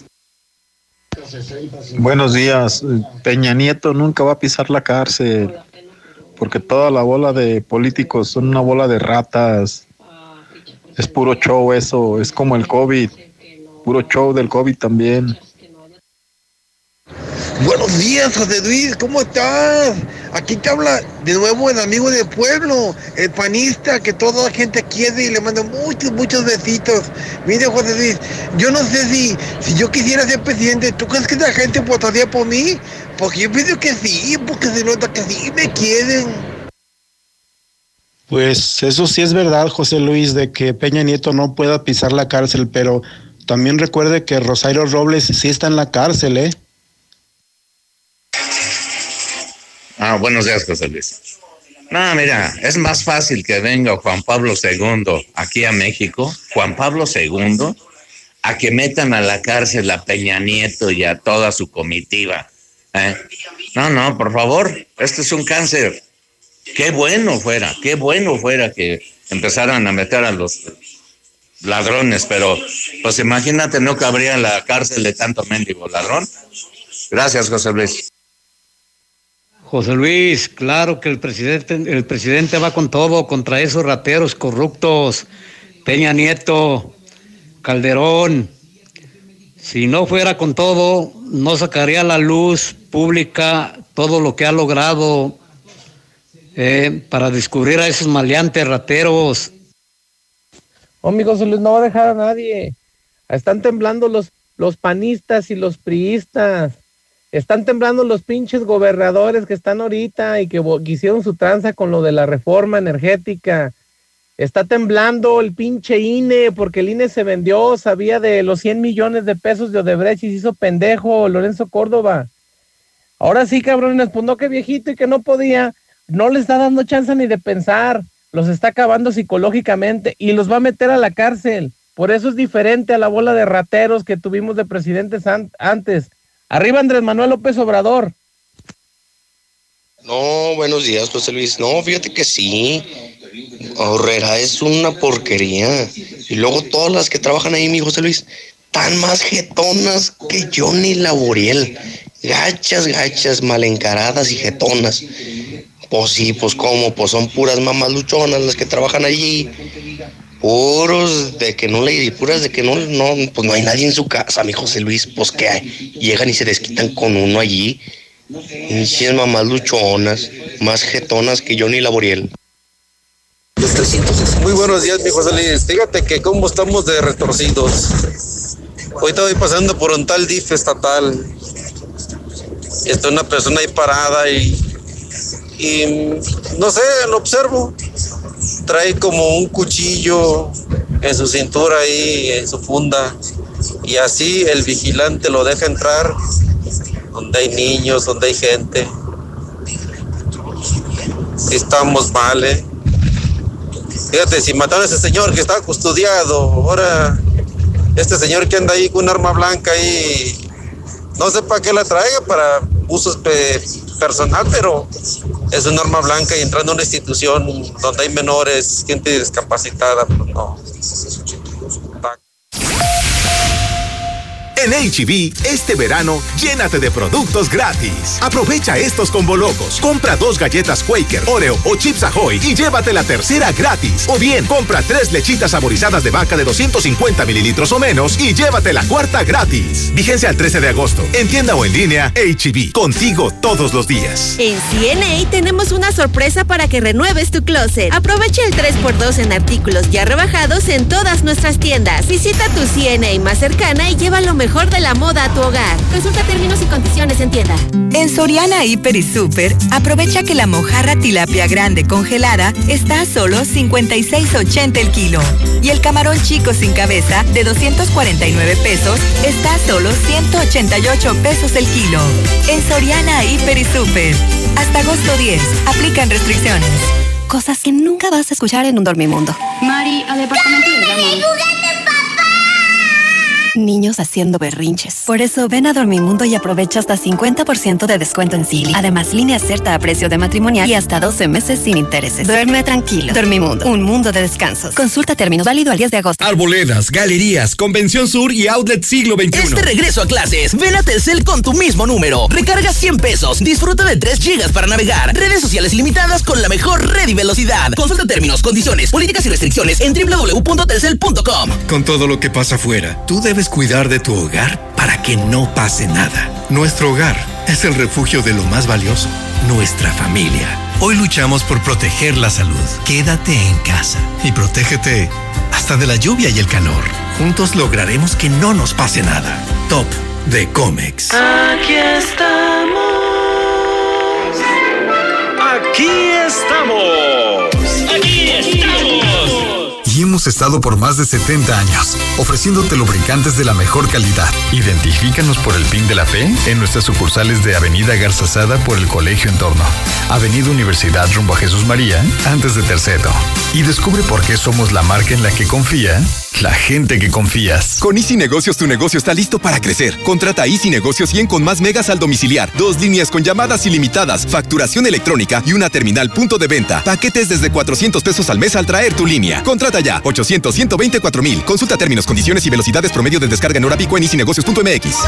Buenos días. Peña Nieto nunca va a pisar la cárcel, porque toda la bola de políticos son una bola de ratas. Es puro show eso, es como el COVID, puro show del COVID también. Buenos días, José Luis, ¿cómo estás? Aquí te habla de nuevo el amigo del pueblo, el panista que toda la gente quiere y le manda muchos, muchos besitos. Mire, José Luis, yo no sé si, si yo quisiera ser presidente, ¿tú crees que la gente votaría por mí? Porque yo pienso que sí, porque se nota que sí me quieren. Pues eso sí es verdad, José Luis, de que Peña Nieto no pueda pisar la cárcel, pero también recuerde que Rosario Robles sí está en la cárcel, ¿eh? Ah, buenos días, José Luis. No, mira, es más fácil que venga Juan Pablo segundo aquí a México, Juan Pablo segundo, a que metan a la cárcel a Peña Nieto y a toda su comitiva. ¿eh? No, no, por favor, esto es un cáncer. Qué bueno fuera, qué bueno fuera que empezaran a meter a los ladrones, pero pues imagínate, no cabría en la cárcel de tanto mendigo ladrón. Gracias, José Luis. José Luis, claro que el presidente, el presidente va con todo contra esos rateros corruptos, Peña Nieto, Calderón. Si no fuera con todo, no sacaría a la luz pública todo lo que ha logrado eh, para descubrir a esos maleantes rateros. Oh, mi José Luis, no va a dejar a nadie. Están temblando los, los panistas y los priistas. Están temblando los pinches gobernadores que están ahorita y que, que hicieron su tranza con lo de la reforma energética. Está temblando el pinche I N E porque el I N E se vendió, sabía de los cien millones de pesos de Odebrecht y se hizo pendejo Lorenzo Córdoba. Ahora sí, cabrones, pues no, que viejito y que no podía, no les está dando chance ni de pensar, los está acabando psicológicamente y los va a meter a la cárcel. Por eso es diferente a la bola de rateros que tuvimos de presidentes an- antes. Arriba Andrés Manuel López Obrador. No, buenos días, José Luis. No, fíjate que sí. Horrera es una porquería. Y luego todas las que trabajan ahí, mi José Luis, tan más jetonas que Johnny Laboriel. Gachas, gachas, mal encaradas y jetonas. Pues sí, pues cómo, pues son puras mamás luchonas las que trabajan allí. Puros de que no le puras de que no, no, pues no hay nadie en su casa, mi José Luis, pues que hay, llegan y se desquitan con uno allí. Pinches mamás luchonas, más jetonas que Johnny Laboriel. Muy buenos días, mi José Luis. Fíjate que cómo estamos de retorcidos. Ahorita voy pasando por un tal D I F estatal. Está una persona ahí parada y, y no sé, lo observo. Trae como un cuchillo en su cintura ahí, en su funda. Y así el vigilante lo deja entrar donde hay niños, donde hay gente. Estamos mal, ¿eh? Fíjate, si mataron a ese señor que estaba custodiado, ahora este señor que anda ahí con un arma blanca ahí, no sé para qué la traiga, para usos pe- personal, pero es un arma blanca y entrando a una institución donde hay menores, gente discapacitada, pues no. En H E B, este verano, llénate de productos gratis. Aprovecha estos combo locos. Compra dos galletas Quaker, Oreo o Chips Ahoy y llévate la tercera gratis. O bien, compra tres lechitas saborizadas de vaca de doscientos cincuenta mililitros o menos y llévate la cuarta gratis. Vigencia al trece de agosto. En tienda o en línea, H E B. Contigo todos los días. En C N A tenemos una sorpresa para que renueves tu closet. Aprovecha el tres por dos en artículos ya rebajados en todas nuestras tiendas. Visita tu C N A más cercana y lleva lo mejor de la moda a tu hogar. Consulta términos y condiciones en tienda. En Soriana Hiper y Super, aprovecha que la mojarra tilapia grande congelada está a solo cincuenta y seis ochenta el kilo. Y el camarón chico sin cabeza de doscientos cuarenta y nueve pesos está a solo ciento ochenta y ocho pesos el kilo. En Soriana Hiper y Super. Hasta agosto diez. Aplican restricciones. Cosas que nunca vas a escuchar en un dormimundo. Mari, a departamento de llamo. Niños haciendo berrinches. Por eso ven a Dormimundo y aprovecha hasta cincuenta por ciento de descuento en Silly. Además, línea cierta a precio de matrimonial y hasta doce meses sin intereses. Duerme tranquilo. Dormimundo, un mundo de descansos. Consulta términos, válido al diez de agosto. Arboledas, galerías, Convención Sur y Outlet Siglo veintiuno. Este regreso a clases, ven a Telcel con tu mismo número. Recarga cien pesos, disfruta de tres gigas para navegar, redes sociales limitadas con la mejor red y velocidad. Consulta términos, condiciones, políticas y restricciones en doble u doble u doble u punto telcel punto com. Con todo lo que pasa afuera, tú debes cuidar de tu hogar para que no pase nada. Nuestro hogar es el refugio de lo más valioso, nuestra familia. Hoy luchamos por proteger la salud. Quédate en casa y protégete hasta de la lluvia y el calor. Juntos lograremos que no nos pase nada. Top de Comex. Aquí estamos. Aquí estamos. Aquí estamos. Y hemos estado por más de setenta años, ofreciéndote lubricantes de la mejor calidad. Identifícanos por el P I N de la Fe en nuestras sucursales de Avenida Garzazada por el Colegio Entorno, Avenida Universidad rumbo a Jesús María, antes de Terceto. Y descubre por qué somos la marca en la que confía la gente que confías. Con Easy Negocios, tu negocio está listo para crecer. Contrata Easy Negocios cien con más megas al domiciliar, dos líneas con llamadas ilimitadas, facturación electrónica y una terminal punto de venta. Paquetes desde cuatrocientos pesos al mes al traer tu línea. Contrata ya, ochocientos, ciento veinticuatro mil. Consulta términos, condiciones y velocidades promedio de descarga en hora pico en easy negocios punto m x.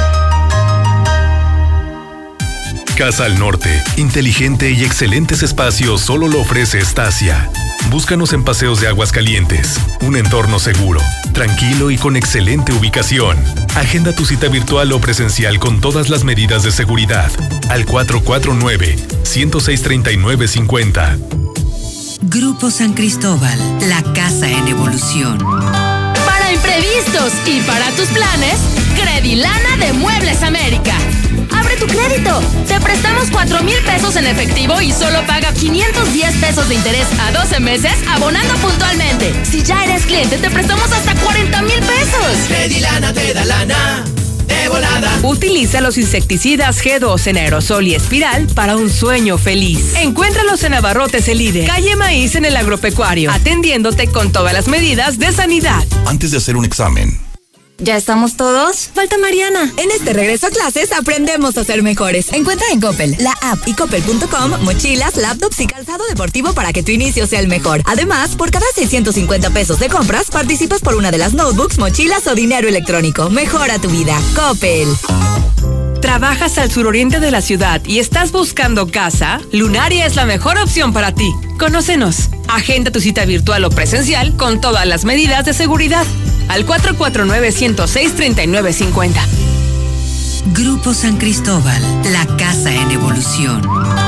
Casa al Norte, inteligente y excelentes espacios solo lo ofrece Estacia. Búscanos en Paseos de Aguascalientes, un entorno seguro, tranquilo y con excelente ubicación. Agenda tu cita virtual o presencial con todas las medidas de seguridad al cuatro cuatro nueve, uno cero seis, tres nueve cinco cero. Grupo San Cristóbal, la casa en evolución. Para imprevistos y para tus planes, Credilana de Muebles América. ¡Abre tu crédito! Te prestamos cuatro mil pesos en efectivo y solo paga quinientos diez pesos de interés a doce meses abonando puntualmente. Si ya eres cliente, te prestamos hasta cuarenta mil pesos. Credilana te da lana de volada. Utiliza los insecticidas G dos en aerosol y espiral para un sueño feliz. Encuéntralos en Abarrotes El Líder, calle Maíz en el Agropecuario, atendiéndote con todas las medidas de sanidad. Antes de hacer un examen, ¿ya estamos todos? Falta Mariana. En este regreso a clases aprendemos a ser mejores. Encuentra en Coppel, la app y coppel punto com mochilas, laptops y calzado deportivo para que tu inicio sea el mejor. Además, por cada seiscientos cincuenta pesos de compras, participas por una de las notebooks, mochilas o dinero electrónico. Mejora tu vida. Coppel. ¿Trabajas al suroriente de la ciudad y estás buscando casa? Lunaria es la mejor opción para ti. Conócenos. Agenda tu cita virtual o presencial con todas las medidas de seguridad al cuatro cuatro nueve, uno cero seis, tres nueve cinco cero. Grupo San Cristóbal, la casa en evolución.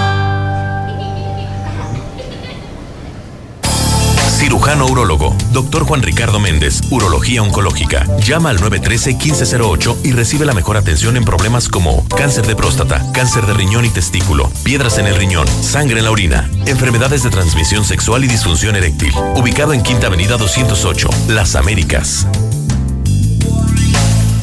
Cirujano urólogo, doctor Juan Ricardo Méndez, Urología Oncológica. Llama al nueve uno tres, uno cinco cero ocho y recibe la mejor atención en problemas como cáncer de próstata, cáncer de riñón y testículo, piedras en el riñón, sangre en la orina, enfermedades de transmisión sexual y disfunción eréctil. Ubicado en Quinta Avenida doscientos ocho, Las Américas.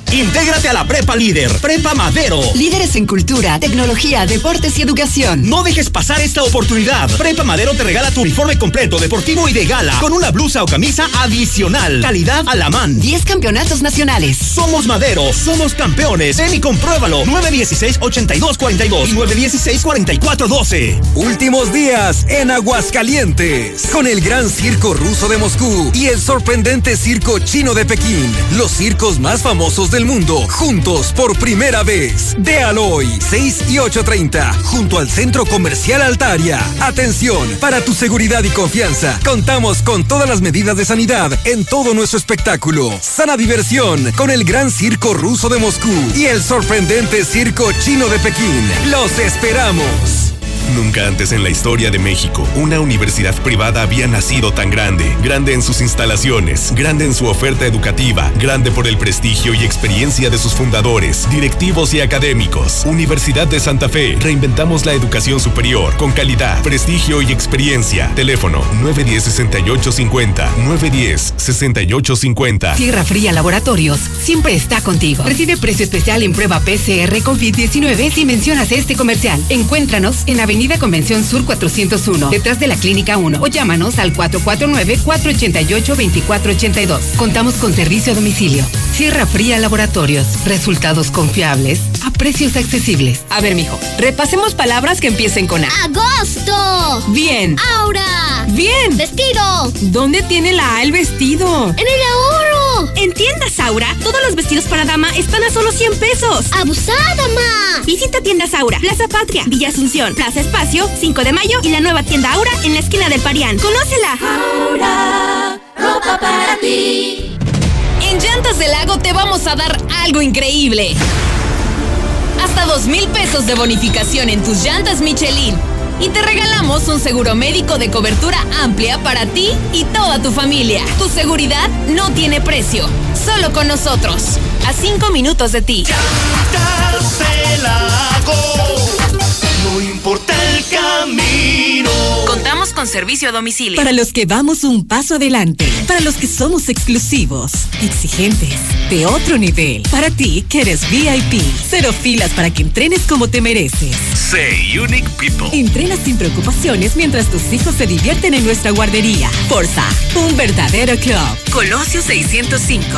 Intégrate a la Prepa Líder, Prepa Madero. Líderes en cultura, tecnología, deportes y educación. No dejes pasar esta oportunidad. Prepa Madero te regala tu uniforme completo, deportivo y de gala, con una blusa o camisa adicional. Calidad a la man. diez campeonatos nacionales. Somos Madero, somos campeones. Ven y compruébalo. nueve uno seis, ocho dos cuatro dos y nueve uno seis, cuatro cuatro uno dos. Últimos días en Aguascalientes, con el Gran Circo Ruso de Moscú y el sorprendente Circo Chino de Pekín. Los circos más famosos del mundo, juntos por primera vez. Véalo hoy, seis y ocho treinta, junto al Centro Comercial Altaria. Atención, para tu seguridad y confianza, contamos con todas las medidas de sanidad en todo nuestro espectáculo. Sana diversión con el Gran Circo Ruso de Moscú y el sorprendente Circo Chino de Pekín. ¡Los esperamos! Nunca antes en la historia de México, una universidad privada había nacido tan grande. Grande en sus instalaciones, grande en su oferta educativa, grande por el prestigio y experiencia de sus fundadores, directivos y académicos. Universidad de Santa Fe, reinventamos la educación superior con calidad, prestigio y experiencia. Teléfono nueve uno cero, seis ocho cinco cero, nueve uno cero, seis ocho cinco cero. Sierra Fría Laboratorios siempre está contigo. Recibe precio especial en prueba P C R COVID diecinueve si mencionas este comercial. Encuéntranos en Avenida Convención Sur cuatrocientos uno, detrás de la Clínica uno, o llámanos al cuatro cuatro nueve, cuatro ocho ocho, dos cuatro ocho dos. Contamos con servicio a domicilio. Sierra Fría Laboratorios. Resultados confiables a precios accesibles. A ver, mijo, repasemos palabras que empiecen con A. ¡Agosto! Bien. ¡Aura! Bien. ¡Vestido! ¿Dónde tiene la A el vestido? ¡En el ahorro! En Tiendas Aura, todos los vestidos para dama están a solo cien pesos. ¡Abusada, ma! Visita Tiendas Aura, Plaza Patria, Villa Asunción, Plaza Espacio, cinco de mayo y la nueva tienda Aura en la esquina del Parián. ¡Conócela! Aura, ropa para ti. En Llantas del Lago te vamos a dar algo increíble. Hasta dos mil pesos de bonificación en tus llantas Michelin. Y te regalamos un seguro médico de cobertura amplia para ti y toda tu familia. Tu seguridad no tiene precio, solo con nosotros. A cinco minutos de ti. Llantas del Lago, no importa el camino. Contamos con servicio a domicilio. Para los que vamos un paso adelante, para los que somos exclusivos, exigentes, de otro nivel. Para ti, que eres V I P. Cero filas para que entrenes como te mereces. Say Unique People. Entrena sin preocupaciones mientras tus hijos se divierten en nuestra guardería. Forza, un verdadero club. Colosio seiscientos cinco.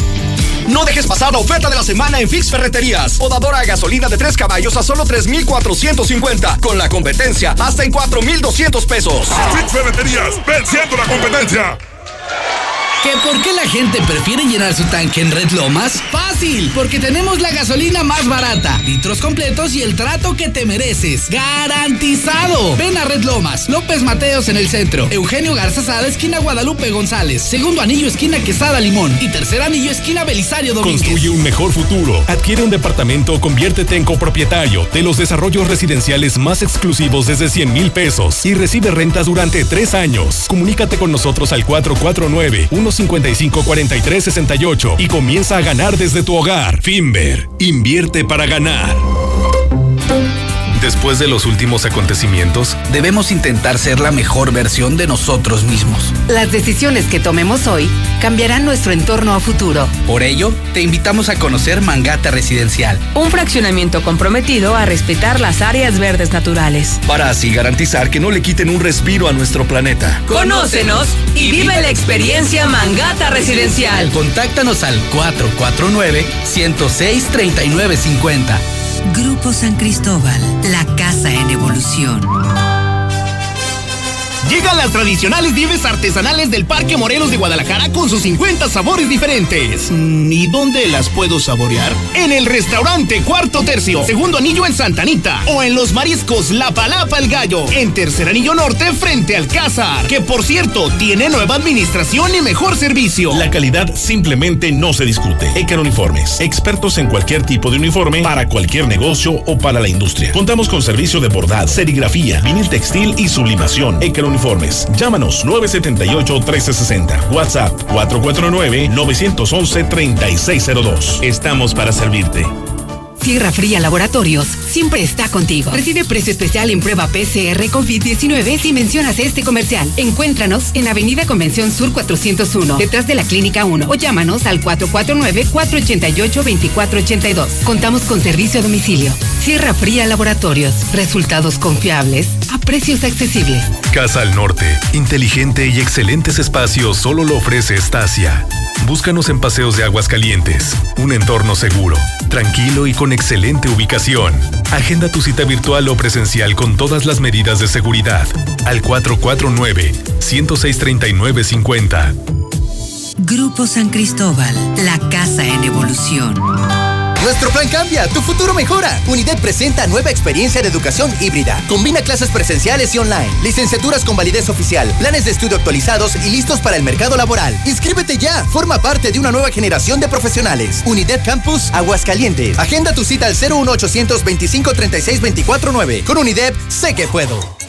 No dejes pasar la oferta de la semana en Fix Ferreterías. Podadora a gasolina de tres caballos a solo tres mil cuatrocientos cincuenta. Con la competencia hasta en cuatro mil doscientos pesos. Fix Ferreterías, venciendo la competencia. ¿Que por qué la gente prefiere llenar su tanque en Red Lomas? ¡Fácil! Porque tenemos la gasolina más barata, litros completos y el trato que te mereces. ¡Garantizado! Ven a Red Lomas, López Mateos en el centro, Eugenio Garza Sada, esquina Guadalupe González, segundo anillo, esquina Quesada Limón y tercer anillo, esquina Belisario Domínguez. Construye un mejor futuro. Adquiere un departamento o conviértete en copropietario de los desarrollos residenciales más exclusivos desde cien mil pesos y recibe rentas durante tres años. Comunícate con nosotros al cuatro cuatro nueve, uno cincuenta y cinco, cuarenta y tres sesenta y ocho y comienza a ganar desde tu hogar. Finver, invierte para ganar. Después de los últimos acontecimientos, debemos intentar ser la mejor versión de nosotros mismos. Las decisiones que tomemos hoy cambiarán nuestro entorno a futuro. Por ello, te invitamos a conocer Mangata Residencial, un fraccionamiento comprometido a respetar las áreas verdes naturales, para así garantizar que no le quiten un respiro a nuestro planeta. Conócenos y vive la experiencia Mangata Residencial. Contáctanos al cuatro cuatro nueve, ciento seis, treinta y nueve cincuenta. Grupo San Cristóbal, la casa en evolución. Llegan las tradicionales nieves artesanales del Parque Morelos de Guadalajara con sus cincuenta sabores diferentes. ¿Y dónde las puedo saborear? En el restaurante Cuarto Tercio, segundo anillo en Santa Anita. O en los mariscos La Palapa El Gallo, en tercer anillo norte frente al Cázar. Que por cierto, tiene nueva administración y mejor servicio. La calidad simplemente no se discute. Eker Uniformes, expertos en cualquier tipo de uniforme para cualquier negocio o para la industria. Contamos con servicio de bordado, serigrafía, vinil textil y sublimación. Eker Uniformes. Llámanos nueve siete ocho, uno tres seis cero. WhatsApp cuatro cuatro nueve, nueve uno uno, tres seis cero dos. Estamos para servirte. Sierra Fría Laboratorios siempre está contigo. Recibe precio especial en prueba P C R COVID diecinueve si mencionas este comercial. Encuéntranos en Avenida Convención Sur cuatrocientos uno, detrás de la Clínica uno, o llámanos al cuatro cuatro nueve, cuatro ocho ocho, dos cuatro ocho dos. Contamos con servicio a domicilio. Sierra Fría Laboratorios. Resultados confiables a precios accesibles. Casa al Norte. Inteligente y excelentes espacios solo lo ofrece Estacia. Búscanos en Paseos de Aguascalientes. Un entorno seguro, tranquilo y con excelente ubicación. Agenda tu cita virtual o presencial con todas las medidas de seguridad. Al cuatro cuatro nueve, uno cero seis, tres nueve cinco cero. Grupo San Cristóbal, la casa en evolución. Nuestro plan cambia, tu futuro mejora. UNIDEP presenta nueva experiencia de educación híbrida. Combina clases presenciales y online, licenciaturas con validez oficial, planes de estudio actualizados y listos para el mercado laboral. ¡Inscríbete ya! Forma parte de una nueva generación de profesionales. UNIDEP Campus Aguascalientes. Agenda tu cita al cero uno ochocientos veinticinco treinta y seis veinticuatro nueve. Con UNIDEP, sé que puedo.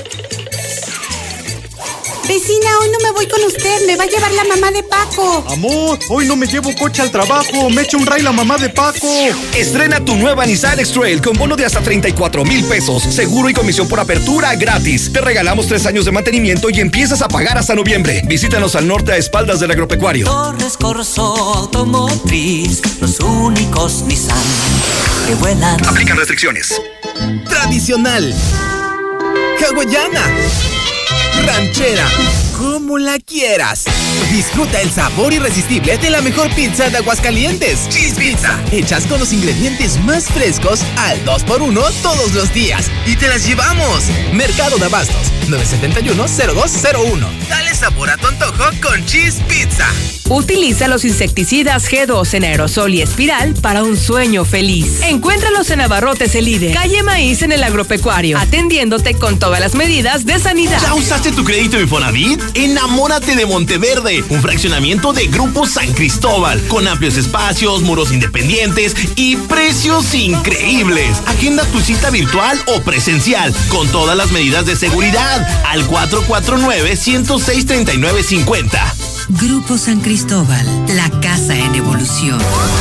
Vecina, hoy no me voy con usted, me va a llevar la mamá de Paco. Amor, hoy no me llevo coche al trabajo, me echa un ray la mamá de Paco. Estrena tu nueva Nissan X-Trail con bono de hasta treinta y cuatro mil pesos, seguro y comisión por apertura gratis. Te regalamos tres años de mantenimiento y empiezas a pagar hasta noviembre. Visítanos al norte a espaldas del Agropecuario. Torres Corso Automotriz, los únicos Nissan que vuelan. Aplican restricciones. Tradicional, hawaiana, ranchera, como la quieras. Disfruta el sabor irresistible de la mejor pizza de Aguascalientes. Cheese Pizza. Hechas con los ingredientes más frescos al dos por uno todos los días. Y te las llevamos. Mercado de Abastos, nueve siete uno, cero dos cero uno. Dale sabor a tu antojo con Cheese Pizza. Utiliza los insecticidas G dos en aerosol y espiral para un sueño feliz. Encuéntralos en Abarrotes El Líder, calle Maíz en el Agropecuario, atendiéndote con todas las medidas de sanidad. ¿Ya usaste tu crédito Infonavit? Enamórate de Monteverde, un fraccionamiento de Grupo San Cristóbal, con amplios espacios, muros independientes y precios increíbles. Agenda tu cita virtual o presencial, con todas las medidas de seguridad, al cuatro cuatro nueve, uno cero seis, tres nueve cinco cero. Grupo San Cristóbal, la casa en evolución.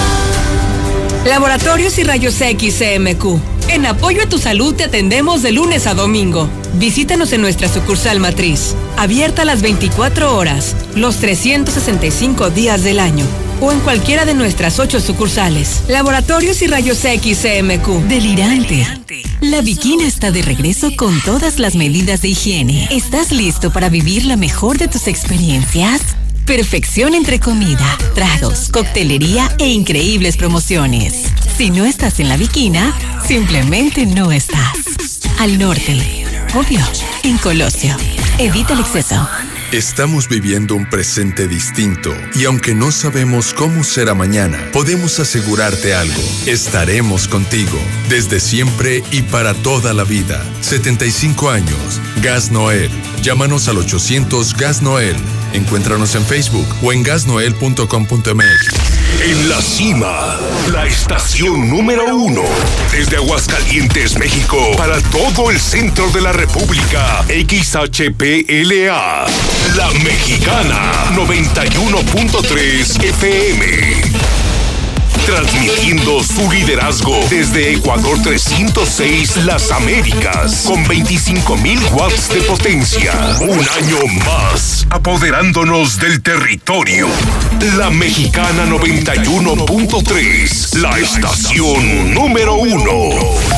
Laboratorios y Rayos X C M Q. En apoyo a tu salud te atendemos de lunes a domingo. Visítanos en nuestra sucursal matriz, abierta las veinticuatro horas, los trescientos sesenta y cinco días del año, o en cualquiera de nuestras ocho sucursales. Laboratorios y Rayos X C M Q. Delirante. La Bikina está de regreso con todas las medidas de higiene. ¿Estás listo para vivir la mejor de tus experiencias? Perfección entre comida, tragos, coctelería e increíbles promociones. Si no estás en La Bikina, simplemente no estás. Al norte, obvio, en Colosio. Evita el exceso. Estamos viviendo un presente distinto y aunque no sabemos cómo será mañana, podemos asegurarte algo. Estaremos contigo desde siempre y para toda la vida. setenta y cinco años. Gas Noel. Llámanos al ochocientos Gas Noel. Encuéntranos en Facebook o en gas noel punto com punto m x. En la cima, la estación número uno. Desde Aguascalientes, México, para todo el centro de la República. X H P L A. La Mexicana, noventa y uno punto tres F M. Transmitiendo su liderazgo desde Ecuador trescientos seis Las Américas, con veinticinco mil watts de potencia. Un año más, apoderándonos del territorio. La Mexicana noventa y uno punto tres, la estación número uno.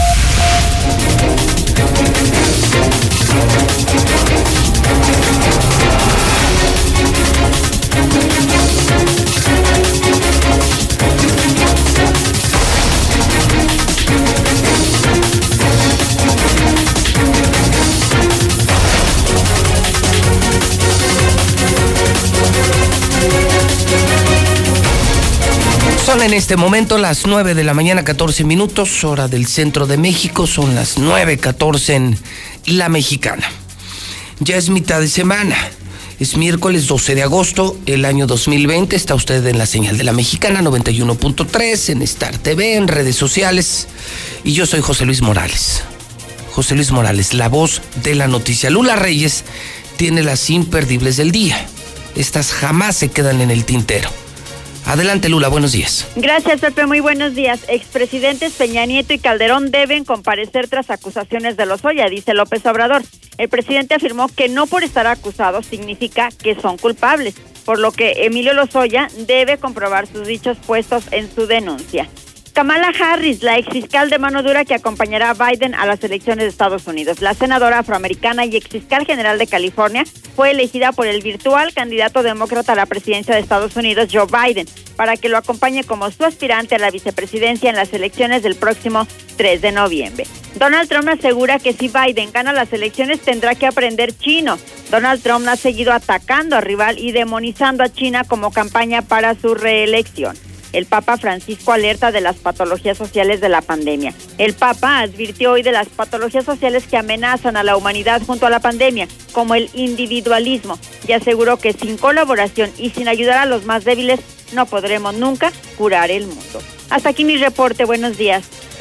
Son en este momento las nueve de la mañana, catorce minutos, hora del centro de México. Son las nueve catorce en La Mexicana. Ya es mitad de semana. Es miércoles doce de agosto, el año dos mil veinte. Está usted en la señal de La Mexicana, noventa y uno punto tres, en Star T V, en redes sociales. Y yo soy José Luis Morales. José Luis Morales, la voz de la noticia. Lula Reyes tiene las imperdibles del día. Estas jamás se quedan en el tintero. Adelante, Lula, buenos días. Gracias, Pepe, muy buenos días. Expresidentes Peña Nieto y Calderón deben comparecer tras acusaciones de Lozoya, dice López Obrador. El presidente afirmó que no por estar acusados significa que son culpables, por lo que Emilio Lozoya debe comprobar sus dichos puestos en su denuncia. Kamala Harris, la exfiscal de mano dura que acompañará a Biden a las elecciones de Estados Unidos. La senadora afroamericana y exfiscal general de California fue elegida por el virtual candidato demócrata a la presidencia de Estados Unidos, Joe Biden, para que lo acompañe como su aspirante a la vicepresidencia en las elecciones del próximo tres de noviembre. Donald Trump asegura que si Biden gana las elecciones tendrá que aprender chino. Donald Trump ha seguido atacando al rival y demonizando a China como campaña para su reelección. El Papa Francisco alerta de las patologías sociales de la pandemia. El Papa advirtió hoy de las patologías sociales que amenazan a la humanidad junto a la pandemia, como el individualismo, y aseguró que sin colaboración y sin ayudar a los más débiles no podremos nunca curar el mundo. Hasta aquí mi reporte. Buenos días.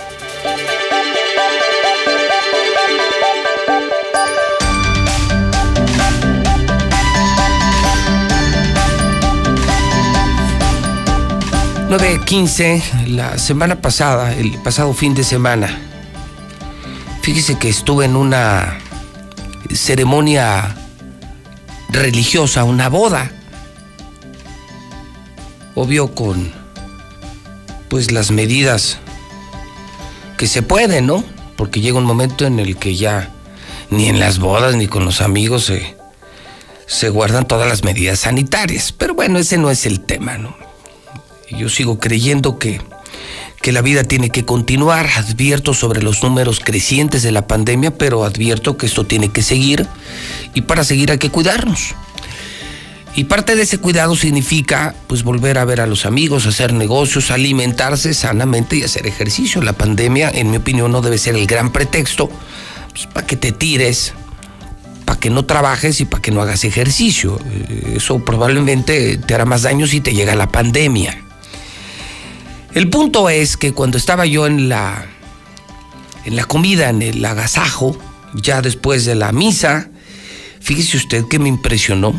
nueve quince, la semana pasada, el pasado fin de semana, fíjese que estuve en una ceremonia religiosa, una boda, obvio con pues las medidas que se pueden, ¿no? Porque llega un momento en el que ya ni en las bodas ni con los amigos se, se guardan todas las medidas sanitarias, pero bueno, ese no es el tema, ¿no? Yo sigo creyendo que, que la vida tiene que continuar. Advierto sobre los números crecientes de la pandemia, pero advierto que esto tiene que seguir y para seguir hay que cuidarnos. Y parte de ese cuidado significa pues volver a ver a los amigos, hacer negocios, alimentarse sanamente y hacer ejercicio. La pandemia, en mi opinión, no debe ser el gran pretexto pues, para que te tires, para que no trabajes y para que no hagas ejercicio. Eso probablemente te hará más daño si te llega la pandemia. El punto es que cuando estaba yo en la, en la comida, en el agasajo, ya después de la misa, fíjese usted que me impresionó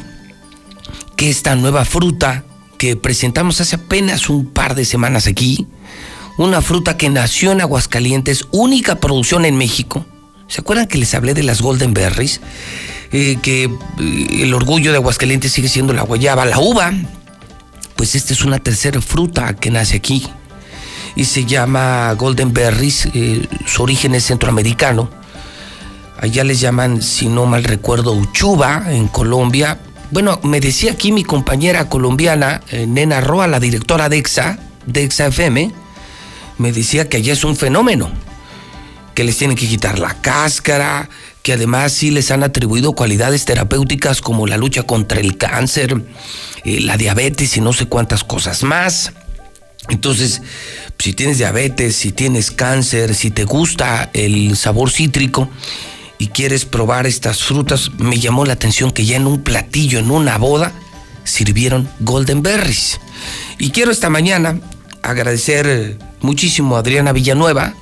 que esta nueva fruta que presentamos hace apenas un par de semanas aquí, una fruta que nació en Aguascalientes, única producción en México. ¿Se acuerdan que les hablé de las Golden Berries? Eh, que eh, el orgullo de Aguascalientes sigue siendo la guayaba, la uva. Pues esta es una tercera fruta que nace aquí y se llama Golden Berries, eh, su origen es centroamericano. Allá les llaman, si no mal recuerdo, uchuva en Colombia. Bueno, me decía aquí mi compañera colombiana, eh, Nena Roa, la directora de EXA, de EXA F M, me decía que allá es un fenómeno, que les tienen que quitar la cáscara, que además sí les han atribuido cualidades terapéuticas como la lucha contra el cáncer, eh, la diabetes y no sé cuántas cosas más. Entonces, si tienes diabetes, si tienes cáncer, si te gusta el sabor cítrico y quieres probar estas frutas, me llamó la atención que ya en un platillo, en una boda, sirvieron Golden Berries. Y quiero esta mañana agradecer muchísimo a Adriana Villanueva,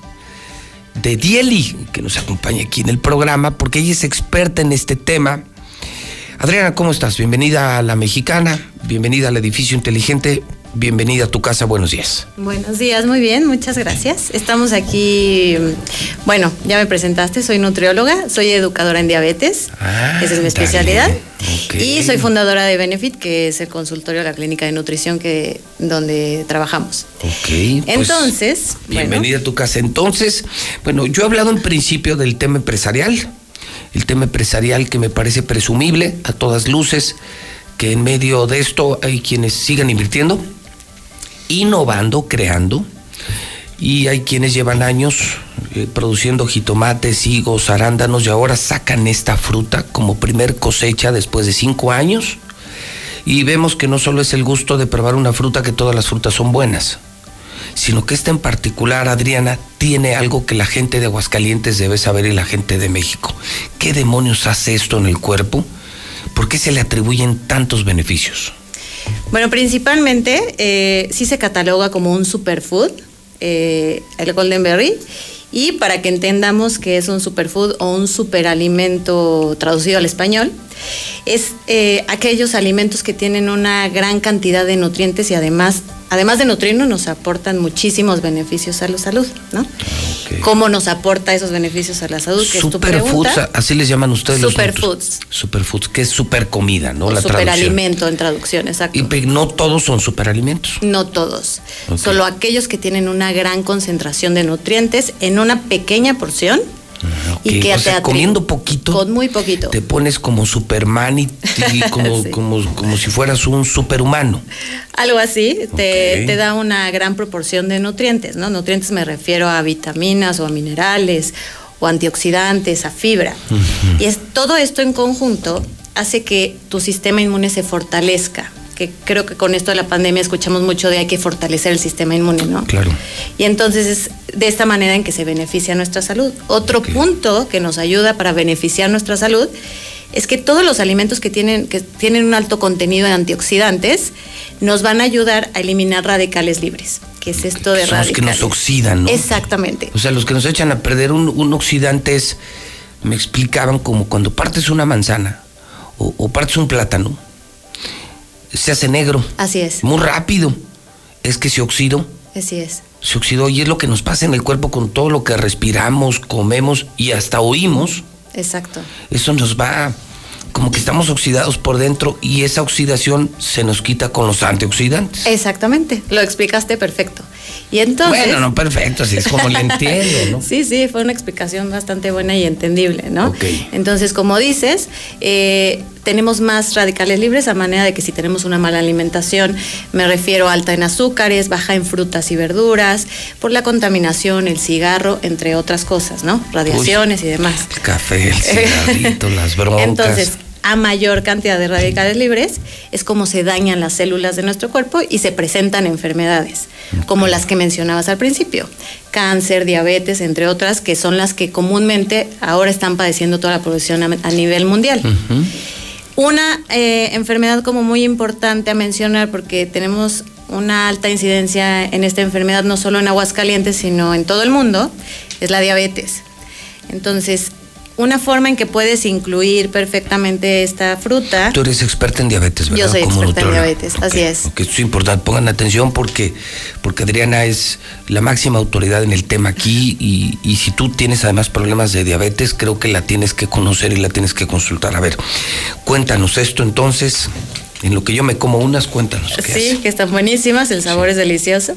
de Dieli, que nos acompaña aquí en el programa, porque ella es experta en este tema. Adriana, ¿cómo estás? Bienvenida a La Mexicana, bienvenida al Edificio Inteligente, bienvenida a tu casa, buenos días. Buenos días, muy bien, muchas gracias. Estamos aquí, bueno, ya me presentaste, soy nutrióloga, soy educadora en diabetes, ah, esa es mi especialidad. Okay. Y soy fundadora de Benefit, que es el consultorio de la clínica de nutrición que donde trabajamos. Ok. Entonces, pues, bienvenida bueno. a tu casa. Entonces, bueno, yo he hablado en principio del tema empresarial, el tema empresarial que me parece presumible a todas luces, que en medio de esto hay quienes sigan invirtiendo, innovando, creando, y hay quienes llevan años eh, produciendo jitomates, higos, arándanos y ahora sacan esta fruta como primer cosecha después de cinco años y vemos que no solo es el gusto de probar una fruta, que todas las frutas son buenas, sino que esta en particular, Adriana, tiene algo que la gente de Aguascalientes debe saber y la gente de México. ¿Qué demonios hace esto en el cuerpo? ¿Por qué se le atribuyen tantos beneficios? Bueno, principalmente eh, sí se cataloga como un superfood, eh, el Golden Berry, Y para que entendamos que es un superfood o un superalimento traducido al español, es eh, aquellos alimentos que tienen una gran cantidad de nutrientes y además, además de nutrirnos, nos aportan muchísimos beneficios a la salud, ¿no? Okay. ¿Cómo nos aporta esos beneficios a la salud? Que Superfoods, así les llaman ustedes los Superfoods. Superfoods, que es super comida, ¿no? O la superalimento en traducción, exacto. Y no todos son superalimentos. No todos, okay. Solo aquellos que tienen una gran concentración de nutrientes en una pequeña porción. Okay. Y que o sea, comiendo poquito, con muy poquito, te pones como Superman y, y como, sí. como, como si fueras un superhumano. Algo así, te, okay. te da una gran proporción de nutrientes, ¿no? Nutrientes me refiero a vitaminas o a minerales o antioxidantes, a fibra. Uh-huh. Y es todo esto en conjunto hace que tu sistema inmune se fortalezca. Que creo que con esto de la pandemia escuchamos mucho de hay que fortalecer el sistema inmune, ¿no? Claro. Y entonces es de esta manera en que se beneficia nuestra salud. Otro okay. punto que nos ayuda para beneficiar nuestra salud es que todos los alimentos que tienen, que tienen un alto contenido en antioxidantes nos van a ayudar a eliminar radicales libres. ¿Qué es esto de Son radicales? Los que nos oxidan, ¿no? Exactamente. O sea, los que nos echan a perder un, un oxidante es, me explicaban como cuando partes una manzana o, o partes un plátano, se hace negro. Así es. Muy rápido. Es que se oxidó. Así es. Se oxidó y es lo que nos pasa en el cuerpo con todo lo que respiramos, comemos y hasta oímos. Exacto. Eso nos va, como que estamos oxidados por dentro y esa oxidación se nos quita con los antioxidantes. Exactamente, lo explicaste perfecto. Y entonces... Bueno, no perfecto, así es como lo entiendo, ¿no? Sí, sí, fue una explicación bastante buena y entendible, ¿no? Okay. Entonces, como dices, eh, tenemos más radicales libres a manera de que si tenemos una mala alimentación, me refiero alta en azúcares, baja en frutas y verduras, por la contaminación, el cigarro, entre otras cosas, ¿no? Radiaciones Uy, y demás. El café, el cigarrito, las broncas. Entonces, a mayor cantidad de radicales libres es como se dañan las células de nuestro cuerpo y se presentan enfermedades, okay. como las que mencionabas al principio, cáncer, diabetes, entre otras, que son las que comúnmente ahora están padeciendo toda la población a, a nivel mundial. Uh-huh. Una eh, enfermedad como muy importante a mencionar, porque tenemos una alta incidencia en esta enfermedad no solo en Aguascalientes, sino en todo el mundo, es la diabetes. Entonces, una forma en que puedes incluir perfectamente esta fruta. Tú eres experta en diabetes, ¿verdad? Yo soy Como experta nutróloga. en diabetes, okay. así es. Okay. Esto es importante, pongan atención porque, porque Adriana es la máxima autoridad en el tema aquí y, y si tú tienes además problemas de diabetes, creo que la tienes que conocer y la tienes que consultar. A ver, cuéntanos esto entonces. En lo que yo me como unas, cuéntanos. ¿Qué sí, hace? Que están buenísimas, el sabor sí. es delicioso.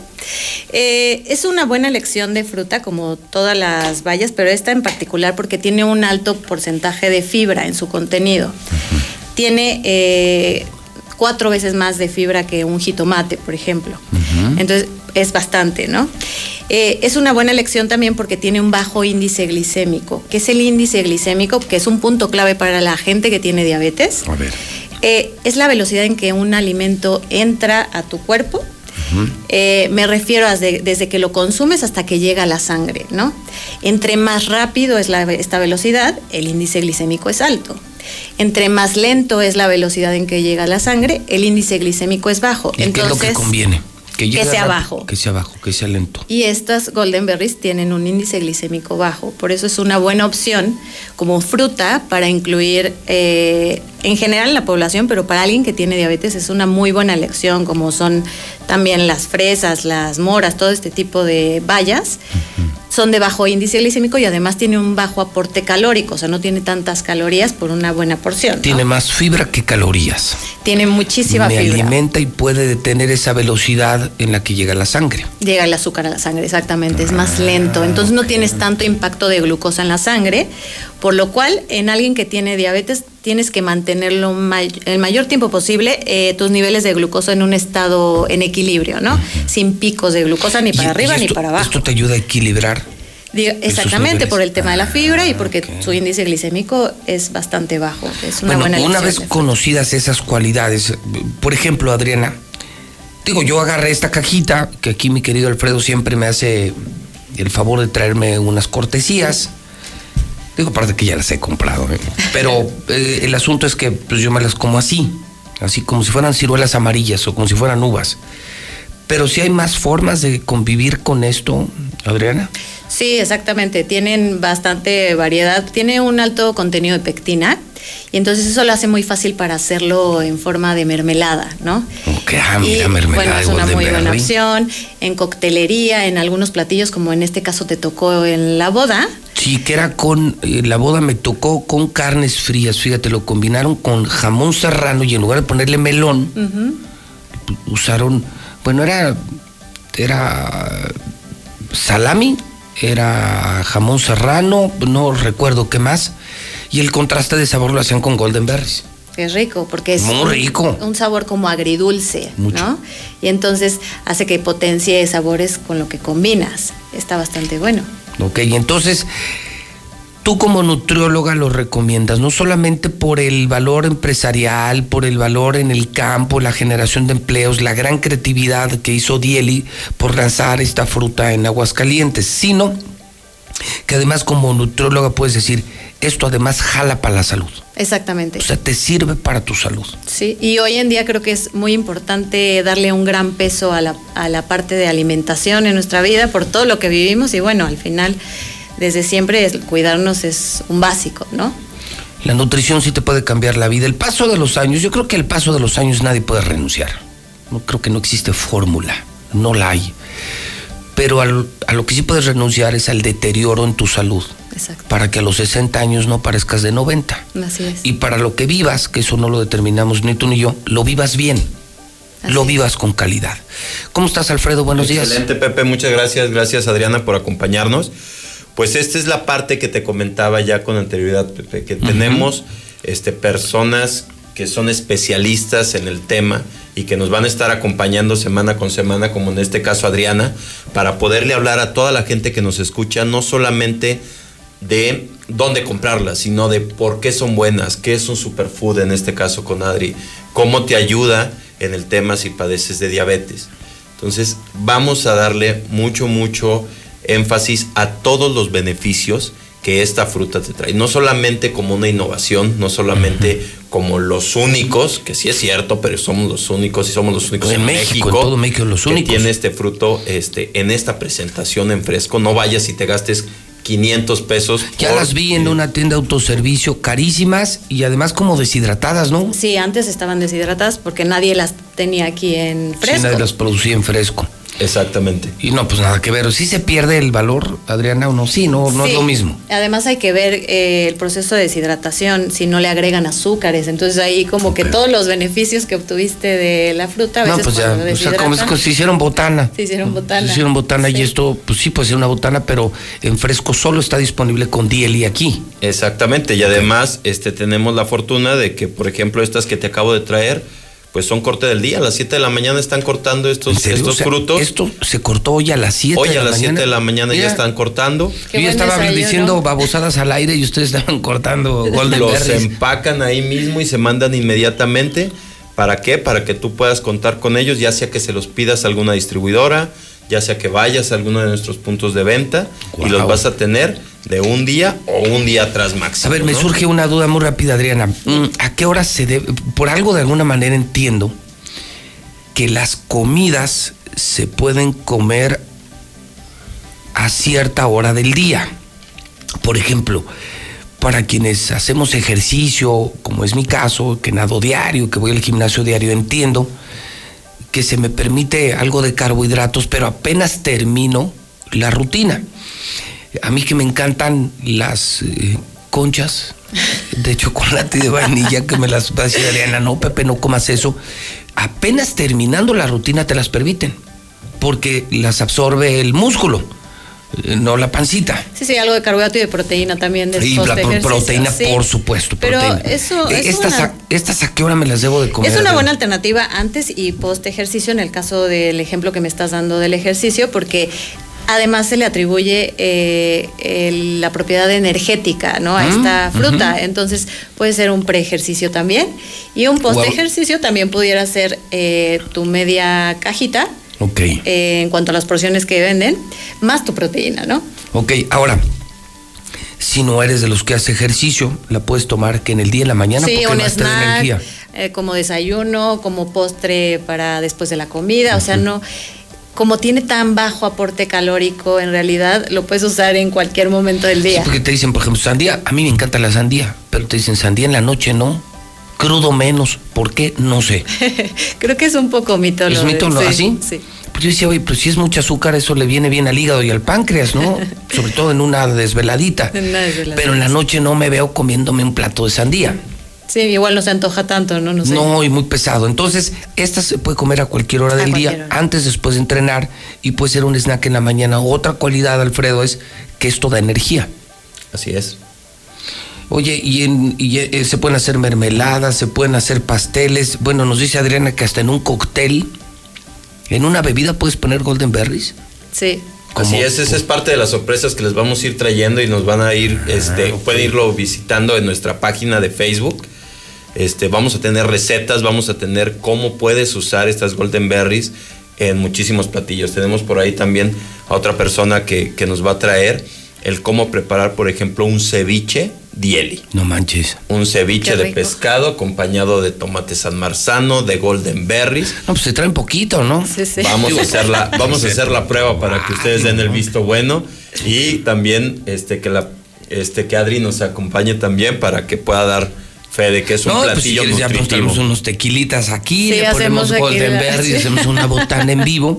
Eh, es una buena elección de fruta, como todas las bayas, pero esta en particular porque tiene un alto porcentaje de fibra en su contenido. Uh-huh. Tiene eh, cuatro veces más de fibra que un jitomate, por ejemplo. Uh-huh. Entonces, es bastante, ¿no? Eh, es una buena elección también porque tiene un bajo índice glicémico. ¿Qué es el índice glicémico? Que es un punto clave para la gente que tiene diabetes. A ver. Eh, es la velocidad en que un alimento entra a tu cuerpo. Uh-huh. Eh, me refiero a de, desde que lo consumes hasta que llega a la sangre, ¿no? Entre más rápido es la, esta velocidad, el índice glicémico es alto. Entre más lento es la velocidad en que llega a la sangre, el índice glicémico es bajo. ¿Y Entonces, qué es lo que conviene? Que, que sea rápido, bajo. Que sea bajo, que sea lento. Y estas golden berries tienen un índice glicémico bajo. Por eso es una buena opción como fruta para incluir eh, en general en la población, pero para alguien que tiene diabetes es una muy buena elección, como son también las fresas, las moras, todo este tipo de bayas. Uh-huh. Son de bajo índice glicémico y además tiene un bajo aporte calórico, o sea, no tiene tantas calorías por una buena porción, ¿no? Tiene más fibra que calorías. Tiene muchísima Me fibra. alimenta y puede detener esa velocidad en la que llega la sangre. Llega el azúcar a la sangre, exactamente, es más lento. Entonces no tienes tanto impacto de glucosa en la sangre, por lo cual en alguien que tiene diabetes tienes que mantenerlo may- el mayor tiempo posible eh, tus niveles de glucosa en un estado en equilibrio, ¿no? Uh-huh. Sin picos de glucosa ni para y, arriba y esto, ni para abajo. Esto te ayuda a equilibrar. Digo, exactamente, por el tema de la fibra y porque okay. su índice glicémico es bastante bajo. Es una bueno, buena una vez de conocidas esas cualidades, por ejemplo, Adriana, digo, yo agarré esta cajita, que aquí mi querido Alfredo siempre me hace el favor de traerme unas cortesías. Digo, aparte que ya las he comprado, ¿eh? Pero eh, el asunto es que pues, yo me las como así, así como si fueran ciruelas amarillas o como si fueran uvas. Pero si hay más formas de convivir con esto, Adriana. Sí, exactamente. Tienen bastante variedad. Tiene un alto contenido de pectina y entonces eso lo hace muy fácil para hacerlo en forma de mermelada, ¿no? Ok, ah, mira, y, mermelada. Bueno, es una muy buena Goldenberry. opción. En coctelería, en algunos platillos, como en este caso te tocó en la boda. Sí, que era con, eh, la boda me tocó con carnes frías, fíjate, lo combinaron con jamón serrano y en lugar de ponerle melón, Uh-huh. usaron, bueno, era, era salami, era jamón serrano, no recuerdo qué más, y el contraste de sabor lo hacían con goldenberries. Es rico, porque es muy rico. Un, un sabor como agridulce, Mucho. ¿no? Y entonces hace que potencie sabores con lo que combinas. Está bastante bueno. Ok, entonces, tú como nutrióloga lo recomiendas, no solamente por el valor empresarial, por el valor en el campo, la generación de empleos, la gran creatividad que hizo Dieli por lanzar esta fruta en Aguascalientes, sino que además como nutrióloga puedes decir, esto además jala para la salud. Exactamente. O sea, te sirve para tu salud. Sí, y hoy en día creo que es muy importante darle un gran peso a la, a la parte de alimentación en nuestra vida por todo lo que vivimos y bueno, al final, desde siempre es, cuidarnos es un básico, ¿no? La nutrición sí te puede cambiar la vida. El paso de los años, yo creo que el paso de los años nadie puede renunciar. No creo que no existe fórmula, no la hay. Pero al, a lo que sí puedes renunciar es al deterioro en tu salud. Exacto. Para que a los sesenta años no parezcas de noventa. Así es. Y para lo que vivas, que eso no lo determinamos ni tú ni yo, lo vivas bien. Así lo vivas es. Con calidad. ¿Cómo estás, Alfredo? Buenos días. Excelente, Pepe. Muchas gracias. Gracias, Adriana, por acompañarnos. Pues esta es la parte que te comentaba ya con anterioridad, Pepe, que uh-huh. tenemos este, personas que son especialistas en el tema y que nos van a estar acompañando semana con semana, como en este caso Adriana, para poderle hablar a toda la gente que nos escucha, no solamente de dónde comprarlas, sino de por qué son buenas, qué es un superfood, en este caso con Adri, cómo te ayuda en el tema si padeces de diabetes. Entonces vamos a darle mucho, mucho énfasis a todos los beneficios que esta fruta te trae, no solamente como una innovación, no solamente uh-huh. como los únicos, que sí es cierto, pero somos los únicos y somos los únicos en, en México, México, en todo México los que únicos. Tiene este fruto este, en esta presentación en fresco. No vayas y te gastes quinientos pesos. Ya por... las vi en una tienda de autoservicio, carísimas y además como deshidratadas, ¿no? Sí, antes estaban deshidratadas porque nadie las tenía aquí en fresco. Sí, nadie las producía en fresco. Exactamente. Y no, pues nada que ver. ¿Sí se pierde el valor, Adriana, o no? Sí, no, no sí. es lo mismo. Además hay que ver eh, el proceso de deshidratación, si no le agregan azúcares. Entonces ahí como okay. que todos los beneficios que obtuviste de la fruta, a veces no, pues ya, o sea, como es, se hicieron botana. Se hicieron botana. Se hicieron botana sí. y esto, pues sí puede ser una botana, pero en fresco solo está disponible con Dieli aquí. Exactamente, y además este, tenemos la fortuna de que, por ejemplo, estas que te acabo de traer, pues son corte del día, a las siete de la mañana están cortando estos, estos o sea, frutos. Esto se cortó hoy a las siete hoy de la mañana. Hoy a las siete de la mañana Mira, ya están cortando. Yo ya estaba desayuno. diciendo babosadas al aire y ustedes estaban cortando golden Los berries. empacan ahí mismo y se mandan inmediatamente. ¿Para qué? Para que tú puedas contar con ellos, ya sea que se los pidas a alguna distribuidora, ya sea que vayas a alguno de nuestros puntos de venta wow. y los vas a tener de un día o un día atrás máximo. A ver, me ¿no? surge una duda muy rápida, Adriana. ¿A qué hora se debe? Por algo de alguna manera entiendo que las comidas se pueden comer a cierta hora del día. Por ejemplo, para quienes hacemos ejercicio, como es mi caso, que nado diario, que voy al gimnasio diario, entiendo que se me permite algo de carbohidratos, pero apenas termino la rutina. A mí que me encantan las eh, conchas de chocolate y de vainilla, que me las va a decir Adriana, no, Pepe, no comas eso. Apenas terminando la rutina te las permiten, porque las absorbe el músculo, no la pancita. Sí, sí, algo de carbohidrato y de proteína también. Y la proteína, sí. por supuesto. Pero proteína. eso es estas, una... a, ¿Estas a qué hora me las debo de comer? Es una buena alternativa antes y post ejercicio, en el caso del ejemplo que me estás dando del ejercicio, porque además se le atribuye eh, el, la propiedad energética, ¿no? a mm, esta fruta. Uh-huh. Entonces puede ser un pre-ejercicio también. Y un post-ejercicio wow. también pudiera ser eh, tu media cajita. Ok. Eh, en cuanto a las porciones que venden, más tu proteína, ¿no? Ok, ahora, si no eres de los que hace ejercicio, la puedes tomar que en el día, en la mañana, sí, porque un snack, eh, como desayuno, como postre para después de la comida, uh-huh. o sea, no... como tiene tan bajo aporte calórico, en realidad lo puedes usar en cualquier momento del día. Sí, porque te dicen, por ejemplo, sandía. A mí me encanta la sandía, pero te dicen sandía en la noche, ¿no? Crudo menos. ¿Por qué? No sé. Creo que es un poco mito. ¿Es mito lo sí, así? Sí. Pues yo decía, oye, pues si es mucho azúcar, eso le viene bien al hígado y al páncreas, ¿no? Sobre todo en una desveladita. En una desveladita. Pero en la noche no me veo comiéndome un plato de sandía. Sí, igual no se antoja tanto, ¿no? No sé. No, y muy pesado. Entonces, esta se puede comer a cualquier hora A del cualquier día, hora. antes, después de entrenar, y puede ser un snack en la mañana. Otra cualidad, Alfredo, es que esto da energía. Así es. Oye, y, en, y eh, se pueden hacer mermeladas, se pueden hacer pasteles. Bueno, nos dice Adriana que hasta en un cóctel, en una bebida puedes poner Golden Berries. Sí. Así es, esa es parte de las sorpresas que les vamos a ir trayendo y nos van a ir, ah, este, okay. pueden irlo visitando en nuestra página de Facebook. Este, vamos a tener recetas, vamos a tener cómo puedes usar estas Golden Berries en muchísimos platillos. Tenemos por ahí también a otra persona que, que nos va a traer el cómo preparar, por ejemplo, un ceviche Dieli. No manches. Un ceviche de pescado acompañado de tomate San Marzano, de Golden Berries. No, pues se traen poquito, ¿no? Sí, sí. Vamos a hacer la, vamos a hacer la prueba para que ustedes den el visto bueno y también este que la este que Adri nos acompañe también para que pueda dar fe de que es un no, platillo pues si nutritivo. Ya tenemos unos tequilitas aquí, sí, le ponemos aquí Golden Berries, sí. Hacemos una botana en vivo.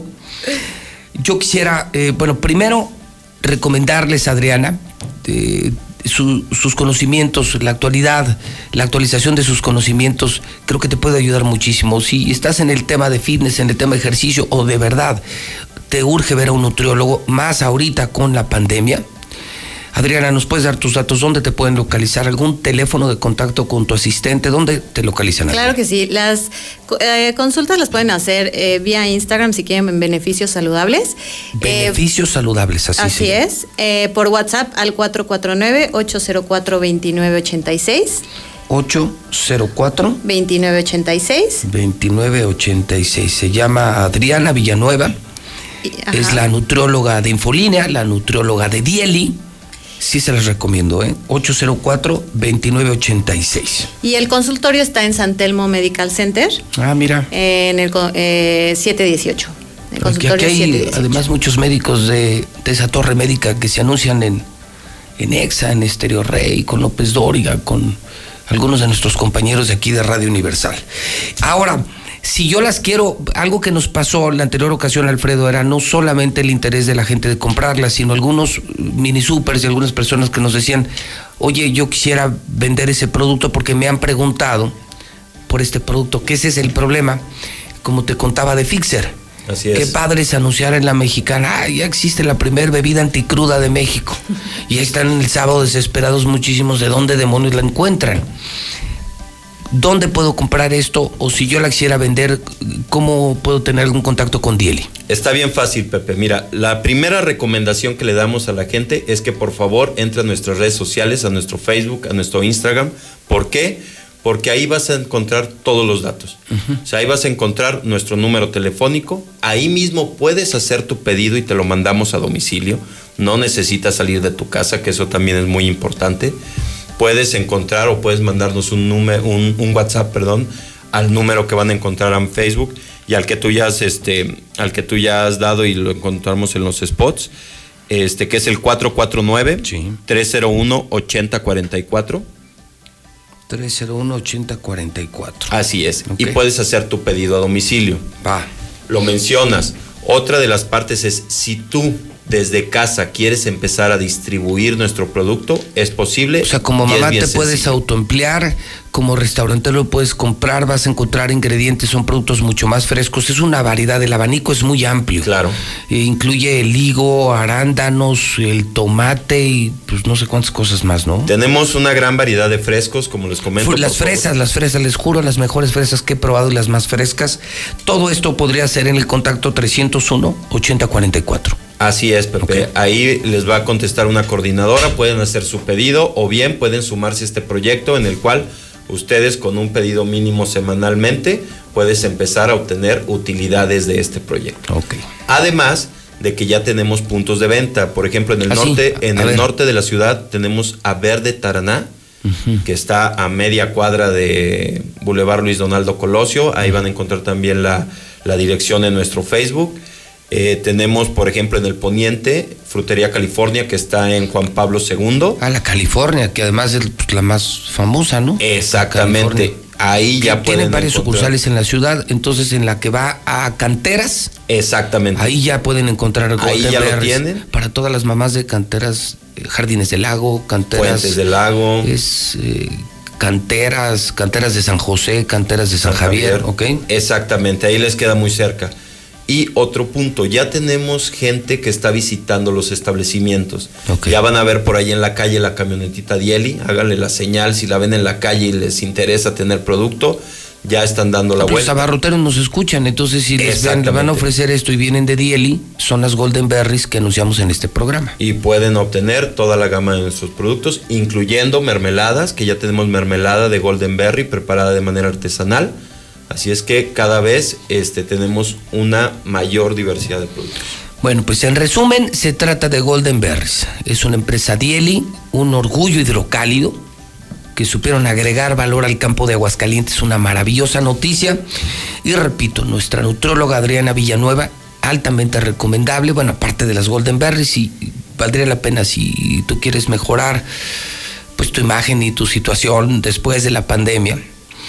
Yo quisiera, eh, bueno, primero recomendarles, Adriana, eh, su, sus conocimientos, la actualidad, la actualización de sus conocimientos, creo que te puede ayudar muchísimo. Si estás en el tema de fitness, en el tema de ejercicio, o de verdad te urge ver a un nutriólogo, más ahorita con la pandemia. Adriana, ¿nos puedes dar tus datos? ¿Dónde te pueden localizar? ¿Algún teléfono de contacto con tu asistente? ¿Dónde te localizan? Claro que sí. Las eh, consultas las pueden hacer eh, vía Instagram si quieren en Beneficios Saludables. Beneficios eh, Saludables, así Así sí. es. Eh, por WhatsApp al cuatro cuatro nueve, ocho cero cuatro, dos nueve ocho seis. ocho cero cuatro, dos nueve ocho seis. dos nueve ocho seis. Se llama Adriana Villanueva. Ajá. Es la nutrióloga de Infolínea, la nutrióloga de Dieli. Sí se las recomiendo, ¿eh? ocho cero cuatro, dos nueve ocho seis. Y el consultorio está en San Telmo Medical Center. Ah, mira. Eh, en el eh, siete dieciocho. El Porque aquí hay además muchos médicos de, de esa torre médica que se anuncian en, en EXA, en Estéreo Rey, con López Dóriga, con algunos de nuestros compañeros de aquí de Radio Universal. Ahora, si yo las quiero, algo que nos pasó la anterior ocasión, Alfredo, era no solamente el interés de la gente de comprarlas, sino algunos mini supers y algunas personas que nos decían, oye, yo quisiera vender ese producto porque me han preguntado por este producto, que ese es el problema, como te contaba de Fixer. Así es. Qué padre es anunciar en la Mexicana, ah, ya existe la primer bebida anticruda de México. Y ahí están el sábado desesperados muchísimos de dónde demonios la encuentran. ¿Dónde puedo comprar esto? O si yo la quisiera vender, ¿cómo puedo tener algún contacto con Dieli? Está bien fácil, Pepe. Mira, la primera recomendación que le damos a la gente es que por favor entre a nuestras redes sociales, a nuestro Facebook, a nuestro Instagram. ¿Por qué? Porque ahí vas a encontrar todos los datos. Uh-huh. O sea, ahí vas a encontrar nuestro número telefónico. Ahí mismo puedes hacer tu pedido y te lo mandamos a domicilio. No necesitas salir de tu casa, que eso también es muy importante. Puedes encontrar o puedes mandarnos un número, un, un WhatsApp, perdón, al número que van a encontrar en Facebook y al que tú ya has, este, al que tú ya has dado y lo encontramos en los spots, este, que es el cuatro cuatro nueve, tres cero uno, ocho cero cuatro cuatro. tres cero uno, ocho cero cuatro cuatro. Así es. Okay. Y puedes hacer tu pedido a domicilio. Va. Lo mencionas. Otra de las partes es si tú desde casa quieres empezar a distribuir nuestro producto, es posible. O sea, como mamá te puedes sencillo. autoemplear, como restaurante lo puedes comprar, vas a encontrar ingredientes, son productos mucho más frescos, es una variedad, el abanico es muy amplio. Claro. Eh, incluye el higo, arándanos, el tomate y pues no sé cuántas cosas más, ¿no? Tenemos una gran variedad de frescos, como les comento. Las fresas, favor. las fresas, les juro, las mejores fresas que he probado y las más frescas. Todo esto podría ser en el contacto trescientos uno, ochenta cuarenta y cuatro. Así es, Pepe. Okay. Ahí les va a contestar una coordinadora, pueden hacer su pedido o bien pueden sumarse a este proyecto en el cual ustedes con un pedido mínimo semanalmente puedes empezar a obtener utilidades de este proyecto. Okay. Además de que ya tenemos puntos de venta. Por ejemplo, en el ¿Ah, norte, sí? en a el ver. norte de la ciudad tenemos a Verde Taraná, uh-huh. que está a media cuadra de Boulevard Luis Donaldo Colosio. Ahí van a encontrar también la, la dirección en nuestro Facebook. Eh, tenemos, por ejemplo, en el poniente, Frutería California, que está en Juan Pablo segundo. Ah, la California, que además es pues, la más famosa, ¿no? Exactamente. Ahí ya pueden tienen varias encontrar. sucursales en la ciudad, entonces en la que va a Canteras. Exactamente. Ahí ya pueden encontrar el Ahí Golden ya lo Berries. tienen. Para todas las mamás de Canteras, eh, Jardines del Lago, Canteras. Puentes del Lago. Es eh, Canteras, Canteras de San José, Canteras de San, San Javier, Javier, ¿ok? Exactamente, ahí les queda muy cerca. Y otro punto, ya tenemos gente que está visitando los establecimientos. Okay. Ya van a ver por ahí en la calle la camionetita Dieli, háganle la señal, si la ven en la calle y les interesa tener producto, ya están dando la Los vuelta. Los abarroteros nos escuchan, entonces si les ven, le van a ofrecer esto y vienen de Dieli, son las Golden Berries que anunciamos en este programa. Y pueden obtener toda la gama de nuestros productos, incluyendo mermeladas, que ya tenemos mermelada de Golden Berry preparada de manera artesanal. Así es que cada vez este, tenemos una mayor diversidad de productos. Bueno, pues en resumen, se trata de Golden Berries. Es una empresa Dieli, un orgullo hidrocálido, que supieron agregar valor al campo de Aguascalientes, una maravillosa noticia. Y repito, nuestra nutrióloga Adriana Villanueva, altamente recomendable. Bueno, aparte de las Golden Berries, y valdría la pena si tú quieres mejorar pues tu imagen y tu situación después de la pandemia.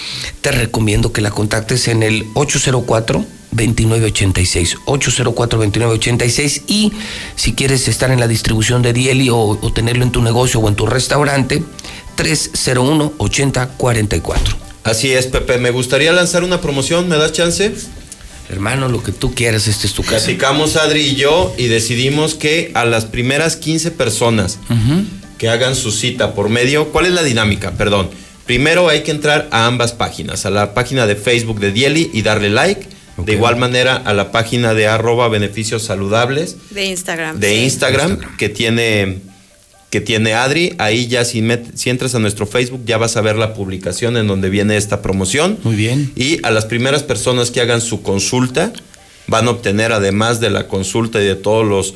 Te recomiendo que la contactes en el ocho cero cuatro, veintinueve ochenta y seis, ocho cero cuatro, veintinueve ochenta y seis, y si quieres estar en la distribución de Dieli o, o tenerlo en tu negocio o en tu restaurante, tres cero uno, ochenta cuarenta y cuatro. Así es, Pepe, me gustaría lanzar una promoción, ¿me das chance? Hermano, lo que tú quieras, este es tu casa. Platicamos Adri y yo y decidimos que a las primeras quince personas uh-huh. que hagan su cita por medio, ¿cuál es la dinámica? Perdón. Primero hay que entrar a ambas páginas, a la página de Facebook de Dieli y darle like. Okay. De igual manera a la página de arroba beneficios saludables. De Instagram. De sí. Instagram, Instagram, que tiene, que tiene Adri. Ahí ya si, met, si entras a nuestro Facebook ya vas a ver la publicación en donde viene esta promoción. Muy bien. Y a las primeras personas que hagan su consulta van a obtener, además de la consulta y de todos los...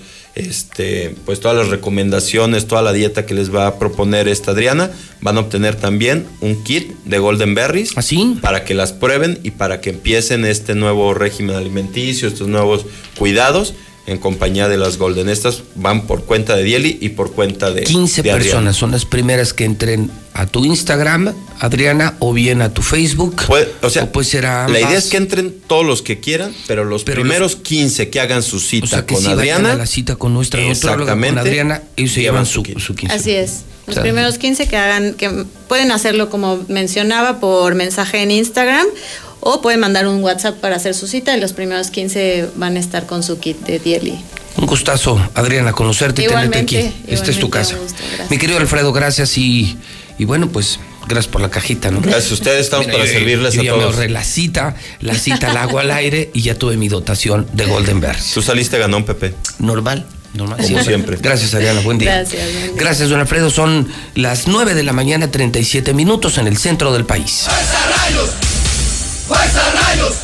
Este, pues todas las recomendaciones, toda la dieta que les va a proponer esta Adriana, van a obtener también un kit de Golden Berries. ¿Así? Para que las prueben y para que empiecen este nuevo régimen alimenticio, estos nuevos cuidados en compañía de las Golden. Estas van por cuenta de Dieli y por cuenta de quince de personas son las primeras que entren a tu Instagram, Adriana, o bien a tu Facebook. Puede, o sea, o puede ser a la idea es que entren todos los que quieran, pero los pero primeros los, quince que hagan su cita, o sea, que con si Adriana, a la cita con nuestra nutróloga, con Adriana, ellos se llevan su, su quince. Así es. Los o sea, primeros quince que hagan, que pueden hacerlo como mencionaba por mensaje en Instagram, o pueden mandar un WhatsApp para hacer su cita y los primeros quince van a estar con su kit de Dieli. Un gustazo, Adriana, conocerte y tenerte aquí. Esta es tu casa. Gusto, mi querido Alfredo, gracias y, y bueno, pues gracias por la cajita, ¿no? Gracias a ustedes, estamos Mira, para yo, servirles yo a ya todos. Me ahorré la cita, la cita la hago al aire y ya tuve mi dotación de Golden Berries. Tú saliste ganón, Pepe. Normal. Normal, como siempre. siempre. Gracias, Adriana, buen día. Gracias, buen día. Gracias, don Alfredo. Son las nueve de la mañana, treinta y siete minutos en el centro del país. ¡Fuerza Rayos! ¡Fuerza Rayos!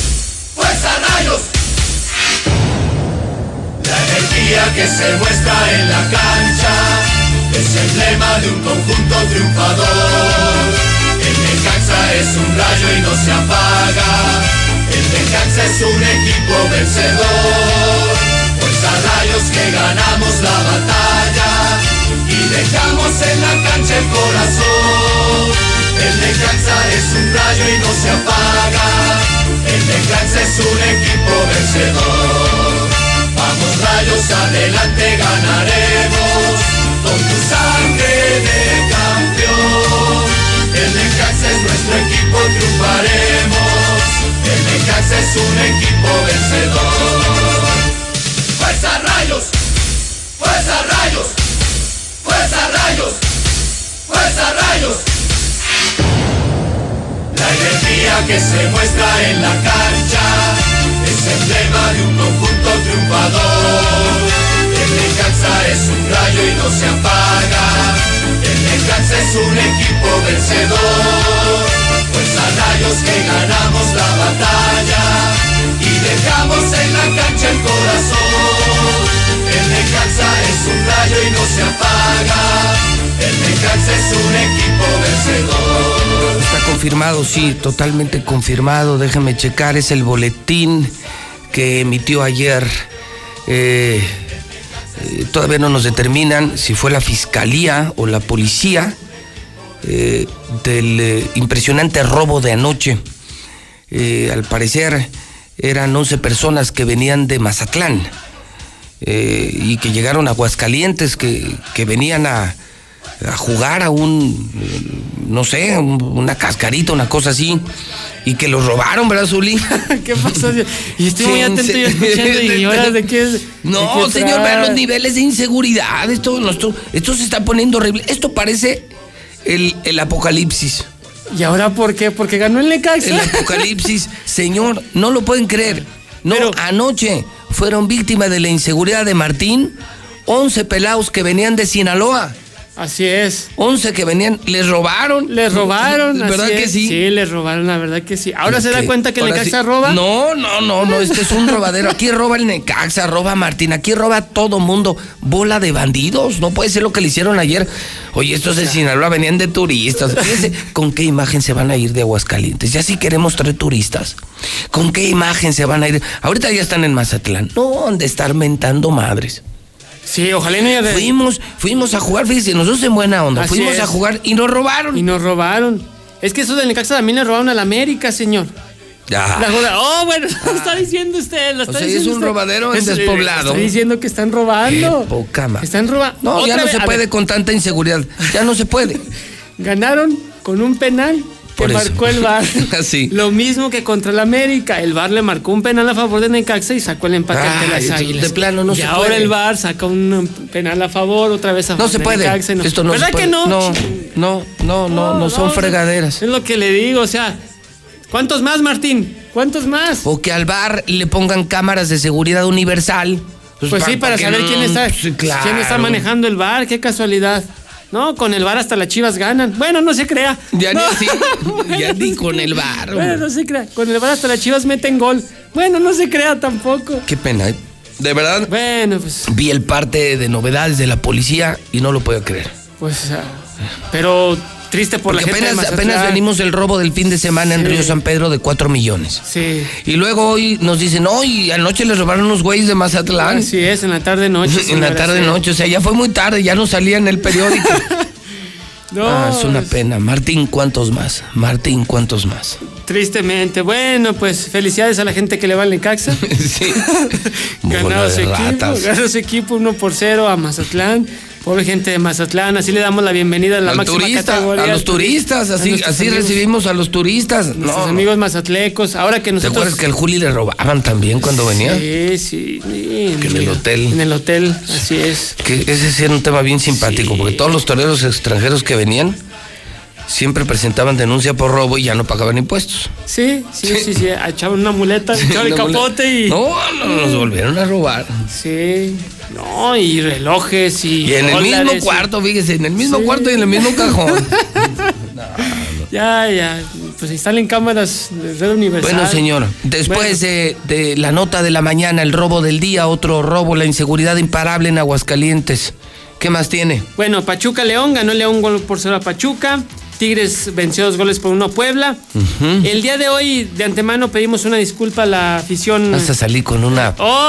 ¡Fuerza Rayos! La energía que se muestra en la cancha es emblema de un conjunto triunfador. El Necaxa es un rayo y no se apaga. El Necaxa es un equipo vencedor. Fuerza Rayos que ganamos la batalla y dejamos en la cancha el corazón. El Necaxa es un rayo y no se apaga. El Necaxa es un equipo vencedor. Vamos Rayos, adelante ganaremos. Con tu sangre de campeón. El Necaxa es nuestro equipo, triunfaremos. El Necaxa es un equipo vencedor. ¡Fuerza Rayos! ¡Fuerza Rayos! ¡Fuerza Rayos! ¡Fuerza Rayos! La energía que se muestra en la cancha es emblema de un conjunto triunfador. El Necaxa es un rayo y no se apaga. El Necaxa es un equipo vencedor. Fuerza Rayos que ganamos la batalla y dejamos en la cancha el corazón. El Necaxa es un rayo y no se apaga. El Necaxa es un equipo vencedor. Está confirmado, sí, totalmente confirmado. Déjeme checar, es el boletín que emitió ayer Eh, eh, todavía no nos determinan si fue la fiscalía o la policía eh, del eh, impresionante robo de anoche. Eh, al parecer eran once personas que venían de Mazatlán eh, y que llegaron a Aguascalientes, que, que venían a, a jugar a un, no sé, un, una cascarita, una cosa así, y que los robaron, ¿verdad, Zuli? ¿Qué pasó? Y estoy muy atento y escuchando, y ahora de qué es. No, qué señor, vean los niveles de inseguridad. Esto, esto, esto se está poniendo horrible. Esto parece el, el apocalipsis. ¿Y ahora por qué? Porque ganó el Necaxa. El apocalipsis, señor, no lo pueden creer. No, Pero, anoche fueron víctimas de la inseguridad de Martín once pelados que venían de Sinaloa. Así es. once que venían, les robaron. Les robaron, ¿verdad así que es. sí? Sí, les robaron, la verdad que sí. ¿Ahora se ¿Qué? da cuenta que el Necaxa sí roba? No, no, no, no, este es un robadero. Aquí roba el Necaxa, roba Martín, aquí roba todo mundo. Bola de bandidos, no puede ser lo que le hicieron ayer. Oye, estos de Sinaloa venían de turistas. Fíjense con qué imagen se van a ir de Aguascalientes. Ya sí queremos tres turistas. ¿Con qué imagen se van a ir? Ahorita ya están en Mazatlán. No han de estar mentando madres. Sí, ojalá no haya de... Fuimos, fuimos a jugar, fíjense, nosotros en buena onda. Así fuimos es. a jugar y nos robaron. Y nos robaron. Es que eso del Necaxa también le robaron a la América, señor. Ya. La joda. Oh, bueno, lo está diciendo usted. Lo está o sea, diciendo es un usted. robadero en Es, despoblado. Está diciendo que están robando. Qué poca madre. Están robando. No, ya no vez, se puede ver. con tanta inseguridad. Ya no se puede. Ganaron con un penal que Por marcó eso. el V A R. Así. Lo mismo que contra el América. El V A R le marcó un penal a favor de Necaxa y sacó el empate Ay, ante las Águilas. de plano no y se ahora puede. el V A R saca un penal a favor, otra vez a favor No se de puede. Necaxa. No. Esto no ¿Verdad se puede. que no? No, no, no, no, no son fregaderas. Es lo que le digo, o sea, ¿cuántos más, Martín? ¿Cuántos más? O que al V A R le pongan cámaras de seguridad universal. Pues, pues sí, para, para saber no, quién está, pues, claro. quién está manejando el V A R, qué casualidad. No, con el V A R hasta las Chivas ganan. Bueno, no se crea. Ya no. ni así. Ya ni con el V A R. Bueno, no se crea. Con el V A R hasta las Chivas meten gol. Bueno, no se crea tampoco. Qué pena. De verdad. Bueno, pues. Vi el parte de novedades de la policía y no lo puedo creer. Pues, uh, pero triste por Porque la gente apenas, de apenas venimos del robo del fin de semana sí. en Río San Pedro de cuatro millones. Sí. Y luego hoy nos dicen, no, y anoche les robaron unos güeyes de Mazatlán. Así es, en la tarde-noche. En la tarde-noche, o sea, ya fue muy tarde, ya no salía en el periódico. No, ah, es una pena. Martín, ¿cuántos más? Martín, ¿cuántos más? Tristemente. Bueno, pues felicidades a la gente que le va al Necaxa. Sí. Ganado su equipo, ganado su equipo uno por cero a Mazatlán. Pobre gente de Mazatlán, así le damos la bienvenida a la al máxima turista, categoría. A los turistas, así, así recibimos a los turistas. Nuestros no, amigos mazatlecos, ahora que nosotros... ¿Te acuerdas que al Juli le robaban también cuando venía? Sí, sí. sí que en el hotel. En el hotel, así es. Que ese sí era un tema bien simpático, sí. Porque todos los toreros extranjeros que venían siempre presentaban denuncia por robo y ya no pagaban impuestos. Sí, sí, sí, sí, sí. Echaban una muleta, echaban el capote y... No, no, nos volvieron a robar. Sí, no, y relojes y... Y en el mismo cuarto, fíjese, en el mismo sí. cuarto y en el mismo cajón. no, no. Ya, ya, pues instalen cámaras de red universal. Bueno, señor, después bueno. De, de la nota de la mañana, el robo del día, otro robo, la inseguridad imparable en Aguascalientes. ¿Qué más tiene? Bueno, Pachuca León, ganó León gol por cero a Pachuca. Tigres venció dos goles por uno a Puebla. Uh-huh. El día de hoy, de antemano, pedimos una disculpa a la afición. Vas a salir con una... Oh.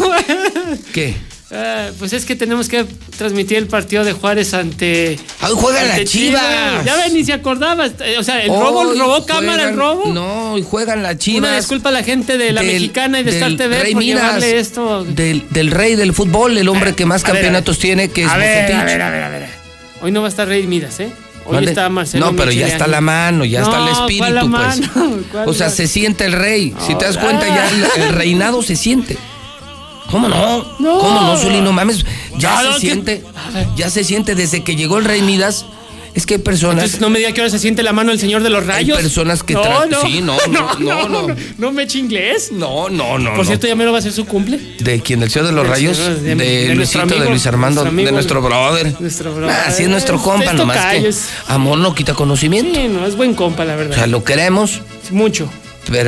¿Qué? Uh, pues es que tenemos que transmitir el partido de Juárez ante... ¡Ay, juegan las Chivas! Ya ven, ni se acordaba. O sea, el robo, oh, robó juegan, cámara, el robo. No, y juegan las Chivas. Una disculpa a la gente de la del, Mexicana y de Star T V Rey por Midas, llevarle esto. Del, del rey del fútbol, el hombre que más a campeonatos ver, tiene, que es a ver, Bucetich. a ver, a ver, a ver. Hoy no va a estar Rey Midas, ¿eh? Hoy ¿Vale? está Marcelo. No, pero ya está la mano, ya no, está el espíritu, ¿cuál la pues. Mano? ¿Cuál o sea, la... se siente el rey. No, si te das cuenta, ah. ya el, el reinado se siente. ¿Cómo no? no? ¿Cómo no, Zuli? No mames. Ya no, se no, siente. Ya se siente desde que llegó el Rey Midas. Es que hay personas. Entonces no me diga que ahora se siente la mano del señor de los rayos. Hay personas que no, tra... no, sí, no, no, no, no. No, no me eche inglés. No, no, no. Por no. cierto, ya me lo va a hacer su cumple. ¿De quién? ¿Del señor de los rayos? De, de, de, de Luisito, amigo, de Luis Armando, amigo, de nuestro brother. Nuestro brother. Ah, sí, es nuestro compa, Esto nomás que es... amor no quita conocimiento. Sí, no, es buen compa, la verdad. O sea, lo queremos. Mucho. Pero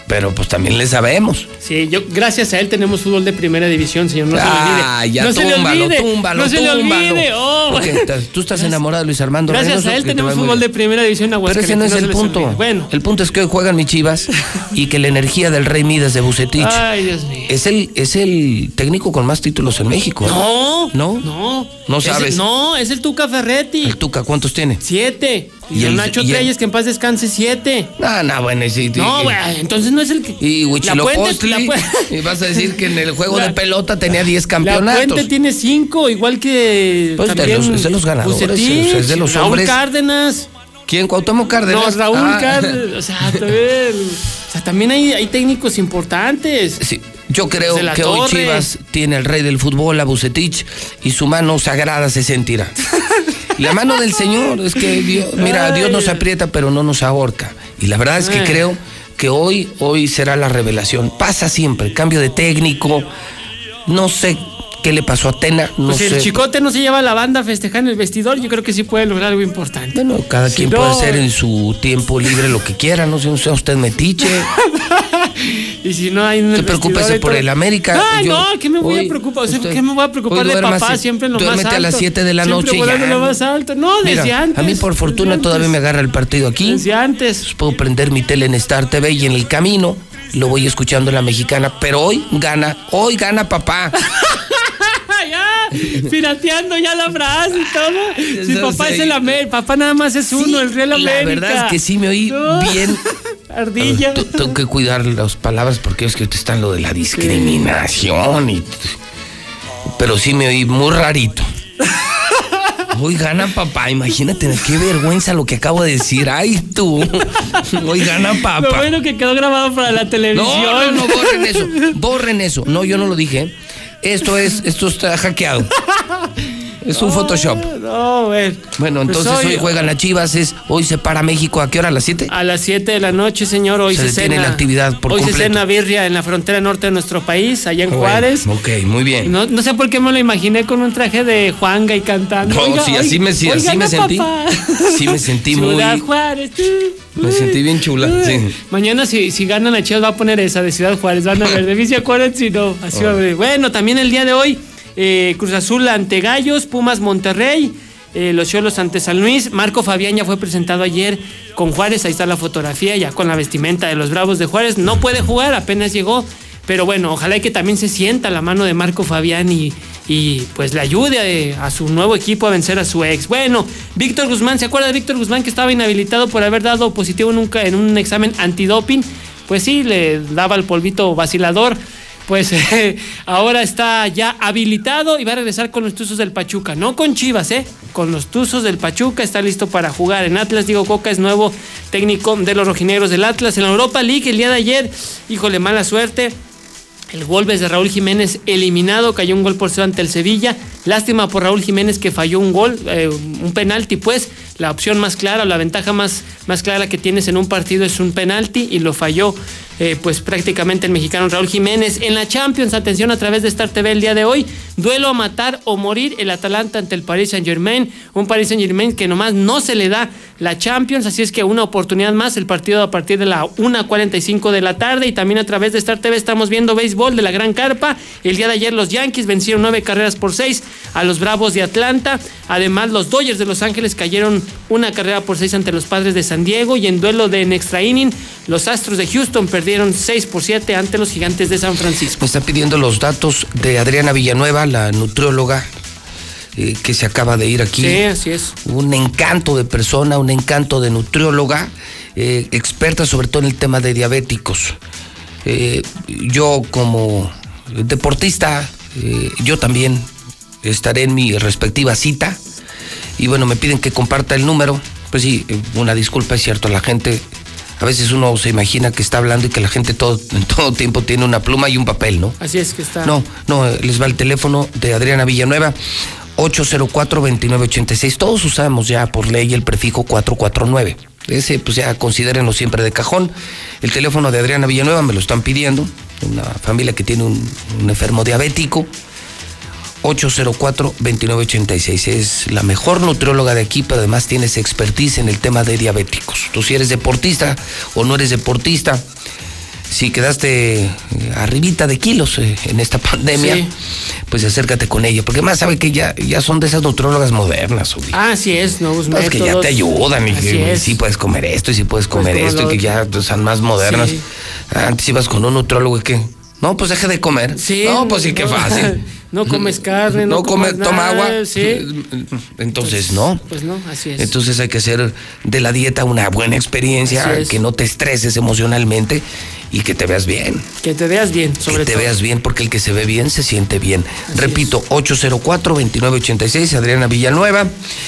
pero pues también le sabemos. Sí, yo, gracias a él tenemos fútbol de primera división, señor. No ah, se le olvide. ya no túmbalo, se le olvide. túmbalo, no se le túmbalo. olvide. Oh. Porque tú estás enamorado de Luis Armando Gracias Reynoso, a él que te tenemos va muy fútbol bien. de primera división en Pero ese no es Aguascalientes, el no se les punto. olvide. Bueno. El punto es que hoy juegan mis Chivas y que la energía del Rey Midas de Bucetich Ay, Dios mío. es el, es el técnico con más títulos en México. No. ¿No? No. No Es el- sabes. no, es el Tuca Ferretti. ¿El Tuca cuántos tiene? Siete. Y, Y el el- Nacho y el- Treyes, que en paz descanse, siete. No, no, bueno, sí. No, y- güey, entonces no es el que. Y Huichilopochtli, La Puente- y vas a decir que en el juego La- de pelota tenía diez La campeonatos. Puente tiene cinco, igual que. Pues de también los- es de los ganadores, Bucetich, es de los Raúl hombres. Cárdenas. ¿Quién? ¿Cuauhtémoc Cárdenas? No, Raúl Ah. Cárdenas. O sea, también, o sea, también hay, hay técnicos importantes. Sí, yo creo De la que hoy Torre. Chivas tiene el rey del fútbol, a Bucetich, y su mano sagrada se sentirá. La mano del Señor, es que Dios, mira, Ay. Dios nos aprieta, pero no nos ahorca. Y la verdad es que Ay. creo que hoy, hoy será la revelación. Pasa siempre, cambio de técnico, no sé qué le pasó a Tena, no Pues si sé. el Chicote no se lleva a la banda a festejar en el vestidor, yo creo que sí puede lograr algo importante. Bueno, cada Si quien no- puede hacer en su tiempo libre lo que quiera, no sé, no sea usted metiche. Y si no hay en el Usted preocúpese vestidor y por todo- el América. Ah, Yo- no, ¿qué me voy hoy- a preocupar? O sea, usted- ¿qué me voy a preocupar hoy de duérmase, papá? Siempre en lo más duérmete alto. a las siete de la Siempre noche y volando ya. en lo más alto. No, desde Mira, antes. a mí por fortuna desde todavía antes. me agarra el partido aquí. Desde antes. Pues puedo prender mi tele en Star T V y en el camino lo voy escuchando en la mexicana. Pero hoy gana, hoy gana papá. Ya, pirateando ya la frase y todo. Si Eso papá sí. es el América, papá nada más es uno, el Real América. La verdad es que sí me oí No. bien. Ardilla. T- Tengo que cuidar las palabras porque es que ahorita están lo de la discriminación y... Pero sí me oí muy rarito. Hoy gana papá, imagínate, qué vergüenza lo que acabo de decir. Ay, tú. Hoy gana papá. Lo bueno que quedó grabado para la televisión. No, no, no, borren eso. Borren eso. No, yo no lo dije. Esto es, esto está hackeado. Es un Photoshop. No, güey. Bueno, Pues entonces hoy- hoy juegan las Chivas, es, hoy se para México, ¿a qué hora? ¿A las siete? A las siete de la noche, señor. Hoy Se se, detiene cena. la actividad por hoy completo. se cena birria en la frontera norte de nuestro país, allá en Bueno, Juárez. ok, muy bien. No, no sé por qué me lo imaginé con un traje de Juanga y cantando. No, Oiga, sí, oiga, así me, sí, así oiga, me no, sentí. papá. Sí me sentí muy... Ciudad Juárez. Me sentí bien chula, sí. Mañana si, si ganan a Chivas va a poner esa de Ciudad Juárez. Van a ver, de Vicia Juárez, si no. Así va a ver. Bueno, también el día de hoy, eh, Cruz Azul ante Gallos, Pumas Monterrey, eh, los Cholos ante San Luis. Marco Fabián ya fue presentado ayer con Juárez. Ahí está la fotografía, ya con la vestimenta de los Bravos de Juárez. No puede jugar, apenas llegó. Pero bueno, ojalá que también se sienta la mano de Marco Fabián y, y pues le ayude a, a su nuevo equipo a vencer a su ex. Bueno, Víctor Guzmán, ¿se acuerda de Víctor Guzmán que estaba inhabilitado por haber dado positivo en un, ca- en un examen antidoping? Pues sí, le daba el polvito vacilador. Pues eh, ahora está ya habilitado y va a regresar con los Tuzos del Pachuca. No con Chivas, ¿eh? Con los Tuzos del Pachuca. Está listo para jugar en Atlas. Diego Coca es nuevo técnico de los rojinegros del Atlas. En la Europa League el día de ayer, híjole, mala suerte. El Wolves de Raúl Jiménez eliminado, cayó un gol por cero ante el Sevilla. Lástima por Raúl Jiménez que falló un gol, eh, un penalti, pues la opción más clara, la ventaja más, más clara que tienes en un partido es un penalti y lo falló eh, pues prácticamente el mexicano Raúl Jiménez. En la Champions, atención a través de Star T V el día de hoy, duelo a matar o morir, el Atalanta ante el Paris Saint Germain, un Paris Saint Germain que nomás no se le da la Champions, así es que una oportunidad más, el partido a partir de la una cuarenta y cinco de la tarde y también a través de Star T V estamos viendo béisbol de la Gran Carpa. El día de ayer los Yankees vencieron nueve carreras por seis a los Bravos de Atlanta, además los Dodgers de Los Ángeles cayeron una carrera por seis ante los Padres de San Diego y en duelo de en extra inning los Astros de Houston perdieron seis por siete ante los Gigantes de San Francisco. Me está pidiendo los datos de Adriana Villanueva, la nutrióloga eh, que se acaba de ir aquí. Sí, así es. Un encanto de persona, un encanto de nutrióloga, eh, experta sobre todo en el tema de diabéticos. Eh, yo como deportista, eh, yo también estaré en mi respectiva cita y bueno, me piden que comparta el número. Pues sí, una disculpa, es cierto, la gente, a veces uno se imagina que está hablando y que la gente todo, en todo tiempo tiene una pluma y un papel, ¿no? Así es que está. No, no, les va el teléfono de Adriana Villanueva, ocho cero cuatro, veintinueve ochenta y seis. Todos usamos ya por ley el prefijo cuatro cuatro nueve. Ese, pues ya considérenlo siempre de cajón. El teléfono de Adriana Villanueva me lo están pidiendo, una familia que tiene un, un enfermo diabético. ocho cero cuatro, veintinueve ochenta y seis. Es la mejor nutrióloga de aquí, pero además tienes expertise en el tema de diabéticos. Tú si eres deportista o no eres deportista, si quedaste arribita de kilos eh, en esta pandemia, sí. pues acércate con ella, porque más sabe que ya, ya son de esas nutriólogas modernas. Uli. Ah, sí es, nuevos métodos. Que ya te ayudan y que es. sí puedes comer esto y sí puedes comer pues esto y que ya pues, son más modernas. Sí. Antes ibas con un nutriólogo y que, no, pues deje de comer. Sí, no, pues sí, no, qué fácil. No comes carne, no, no comes, comes toma nada, agua. Sí. Entonces, pues, no. Pues no, así es. Entonces hay que hacer de la dieta una buena experiencia, que no te estreses emocionalmente y que te veas bien. Que te veas bien, sobre Que te todo. veas bien, porque el que se ve bien se siente bien. Así Repito, es. ocho cero cuatro, veintinueve ochenta y seis, Adriana Villanueva.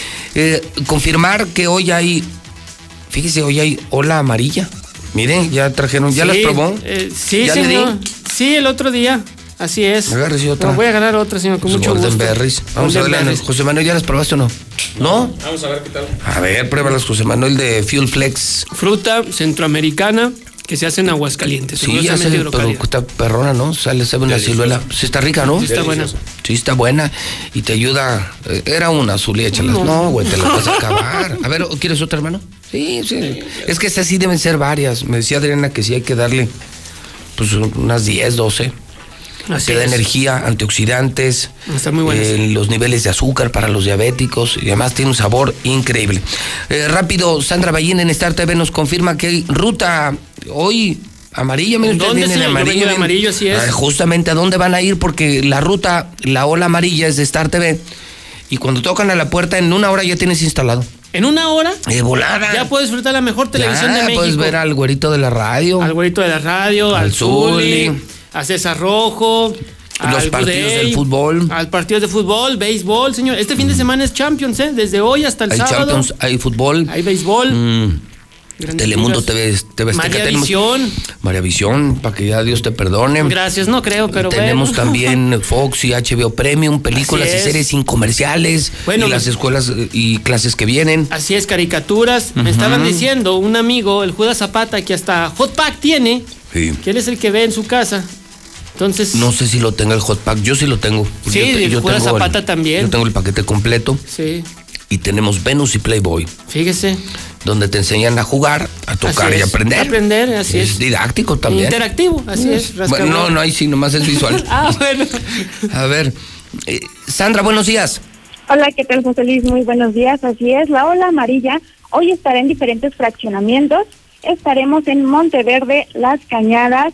Eh, confirmar que hoy hay, fíjese, hoy hay ola amarilla. Miren, ya trajeron, ¿ya sí, las probó? Eh, sí, ¿Ya señor. Sí, el otro día. Así es. Agárrese otra. No, voy a ganar otra, señor, con pues mucho Golden gusto. Berries. Vamos Golden a verla. Berries. José Manuel, ¿ya las probaste o no? ¿No? Vamos a ver qué tal. A ver, pruébalas, José Manuel, de Fuel Flex. Fruta centroamericana que se hace en Aguascalientes. Sí, ya sé, pero está perrona, ¿no? Sale, sabe una ciruela. Sí, está rica, ¿no? Sí, está buena. Sí, está buena. Y te ayuda. Eh, era una, Zuli, échalas. No, no, güey, te la vas a acabar. A ver, ¿quieres otra, hermano? Sí, sí. Es que estas sí deben ser varias. Me decía Adriana que sí hay que darle, pues, unas diez, doce. Así te da es. energía, antioxidantes, está muy bueno, eh, sí. los niveles de azúcar para los diabéticos y además tiene un sabor increíble. Eh, rápido, Sandra Ballín en Star T V nos confirma que hay ruta hoy amarilla. Miren, ¿dónde vienen sí? amarillo, de amarillo, así es. Eh, justamente a dónde van a ir, porque la ruta, la ola amarilla es de Star T V y cuando tocan a la puerta en una hora ya tienes instalado. ¿En una hora? De volada. Ya puedes disfrutar la mejor televisión ya, de México. Puedes ver al güerito de la radio. Al güerito de la radio, al, al Zuli, Zuli, a César Rojo. Los al partidos Budey, del fútbol. Al partido de fútbol, béisbol, señor. Este fin de semana es Champions, ¿eh? Desde hoy hasta el hay sábado. Hay Champions, hay fútbol. Hay béisbol. Mm. Telemundo T V, T V María Visión. María Visión, para que ya Dios te perdone. Gracias, no creo, pero tenemos bueno. también Fox y H B O Premium, películas y series sin comerciales. Bueno, y las escuelas y clases que vienen. Así es, caricaturas. Uh-huh. Me estaban diciendo un amigo, el Judas Zapata, que hasta Hot Pack tiene. Sí. Que él es el que ve en su casa. Entonces, no sé si lo tenga el Hot Pack, yo sí lo tengo. Sí, yo, el yo Judas tengo Zapata el, también. Yo tengo el paquete completo. Sí. Y tenemos Venus y Playboy. Fíjese. Donde te enseñan a jugar, a tocar y a aprender. Aprender, así es. Es didáctico también. Interactivo, así es. es. Bueno, no, no, ahí sí, nomás es visual. Ah, bueno. A ver, eh, Sandra, buenos días. Hola, ¿qué tal, José Luis? Muy buenos días, así es. La ola amarilla hoy estará en diferentes fraccionamientos. Estaremos en Monteverde, Las Cañadas,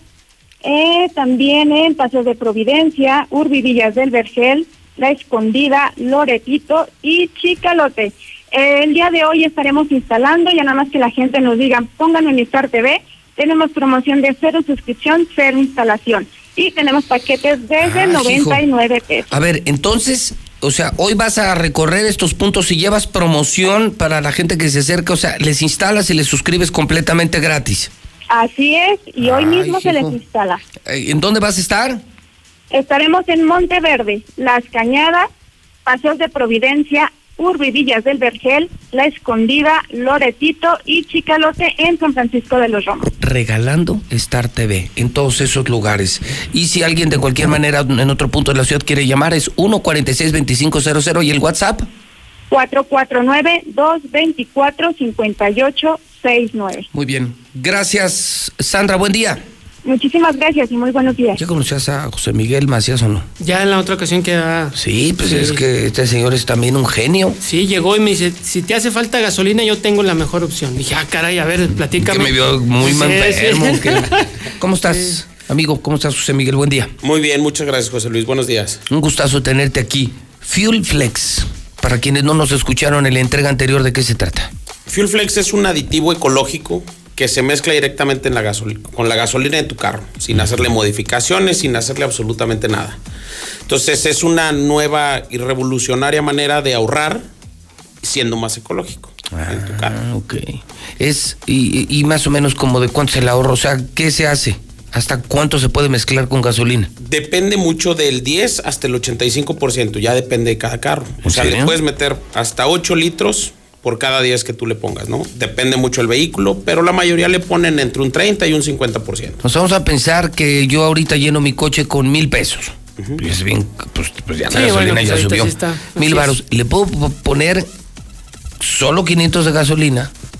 eh, también en Paseo de Providencia, Urbi Villas del Vergel, La Escondida, Loretito y Chicalote. El día de hoy estaremos instalando, ya nada más que la gente nos diga, pónganlo en Star T V, tenemos promoción de cero suscripción, cero instalación. Y tenemos paquetes desde ah, noventa y nueve pesos. A ver, entonces, o sea, hoy vas a recorrer estos puntos y llevas promoción para la gente que se acerca, o sea, les instalas y les suscribes completamente gratis. Así es, y hoy Ay, mismo hijo. se les instala. ¿En dónde vas a estar? Estaremos en Monteverde, Las Cañadas, Paseos de Providencia, Urbi Villas del Vergel, La Escondida, Loretito y Chicalote en San Francisco de los Romos. Regalando Star T V en todos esos lugares. Y si alguien de cualquier manera en otro punto de la ciudad quiere llamar, es uno cuarenta y seis, veinticinco cero cero y el WhatsApp. cuatro cuatro nueve, dos dos cuatro, cinco ocho seis nueve. Muy bien. Gracias, Sandra. Buen día. Muchísimas gracias y muy buenos días. ¿Ya conocías a José Miguel Macías o no? Ya en la otra ocasión que... Ah, sí, pues sí. Es que este señor es también un genio. Sí, llegó y me dice, si te hace falta gasolina, yo tengo la mejor opción. Dije, ah, caray, a ver, platícame. Que me vio muy sí, enfermo. sí. Que... ¿Cómo estás, sí. amigo? ¿Cómo estás, José Miguel? Buen día. Muy bien, muchas gracias, José Luis. Buenos días. Un gustazo tenerte aquí. Fuel Flex. Para quienes no nos escucharon en la entrega anterior, ¿de qué se trata? Fuel Flex es un aditivo ecológico que se mezcla directamente en la gasol- con la gasolina de tu carro, sin hacerle modificaciones, sin hacerle absolutamente nada. Entonces es una nueva y revolucionaria manera de ahorrar siendo más ecológico ah, en tu carro. Ok. Es, y, y más o menos como de cuánto es el ahorro, o sea, ¿qué se hace? ¿Hasta cuánto se puede mezclar con gasolina? Depende mucho del diez hasta el ochenta y cinco por ciento, ya depende de cada carro. O sea, serio? le puedes meter hasta ocho litros por cada diez que tú le pongas, ¿no? Depende mucho del vehículo, pero la mayoría le ponen entre un treinta y un cincuenta por ciento. Nos vamos a pensar que yo ahorita lleno mi coche con mil pesos. Uh-huh. Pues bien, pues, pues ya la sí, gasolina bueno, pues ya subió. Sí está. Mil varos. Le puedo poner solo quinientos de gasolina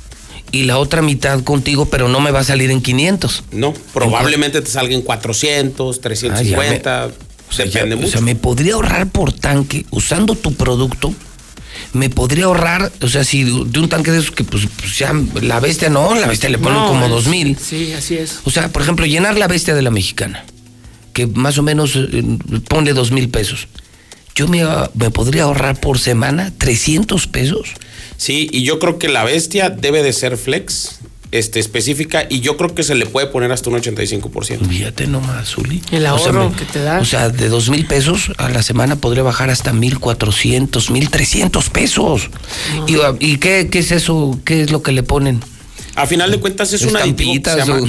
y la otra mitad contigo, pero no me va a salir en quinientos. No, probablemente te salga en cuatrocientos, trescientos cincuenta, ah, me, o sea, depende ya, mucho. O sea, me podría ahorrar por tanque, usando tu producto, me podría ahorrar, o sea, si de un tanque de esos que pues, pues ya, la Bestia no, la Bestia le ponen no, como dos mil. Sí, así es. O sea, por ejemplo, llenar la Bestia de la Mexicana, que más o menos eh, ponle dos mil pesos. Yo me, me podría ahorrar por semana trescientos pesos. Sí, y yo creo que la Bestia debe de ser flex, este, específica, y yo creo que se le puede poner hasta un ochenta y cinco por ciento. Fíjate nomás, Zuli. El ahorro o sea, me, que te da. O sea, de dos mil pesos a la semana podría bajar hasta mil cuatrocientos, mil trescientos pesos. No. ¿Y, y qué, qué es eso? ¿Qué es lo que le ponen? A final de cuentas es un aditivo que se llama...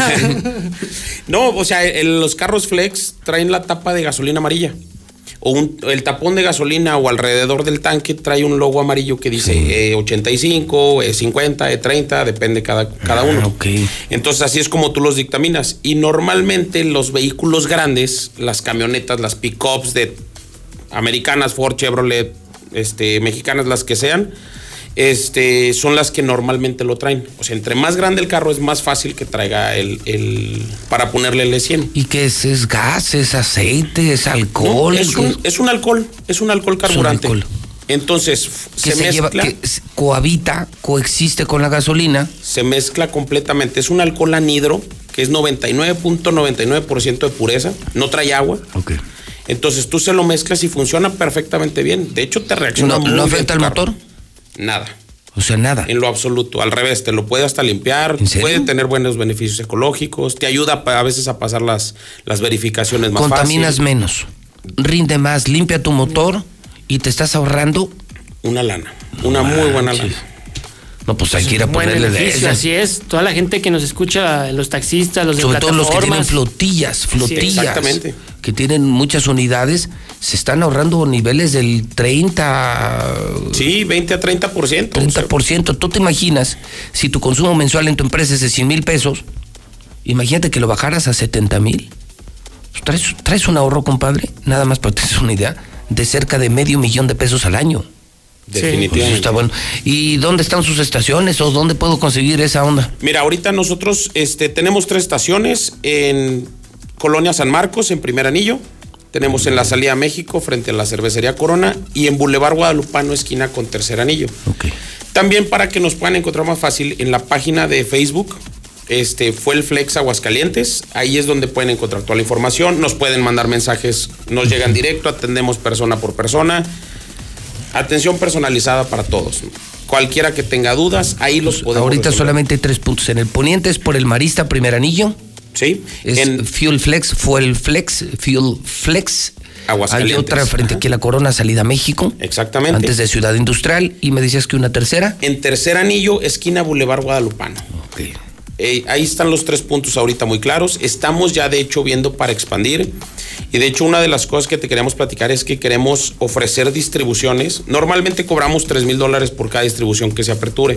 No, o sea, el, los carros flex traen la tapa de gasolina amarilla. O un, el tapón de gasolina o alrededor del tanque trae un logo amarillo que dice sí. eh, ochenta y cinco, eh, cincuenta, eh, treinta, depende cada, cada ah, uno. Okay. Entonces así es como tú los dictaminas. Y normalmente los vehículos grandes, las camionetas, las pick-ups de americanas, Ford, Chevrolet, este, mexicanas, las que sean, este, son las que normalmente lo traen. O sea, entre más grande el carro es más fácil que traiga el, el para ponerle el E cien. ¿Y qué es? ¿Es gas? ¿Es aceite? ¿Es alcohol? No, es, un, es un alcohol, es un alcohol carburante. Un alcohol. Entonces, se, se mezcla. Lleva, que cohabita, coexiste con la gasolina. Se mezcla completamente. Es un alcohol anhidro, que es noventa y nueve punto noventa y nueve por ciento de pureza, no trae agua. Okay. Entonces tú se lo mezclas y funciona perfectamente bien. De hecho, te reacciona ¿No, muy ¿no bien. afecta el motor? Nada. O sea, nada. En lo absoluto. Al revés, te lo puede hasta limpiar, puede tener buenos beneficios ecológicos, te ayuda a veces a pasar las, las verificaciones más fácil. Contaminas menos, rinde más, limpia tu motor y te estás ahorrando una lana, una ah, muy buena lana. No, pues hay que ir a ponerle de eso. Así es, toda la gente que nos escucha, los taxistas, los de sobre todo los que tienen plataformas. flotillas, flotillas, Sí, exactamente. que tienen muchas unidades, se están ahorrando niveles del treinta. Sí, veinte a treinta por ciento. treinta por ciento. ¿Tú te imaginas si tu consumo mensual en tu empresa es de cien mil pesos? Imagínate que lo bajaras a setenta mil. Pues traes, traes un ahorro, compadre, nada más para tener una idea, de cerca de medio millón de pesos al año. Definitivamente. Sí, pues está bueno. ¿Y dónde están sus estaciones o dónde puedo conseguir esa onda? Mira, ahorita nosotros este, tenemos tres estaciones en Colonia San Marcos, en Primer Anillo. Tenemos en la salida a México, frente a la cervecería Corona, y en Boulevard Guadalupano, esquina con Tercer Anillo. Okay. También para que nos puedan encontrar más fácil, en la página de Facebook, este, fue el Flex Aguascalientes. Ahí es donde pueden encontrar toda la información. Nos pueden mandar mensajes, nos llegan directo, atendemos persona por persona. Atención personalizada para todos. Cualquiera que tenga dudas, ahí los podemos Ahorita resolver. Solamente hay tres puntos. En el poniente es por el Marista Primer Anillo. Sí. Es en Fuel Flex, Fuel Flex, Fuel Flex. Aguascalientes. Hay otra frente Ajá. aquí a la Corona, salida a México. Exactamente. Antes de Ciudad Industrial. Y me decías que una tercera. En Tercer Anillo, esquina Boulevard Guadalupano. Ok. Eh, ahí están los tres puntos ahorita muy claros. Estamos ya de hecho viendo para expandir. Y de hecho una de las cosas que te queremos platicar es que queremos ofrecer distribuciones. Normalmente cobramos tres mil dólares por cada distribución que se aperture.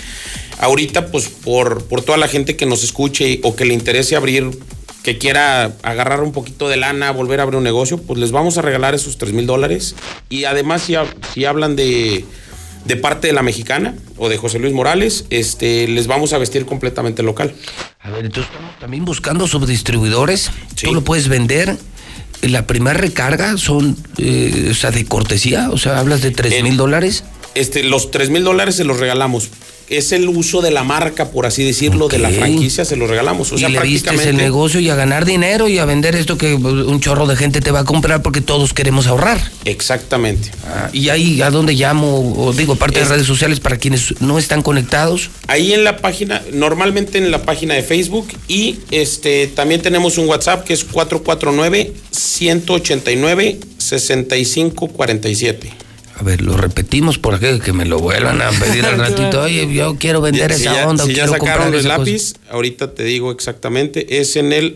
Ahorita pues por, por toda la gente que nos escuche o que le interese abrir, que quiera agarrar un poquito de lana, volver a abrir un negocio, pues les vamos a regalar esos tres mil dólares. Y además si, si hablan de... de parte de La Mexicana o de José Luis Morales, este, les vamos a vestir completamente local. A ver, entonces estamos también buscando subdistribuidores. Sí. Tú lo puedes vender. La primera recarga son, eh, o sea, de cortesía. O sea, hablas de tres mil dólares. Este, los tres mil dólares se los regalamos. Es el uso de la marca, por así decirlo, okay. de la franquicia, se los regalamos. O sea, y le prácticamente... diste el negocio y a ganar dinero y a vender esto que un chorro de gente te va a comprar porque todos queremos ahorrar. Exactamente. Ah, ¿y ahí a dónde llamo? O digo, aparte es... de redes sociales para quienes no están conectados. Ahí en la página, normalmente en la página de Facebook, y este también tenemos un WhatsApp que es cuatro cuatro nueve, uno ocho nueve, seis cinco cuatro siete. A ver, lo repetimos por aquí, que me lo vuelvan a pedir al ratito. Oye, yo quiero vender si esa ya, onda. Si ya quiero sacaron el lápiz, cosa. Ahorita te digo exactamente, es en el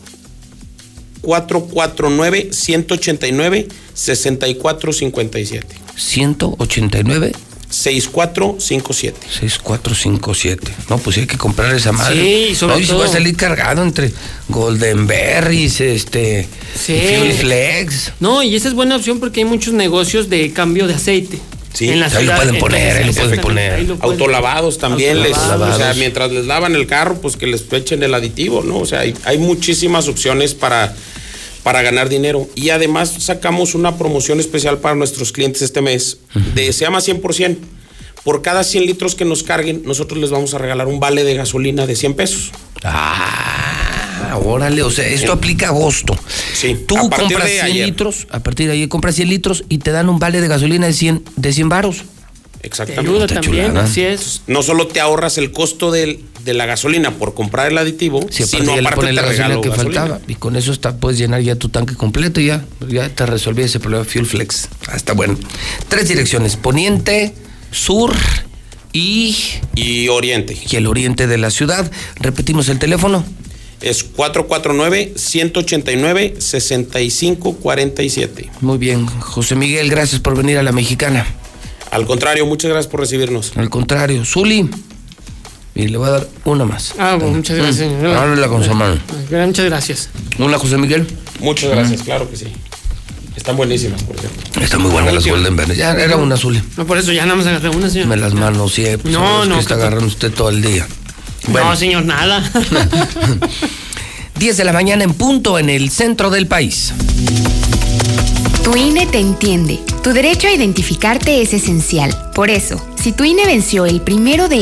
cuatro cuatro nueve, uno ocho nueve, seis cuatro cinco siete. ciento ochenta y nueve. seis cuatro cinco siete. seis cuatro cinco siete. No, pues hay que comprar esa madre. Sí, sobre no, todo. Y se va a salir cargado entre Golden Berries, este, sí. Fuel Flex. No, y esa es buena opción porque hay muchos negocios de cambio de aceite. Sí, en la ahí ciudad, lo pueden poner, ahí lo pueden poner. poner. Autolavados también, Autolavados. les, o sea, mientras les lavan el carro, pues que les echen el aditivo, ¿no? O sea, hay, hay muchísimas opciones para, para ganar dinero. Y además sacamos una promoción especial para nuestros clientes este mes, de se llama cien por ciento. Por cada cien litros que nos carguen, nosotros les vamos a regalar un vale de gasolina de cien pesos. Ah, órale, o sea, esto aplica agosto. Sí, tú a partir compras de cien ayer. litros, a partir de ahí compras cien litros y te dan un vale de gasolina de cien, de cien varos. Exactamente. Te ayuda también, así es. No solo te ahorras el costo del, de la gasolina por comprar el aditivo, Sí, aparte sino ya le aparte pones te la gasolina regalo que gasolina. faltaba y con eso está, puedes llenar ya tu tanque completo y ya, ya te resolví ese problema. Fuel Flex. Ah, está bueno. Tres direcciones: Poniente, Sur y... Y Oriente. Y el oriente de la ciudad. Repetimos el teléfono. Es cuatro cuatro nueve, uno ocho nueve, seis cinco cuatro siete. Muy bien, José Miguel, gracias por venir a La Mexicana. Al contrario, muchas gracias por recibirnos. Al contrario, Zuli. Y le voy a dar una más. Ah, bueno, muchas gracias. Mm. Háblala con su mano. Muchas gracias. Hola, José Miguel. Muchas gracias, claro que sí. Están buenísimas, por cierto. Están muy buenas las Golden Bennett. Ya era una, Zuli. No, por eso ya nada más agarré una, señor. Me las manoseé. Pues, No, no, que está que- agarrando usted todo el día. Bueno. No, señor, nada. diez de la mañana en punto en el centro del país. Tu I N E te entiende. Tu derecho a identificarte es esencial. Por eso, si tu I N E venció el primero de